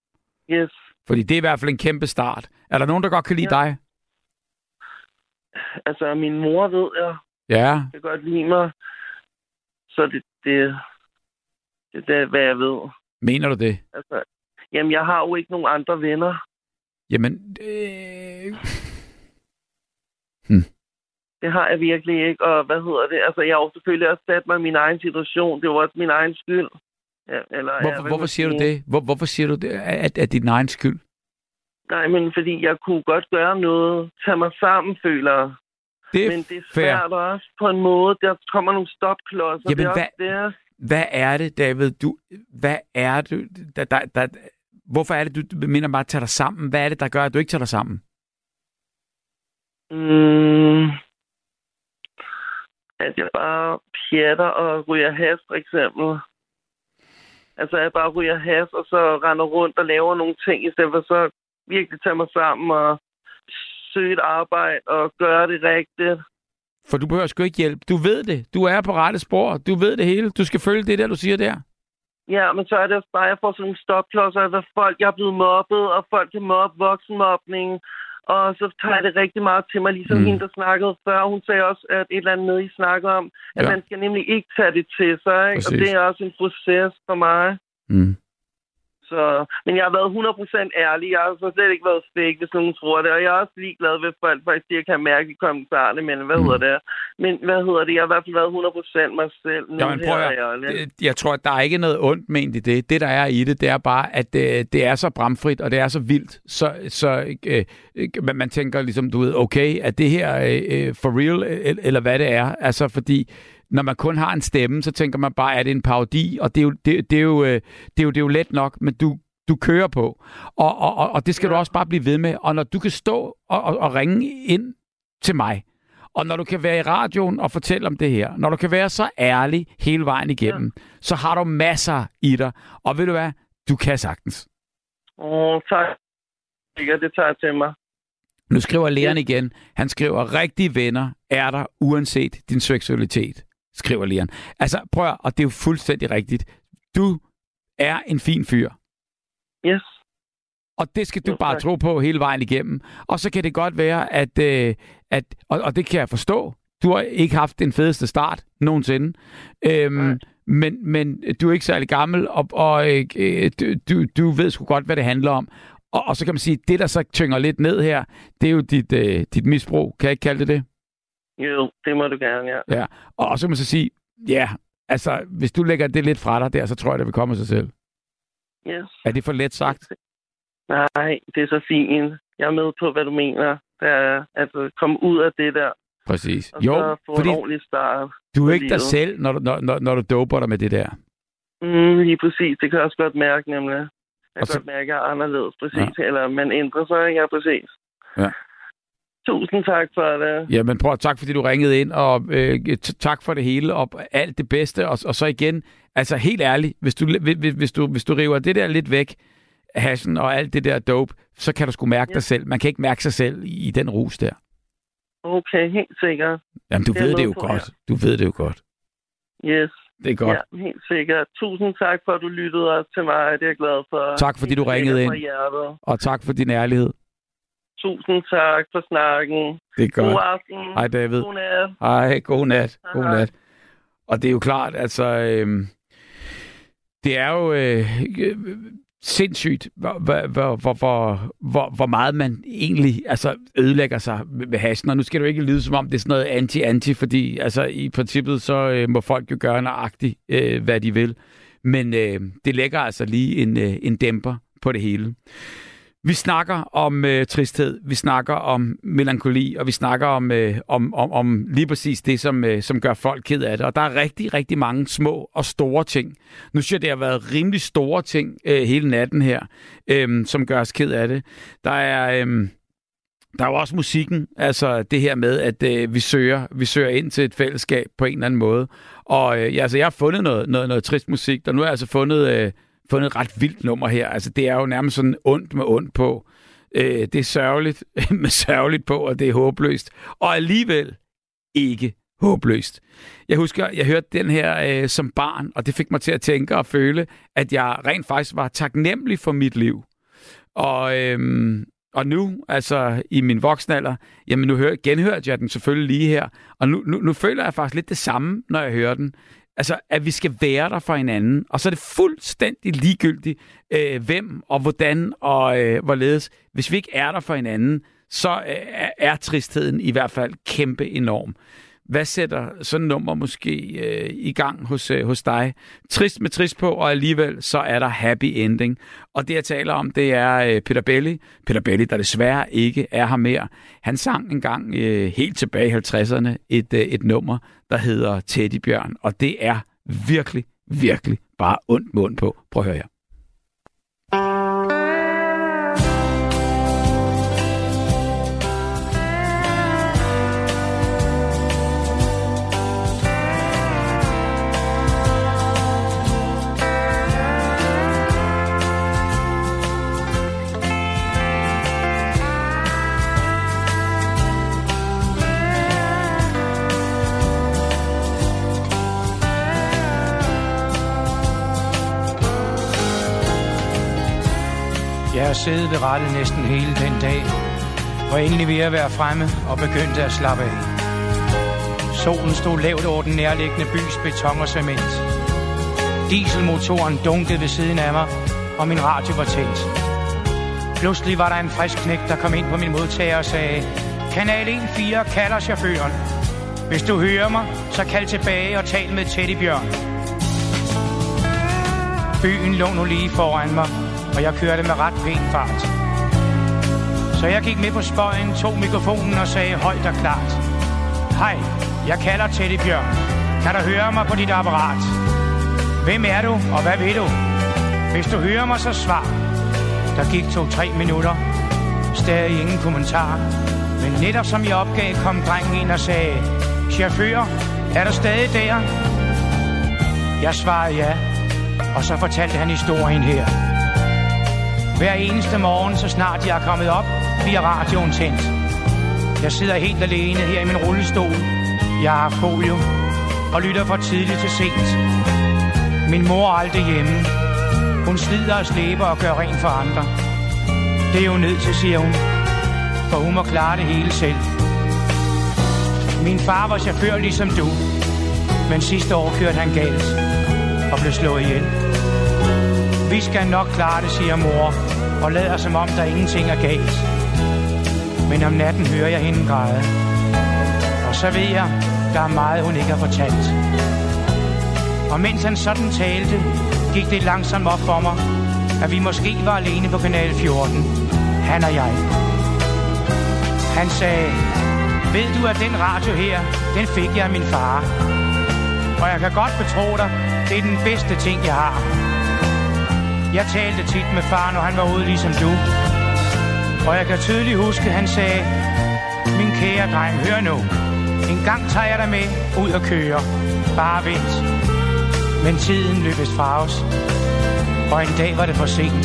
Yes. Fordi det er i hvert fald en kæmpe start. Er der nogen, der godt kan lide ja. dig? Altså, min mor ved jeg. Ja. Det kan godt lide mig. Så det, det, det, det er, hvad jeg ved. Mener du det? Altså, jamen, jeg har jo ikke nogen andre venner. Jamen, øh... hm. Det har jeg virkelig ikke, og hvad hedder det? Altså, jeg har jo selvfølgelig også sat mig i min egen situation. Det var også min egen skyld. Ja, eller, hvorfor, ja, hvorfor siger du det? Hvor, hvorfor siger du det? At, at din egen skyld? Nej, men fordi jeg kunne godt gøre noget. Tage mig sammen, føler jeg. Det er men det er svært fair. Også på en måde. Der kommer nogle stopklodser. Jamen, det er hvad, også det. hvad er det, David? Du, hvad er det? Der, der, der, hvorfor er det, du mener bare at tage dig sammen? Hvad er det, der gør, at du ikke tager dig sammen? Mm, at jeg bare pjatter og ryger hash, for eksempel. Altså, jeg bare ryger hash, og så render rundt og laver nogle ting, i stedet for så virkelig tage mig sammen og søge et arbejde og gøre det rigtigt. For du behøver sgu ikke hjælp. Du ved det. Du er på rette spor. Du ved det hele. Du skal følge det der, du siger der. Ja, men så er det også bare, at jeg får sådan nogle stopklodser af folk, jeg er blevet mobbet, og folk kan mobbe voksenmobning. Og så tager jeg det rigtig meget til mig, ligesom mm. hende, der snakkede før. Hun sagde også, at et eller andet med, I snakker om, at ja. Man skal nemlig ikke tage det til sig. Ikke? Og det er også en proces for mig. Mm. Så, men jeg har været hundrede procent ærlig. Jeg har så slet ikke været fake, hvis nogen tror det. Og jeg er også ligeglad ved folk, faktisk jeg kan mærke i kommentarerne, men hvad mm. hedder det? Men hvad hedder det? Jeg har i hvert fald været hundrede procent mig selv. Jamen, prøv at, jeg, jeg tror, at der er ikke noget ondt ment i det. Det, der er i det, det er bare, at øh, det er så bramfrit, og det er så vildt. Så, så øh, øh, man tænker ligesom, du ved, okay, er det her øh, for real, eller hvad det er? Altså, fordi når man kun har en stemme, så tænker man bare, at det er en parodi, og det er jo, det, det er jo, det er jo, det er jo let nok, men du, du kører på. Og, og, og det skal ja. du også bare blive ved med. Og når du kan stå og, og, og ringe ind til mig, og når du kan være i radioen og fortælle om det her, når du kan være så ærlig hele vejen igennem, ja. så har du masser i dig. Og ved du hvad? Du kan sagtens. Åh, oh, tak. Det tager jeg til mig. Nu skriver Leon igen. Han skriver, rigtige venner er der uanset din seksualitet, skriver Leon. Altså, prøv at, og det er jo fuldstændig rigtigt. Du er en fin fyr. Yes. Og det skal du yes, bare tak. tro på hele vejen igennem. Og så kan det godt være, at, øh, at og, og det kan jeg forstå, du har ikke haft den fedeste start nogensinde. Øhm, men, men du er ikke særlig gammel, og, og øh, du, du, du ved sgu godt, hvad det handler om. Og, og så kan man sige, at det, der så tynger lidt ned her, det er jo dit, øh, dit misbrug. Kan jeg ikke kalde det det? Jo, det må du gerne, ja. ja. Og, og så kan man så sige, ja, altså, hvis du lægger det lidt fra dig der, så tror jeg, det vil komme af sig selv. Yes. Er det for let sagt? Nej, det er så fint. Jeg er med på, hvad du mener. Det er, altså, komme ud af det der. Præcis. Og jo, så få fordi en ordentlig start. du er ikke dig selv, når du, når, når, når du doper dig med det der. Mm, lige præcis. Det kan jeg også godt mærke, nemlig. Jeg kan så... godt mærke, at jeg er anderledes, præcis. Ja. Eller man ændrer sig, ja, præcis. Ja. Tusind tak for det. Ja, men prøv at tak, fordi du ringede ind, og øh, tak for det hele, og alt det bedste. Og, og så igen, altså helt ærligt, hvis du, hvis, hvis, du, hvis du river det der lidt væk, hashen og alt det der dope, så kan du sgu mærke ja. dig selv. Man kan ikke mærke sig selv i, i den rus der. Okay, helt sikkert. Jamen, du det ved det jo godt. Her. Du ved det jo godt. Yes. Det er godt. Ja, helt sikkert. Tusind tak for, at du lyttede også til mig. Det er jeg glad for. Tak, fordi du ringede ind. Og tak for din ærlighed. Tusind tak for snakken. Det er godt. God aften. Hej, David. God nat. Hej, god nat. God Hej. nat. Og det er jo klart, altså... Øh, det er jo... Øh, sindssygt, hvor, hvor, hvor, hvor, hvor, hvor meget man egentlig altså, ødelægger sig med hashen. Og nu skal det jo ikke lyde som om, det er sådan noget anti-anti, fordi altså, i princippet så øh, må folk jo gøre nøjagtigt, øh, hvad de vil. Men øh, det lægger altså lige en, øh, en dæmper på det hele. Vi snakker om øh, tristhed, vi snakker om melankoli, og vi snakker om, øh, om, om, om lige præcis det, som, øh, som gør folk ked af det. Og der er rigtig, rigtig mange små og store ting. Nu synes jeg, det har været rimelig store ting øh, hele natten her, øh, som gør os ked af det. Der er... Øh, Der er jo også musikken, altså det her med, at øh, vi søger vi søger ind til et fællesskab på en eller anden måde. Og øh, ja, altså, jeg har fundet noget, noget, noget trist musik, og nu har jeg altså fundet... Øh, fundet et ret vildt nummer her. Altså, det er jo nærmest sådan ondt med ondt på. Øh, det er sørgeligt med sørgeligt på, og det er håbløst. Og alligevel ikke håbløst. Jeg husker, jeg hørte den her øh, som barn, og det fik mig til at tænke og føle, at jeg rent faktisk var taknemmelig for mit liv. Og, øh, og nu, altså i min voksenalder, jamen nu hør, genhørte jeg den selvfølgelig lige her, og nu, nu, nu føler jeg faktisk lidt det samme, når jeg hører den. Altså, at vi skal være der for hinanden. Og så er det fuldstændig ligegyldigt, øh, hvem og hvordan og øh, hvorledes. Hvis vi ikke er der for hinanden, så øh, er tristheden i hvert fald kæmpe enorm. Hvad sætter sådan et nummer måske øh, i gang hos, øh, hos dig? Trist med trist på, og alligevel så er der happy ending. Og det, jeg taler om, det er øh, Peter Belli. Peter Belli, der desværre ikke er her mere. Han sang engang øh, helt tilbage i halvtredserne et, øh, et nummer, der hedder Teddybjørn. Og det er virkelig, virkelig bare ondt mund på. Prøv at høre her. Jeg har siddet ved rettet næsten hele den dag, og endelig ved at være fremme og begyndte at slappe af. Solen stod lavt over den nærliggende bys beton og cement. Dieselmotoren dunkede ved siden af mig, og min radio var tændt. Pludselig var der en frisk knægt, der kom ind på min modtager og sagde: Kanal en fire kalder chaufføren. Hvis du hører mig, så kald tilbage og tal med Teddybjørn. Byen lå nu lige foran mig, og jeg kørte med ret pæn fart. Så jeg gik med på spøjen, tog mikrofonen og sagde højt og klart: Hej, jeg kalder Teddybjørn. Kan du høre mig på dit apparat? Hvem er du, og hvad vil du? Hvis du hører mig, så svar. Der gik to-tre minutter. Stadig ingen kommentar. Men netop som jeg opgav, kom drengen ind og sagde: Chauffør, er du stadig der? Jeg svarede ja, og så fortalte han historien her. Hver eneste morgen, så snart jeg er kommet op, bliver radioen tændt. Jeg sidder helt alene her i min rullestol. Jeg har polio og lytter fra tidligt til sent. Min mor er aldrig hjemme. Hun slider og slæber og gør rent for andre. Det er jo nødt til, siger hun, for hun må klare det hele selv. Min far var chauffør ligesom du, men sidste år kørte han galt og blev slået ihjel. Vi skal nok klare det, siger mor, og lader som om der ingenting er galt. Men om natten hører jeg hende græde, og så ved jeg, der er meget, hun ikke har fortalt. Og mens han sådan talte, gik det langsomt op for mig, at vi måske var alene på kanal fjorten, han og jeg. Han sagde: Ved du, at den radio her, den fik jeg af min far. Og jeg kan godt betro dig, det er den bedste ting, jeg har. Jeg talte tit med far, når han var ude ligesom du. Og jeg kan tydeligt huske, han sagde: Min kære dreng, hør nu. En gang tager jeg dig med ud og køre. Bare vent. Men tiden løbes fra os. Og en dag var det for sent.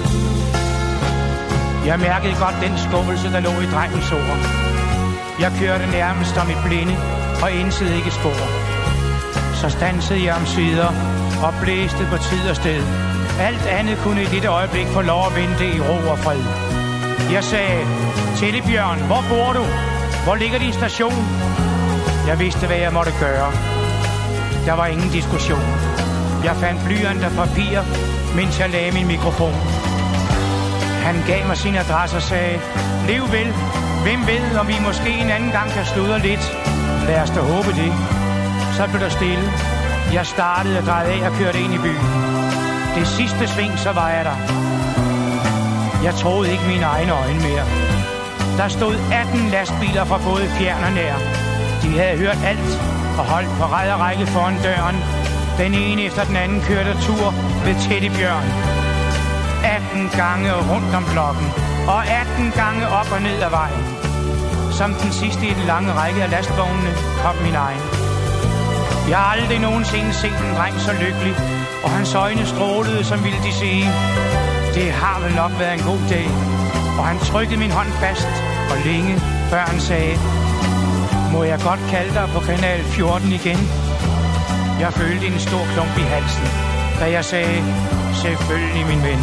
Jeg mærkede godt den skuffelse, der lå i drengens ord. Jeg kørte nærmest om i blinde og indsede ikke spor. Så stansede jeg om sider og blæste på tid og sted. Alt andet kunne i dette øjeblik få lov at vente i ro og fred. Jeg sagde: Teddybjørn, hvor bor du? Hvor ligger din station? Jeg vidste, hvad jeg måtte gøre. Der var ingen diskussion. Jeg fandt blyant og papir, mens jeg lagde min mikrofon. Han gav mig sin adresse og sagde: Lev vel. Hvem ved, om vi måske en anden gang kan sludre lidt. Lad os da håbe det. Så blev der stille. Jeg startede og drejede af og kørte ind i byen. Det sidste sving, så var jeg der. Jeg troede ikke mine egne øjne mere. Der stod atten lastbiler fra både fjern og nær. De havde hørt alt og holdt på ræd og række foran døren. Den ene efter den anden kørte tur ved Teddybjørn. atten gange rundt om blokken og atten gange op og ned ad vejen. Som den sidste i den lange række af lastvognene kom min egen. Jeg har aldrig nogensinde set en dreng så lykkelig, og hans øjne strålede, som ville de sige: Det har vel nok været en god dag. Og han trykkede min hånd fast og længe, før han sagde: Må jeg godt kalde dig på kanal fjorten igen? Jeg følte en stor klump i halsen, da jeg sagde: Selvfølgelig, min ven.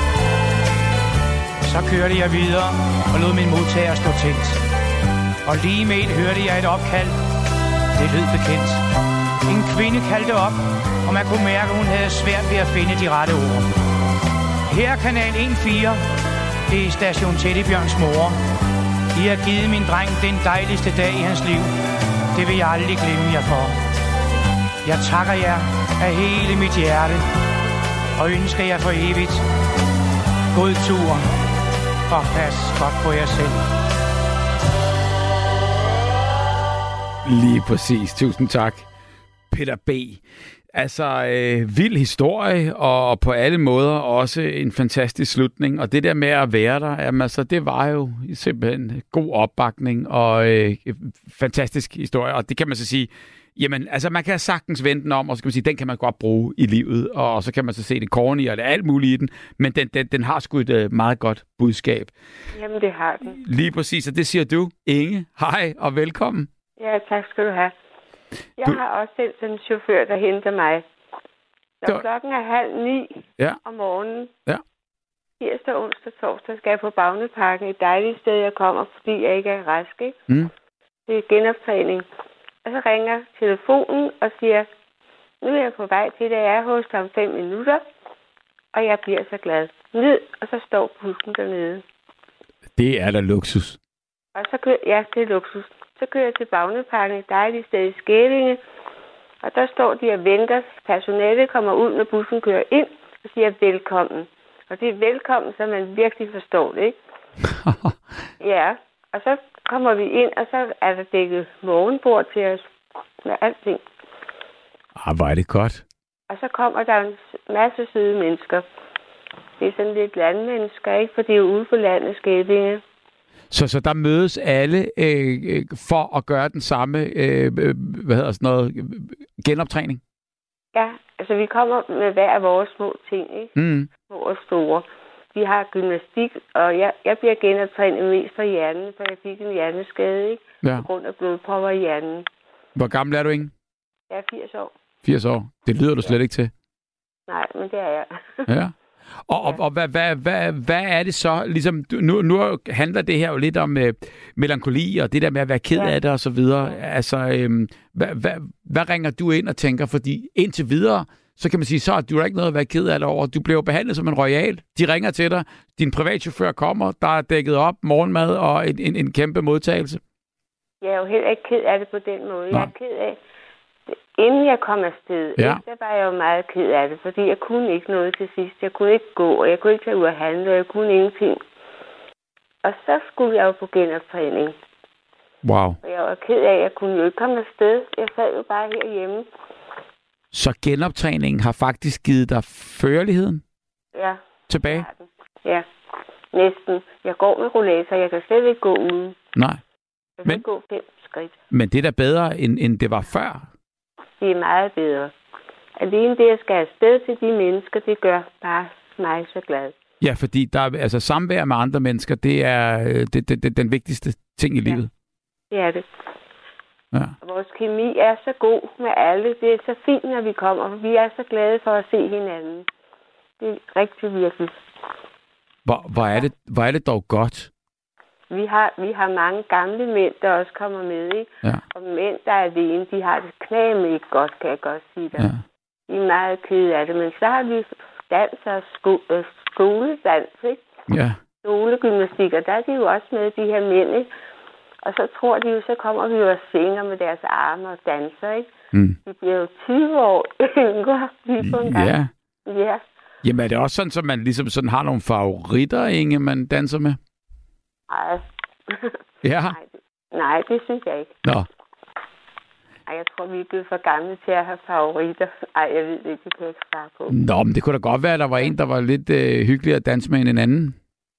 Så kørte jeg videre og lod min modtager stå tændt. Og lige med et hørte jeg et opkald. Det lød bekendt. En kvinde kaldte op, og man kunne mærke, at hun havde svært ved at finde de rette ord. Her er kanal en fire. Det er station Teddybjørns mor. I har givet min dreng den dejligste dag i hans liv. Det vil jeg aldrig glemme jer for. Jeg takker jer af hele mit hjerte og ønsker jer for evigt god tur, og pas godt på jer selv. Lige præcis. Tusind tak, Peter B. Altså, øh, vild historie, og på alle måder også en fantastisk slutning. Og det der med at være der, jamen, altså, det var jo simpelthen god opbakning og øh, fantastisk historie. Og det kan man så sige, jamen, altså, man kan sagtens vente den om, og så kan man sige, den kan man godt bruge i livet, og så kan man så se det corny og det alt muligt i den, men den, den, den har sgu et uh, meget godt budskab. Jamen, det har den. Lige præcis, og det siger du, Inge. Hej, og velkommen. Ja, tak skal du have. Jeg du... har også selv sådan en chauffør, der henter mig. Når du... klokken er halv ni ja. om morgenen, ja. tirsdag, onsdag, torsdag, skal jeg på Bagneparken, et dejligt sted, jeg kommer, fordi jeg ikke er rask, ikke? Mm. Det er genoptræning. Og så ringer telefonen og siger, nu er jeg på vej til, at jeg er hos dig om fem minutter. og jeg bliver så glad. Ned, og så står bussen dernede. Det er da luksus. Og så kører, ja, det er luksus. Så kører jeg til Bagneparken, et dejligt sted i Skævinge. Og der står de og venter. Personalet kommer ud, når bussen kører ind, og siger velkommen. Og det er velkommen, så man virkelig forstår det, ikke? Ja, og så kommer vi ind, og så er der dækket morgenbord til os med alting. Ah, hvor er det godt. Og så kommer der en masse søde mennesker. Det er sådan lidt landmennesker, ikke? For det er jo ude på landet, Skævinge. Så, så der mødes alle øh, for at gøre den samme, øh, hvad hedder sådan noget, genoptræning? Ja, altså vi kommer med hver af vores små ting, ikke? Mm. Små og store. Vi har gymnastik, og jeg, jeg bliver genoptrænet mest for hjernen, for jeg fik en hjerneskade, ikke? Ja. På grund af blodpropper i hjernen. Hvor gammel er du, Inge? Jeg er firs år. firs år. Det lyder du slet ja. ikke til. Nej, men det er jeg. Ja. Og, og, og hvad, hvad, hvad, hvad er det så? Ligesom, nu, nu handler det her jo lidt om øh, melankoli og det der med at være ked ja. af det og så videre. Ja. Altså, øh, hvad, hvad, hvad ringer du ind og tænker? Fordi indtil videre, så kan man sige, så har du ikke noget at være ked af det over. Du bliver behandlet som en royal. De ringer til dig. Din privatchauffør kommer. Der er dækket op morgenmad og en, en, en kæmpe modtagelse. Jeg er jo heller ikke ked af det på den måde. Nå. Jeg er ked af inden jeg kom afsted, ja. der var jeg jo meget ked af det, fordi jeg kunne ikke noget til sidst. Jeg kunne ikke gå, og jeg kunne ikke tage ud og handle, og jeg kunne ingenting. Og så skulle jeg jo på genoptræning. Wow. Og jeg var ked af, at jeg kunne jo ikke komme afsted. Jeg sad jo bare herhjemme. Så genoptræningen har faktisk givet dig førligheden? Ja. Tilbage? Ja, næsten. Jeg går med rollator, jeg kan slet ikke gå uden. Nej. Jeg kan men, gå fem skridt. Men det er da bedre, end, end det var før? Det er meget bedre. Alene det, jeg skal afsted til de mennesker, det gør bare mig så glad. Ja, fordi der er, altså, samvær med andre mennesker, det er det, det, det, den vigtigste ting i livet. Ja, det er det. Ja. Vores kemi er så god med alle. Det er så fint, når vi kommer. Vi er så glade for at se hinanden. Det er rigtig virkelig. Hvor, hvor, er, det, hvor er det dog godt? Vi har, vi har mange gamle mænd, der også kommer med, ikke? Ja. Og mænd, der er alene, de har det knæme ikke godt, kan jeg godt sige dig. Ja. De er meget kede af det, men så har vi dans og sko- øh, skoledans, ikke? Ja. Skolegymnastik, og der er de jo også med, de her mænd, ikke? Og så tror de jo, så kommer vi jo og synger med deres arme og danser, ikke? Mm. De bliver jo tyve år yngre lige på en gang. Ja. Ja. Jamen er det også sådan, at man ligesom sådan har nogle favoritter, Inge, man danser med? Nej. Ja. Nej, det, nej, det synes jeg ikke. Nå. Ej, jeg tror, vi er blevet for gamle til at have favoritter. Ej, jeg ved det ikke, det kan jeg ikke svare på. Nå, men det kunne da godt være, at der var en, der var lidt øh, hyggelig at danse med end en anden.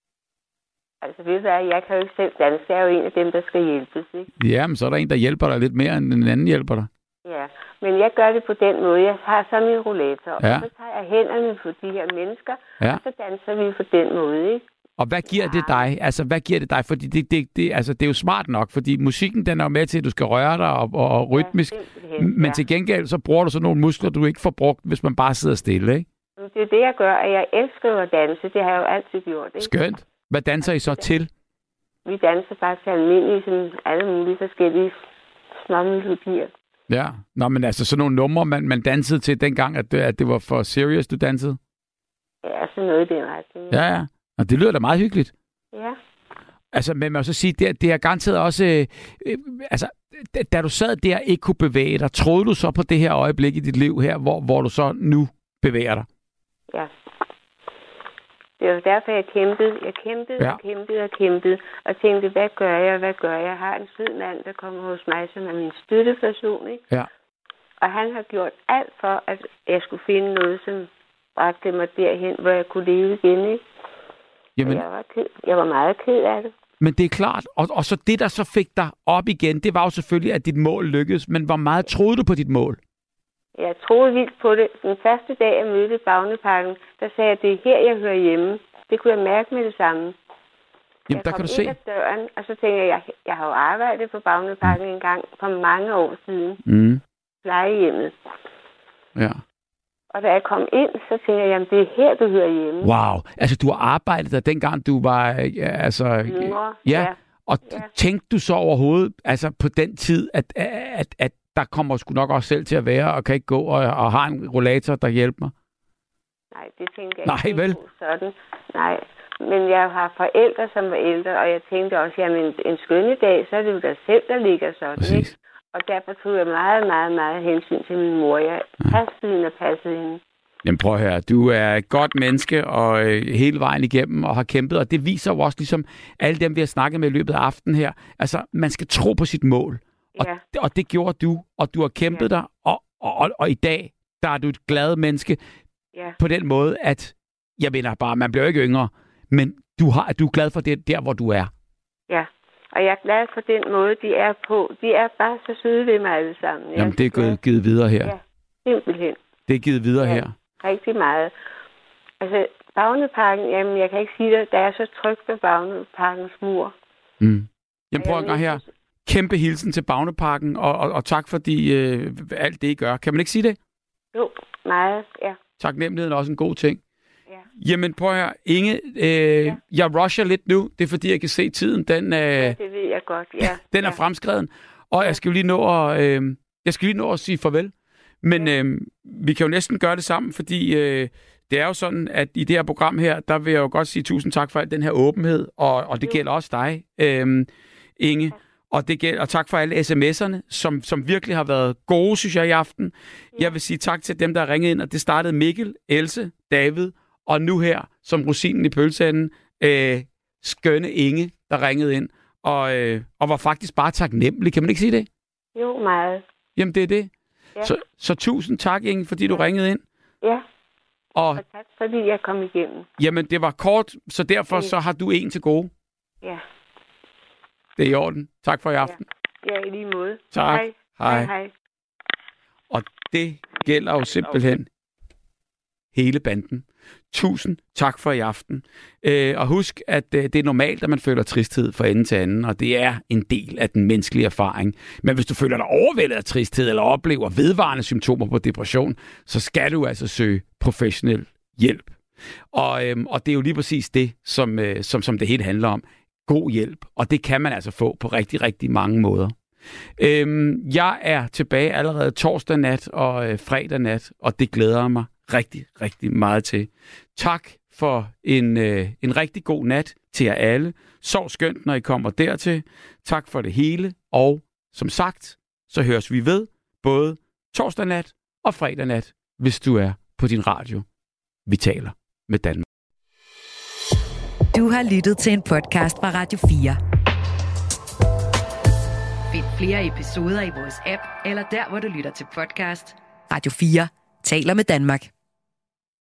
Altså, ved du hvad, jeg kan jo ikke selv danse. Jeg er jo en af dem, der skal hjælpes, ikke? Ja, men så er der en, der hjælper dig lidt mere, end en anden hjælper dig. Ja, men jeg gør det på den måde. Jeg har så min rollator, ja. og så tager jeg hænderne på de her mennesker, ja. og så danser vi på den måde, ikke? Og hvad giver ja. det dig? Altså, hvad giver det dig? Fordi det, det, det, altså, det er jo smart nok, fordi musikken, den er jo med til, at du skal røre dig og, og, og rytmisk. Ja, men ja. til gengæld, så bruger du så nogle muskler, du ikke får brugt, hvis man bare sidder stille, ikke? Det er det, jeg gør, at jeg elsker at danse. Det har jeg jo altid gjort, ikke? Skønt. Hvad danser I så til? Vi danser bare til almindelige, sådan alle mulige forskellige små melodier. Ja. Nå, men altså sådan nogle numre, man, man dansede til dengang, at det, at det var for serious, du dansede? Ja, sådan noget i den retning. Ja, ja. Og det lyder da meget hyggeligt. Ja. Altså, men man må så sige, det, det er garanteret også... Øh, øh, altså, da du sad der og ikke kunne bevæge dig, troede du så på det her øjeblik i dit liv her, hvor, hvor du så nu bevæger dig? Ja. Det var derfor, jeg kæmpede. Jeg kæmpede ja. og kæmpede og kæmpede, og tænkte, hvad gør jeg, hvad gør jeg? Jeg har en sød mand, der kommer hos mig, som er min støtteperson, ikke? Ja. Og han har gjort alt for, at jeg skulle finde noget, som bragte mig derhen, hvor jeg kunne leve igen, ikke? Jamen, jeg, var ked. jeg var meget ked af det. Men det er klart, og, og så det, der så fik dig op igen, det var jo selvfølgelig, at dit mål lykkedes, men hvor meget troede du på dit mål? Jeg troede vildt på det. Den første dag, jeg mødte Bagneparken, der sagde jeg, at det er her, jeg hører hjemme. Det kunne jeg mærke med det samme. Jamen, jeg der kan du se. Jeg kom ind ad døren, og så tænkte jeg, jeg, jeg har jo arbejdet på Bagneparken mm. en gang for mange år siden. Mm. Plejehjemmet. Ja. Og da jeg kom ind, så tænkte jeg, jamen, det er her, du hører hjemme. Wow. Altså, du har arbejdet der dengang, du var... Ja, altså, Yngre, ja. ja. Og ja. tænkte du så overhovedet, altså på den tid, at, at, at der kommer sgu nok også selv til at være, og kan ikke gå, og, og har en rollator, der hjælper mig? Nej, det tænkte jeg Nej, ikke vel? sådan. Nej, men jeg har forældre, som var ældre, og jeg tænkte også, jamen en, en skønne dag, så er det jo dig selv, der ligger sådan, ikke? Og derfor tog jeg meget, meget, meget hensyn til min mor. Jeg passede hende og passede hende. Jamen prøv her, du er et godt menneske og øh, hele vejen igennem og har kæmpet, og det viser jo også ligesom alle dem, vi har snakket med i løbet af aftenen her. Altså, man skal tro på sit mål, og, Ja. og det gjorde du, og du har kæmpet Ja. dig, og, og, og, og i dag, der er du et glad menneske Ja. på den måde, at, jeg mener bare, man bliver jo ikke yngre, men du, har, du er glad for det der, hvor du er. Ja, og jeg er glad for den måde, de er på. De er bare så søde ved mig alle sammen. Jeg Jamen, det er glad. givet, givet videre her. Ja, simpelthen. Det er givet videre Ja. her. Rigtig meget. Altså, Bagneparken, jamen, jeg kan ikke sige det, der er så trygt ved Bagneparkens mur. Mm. Jamen prøv Og at jeg gang her. synes- Kæmpe hilsen til Bagneparken, og, og, og tak fordi øh, alt det, I gør. Kan man ikke sige det? Jo, meget, ja. Taknemmeligheden er også en god ting. Ja. Jamen prøv her, Inge, øh, ja. jeg rusher lidt nu. Det er fordi, jeg kan se tiden, den, øh, Ja, det ved jeg godt, ja. den er ja. fremskreden. Og jeg skal jo lige nå at, øh, jeg skal lige nå at sige farvel. Men øh, vi kan jo næsten gøre det sammen, fordi øh, det er jo sådan, at i det her program her, der vil jeg jo godt sige tusind tak for al den her åbenhed, og, og det jo. gælder også dig, øh, Inge. Og, det gælder, og tak for alle sms'erne, som, som virkelig har været gode, synes jeg, i aften. Ja. Jeg vil sige tak til dem, der har ringet ind, og det startede Mikkel, Else, David, og nu her, som rosinen i pølseenden, øh, skønne Inge, der ringede ind, og, øh, og var faktisk bare taknemmelig. Kan man ikke sige det? Jo, meget. Jamen, det er det. Ja. Så, så tusind tak, Inge, fordi du ringede ind. Ja, Og og tak fordi jeg kom igennem. jamen, det var kort, så derfor Ja. så har du en til gode. Ja, Det er i orden. Tak for i aften. ja i lige måde. Tak. Hej. Hej. Hej, hej. Og det gælder jo simpelthen hele banden. Tusind tak for i aften. Øh, og husk, at øh, det er normalt, at man føler tristhed fra ende til anden, og det er en del af den menneskelige erfaring. Men hvis du føler dig overvældet af tristhed, eller oplever vedvarende symptomer på depression, så skal du altså søge professionel hjælp. Og, øhm, og det er jo lige præcis det, som, øh, som, som det hele handler om. God hjælp. Og det kan man altså få på rigtig, rigtig mange måder. Øhm, jeg er tilbage allerede torsdag nat og øh, fredag nat, og det glæder jeg mig rigtig, rigtig meget til. Tak for en, øh, en rigtig god nat til jer alle. Sov skønt, når I kommer dertil. Tak for det hele, og som sagt, så høres vi ved både torsdag nat og fredag nat, hvis du er på din radio. Vi taler med Danmark. Du har lyttet til en podcast fra Radio fire. Find flere episoder i vores app, eller der, hvor du lytter til podcast. Radio fire taler med Danmark.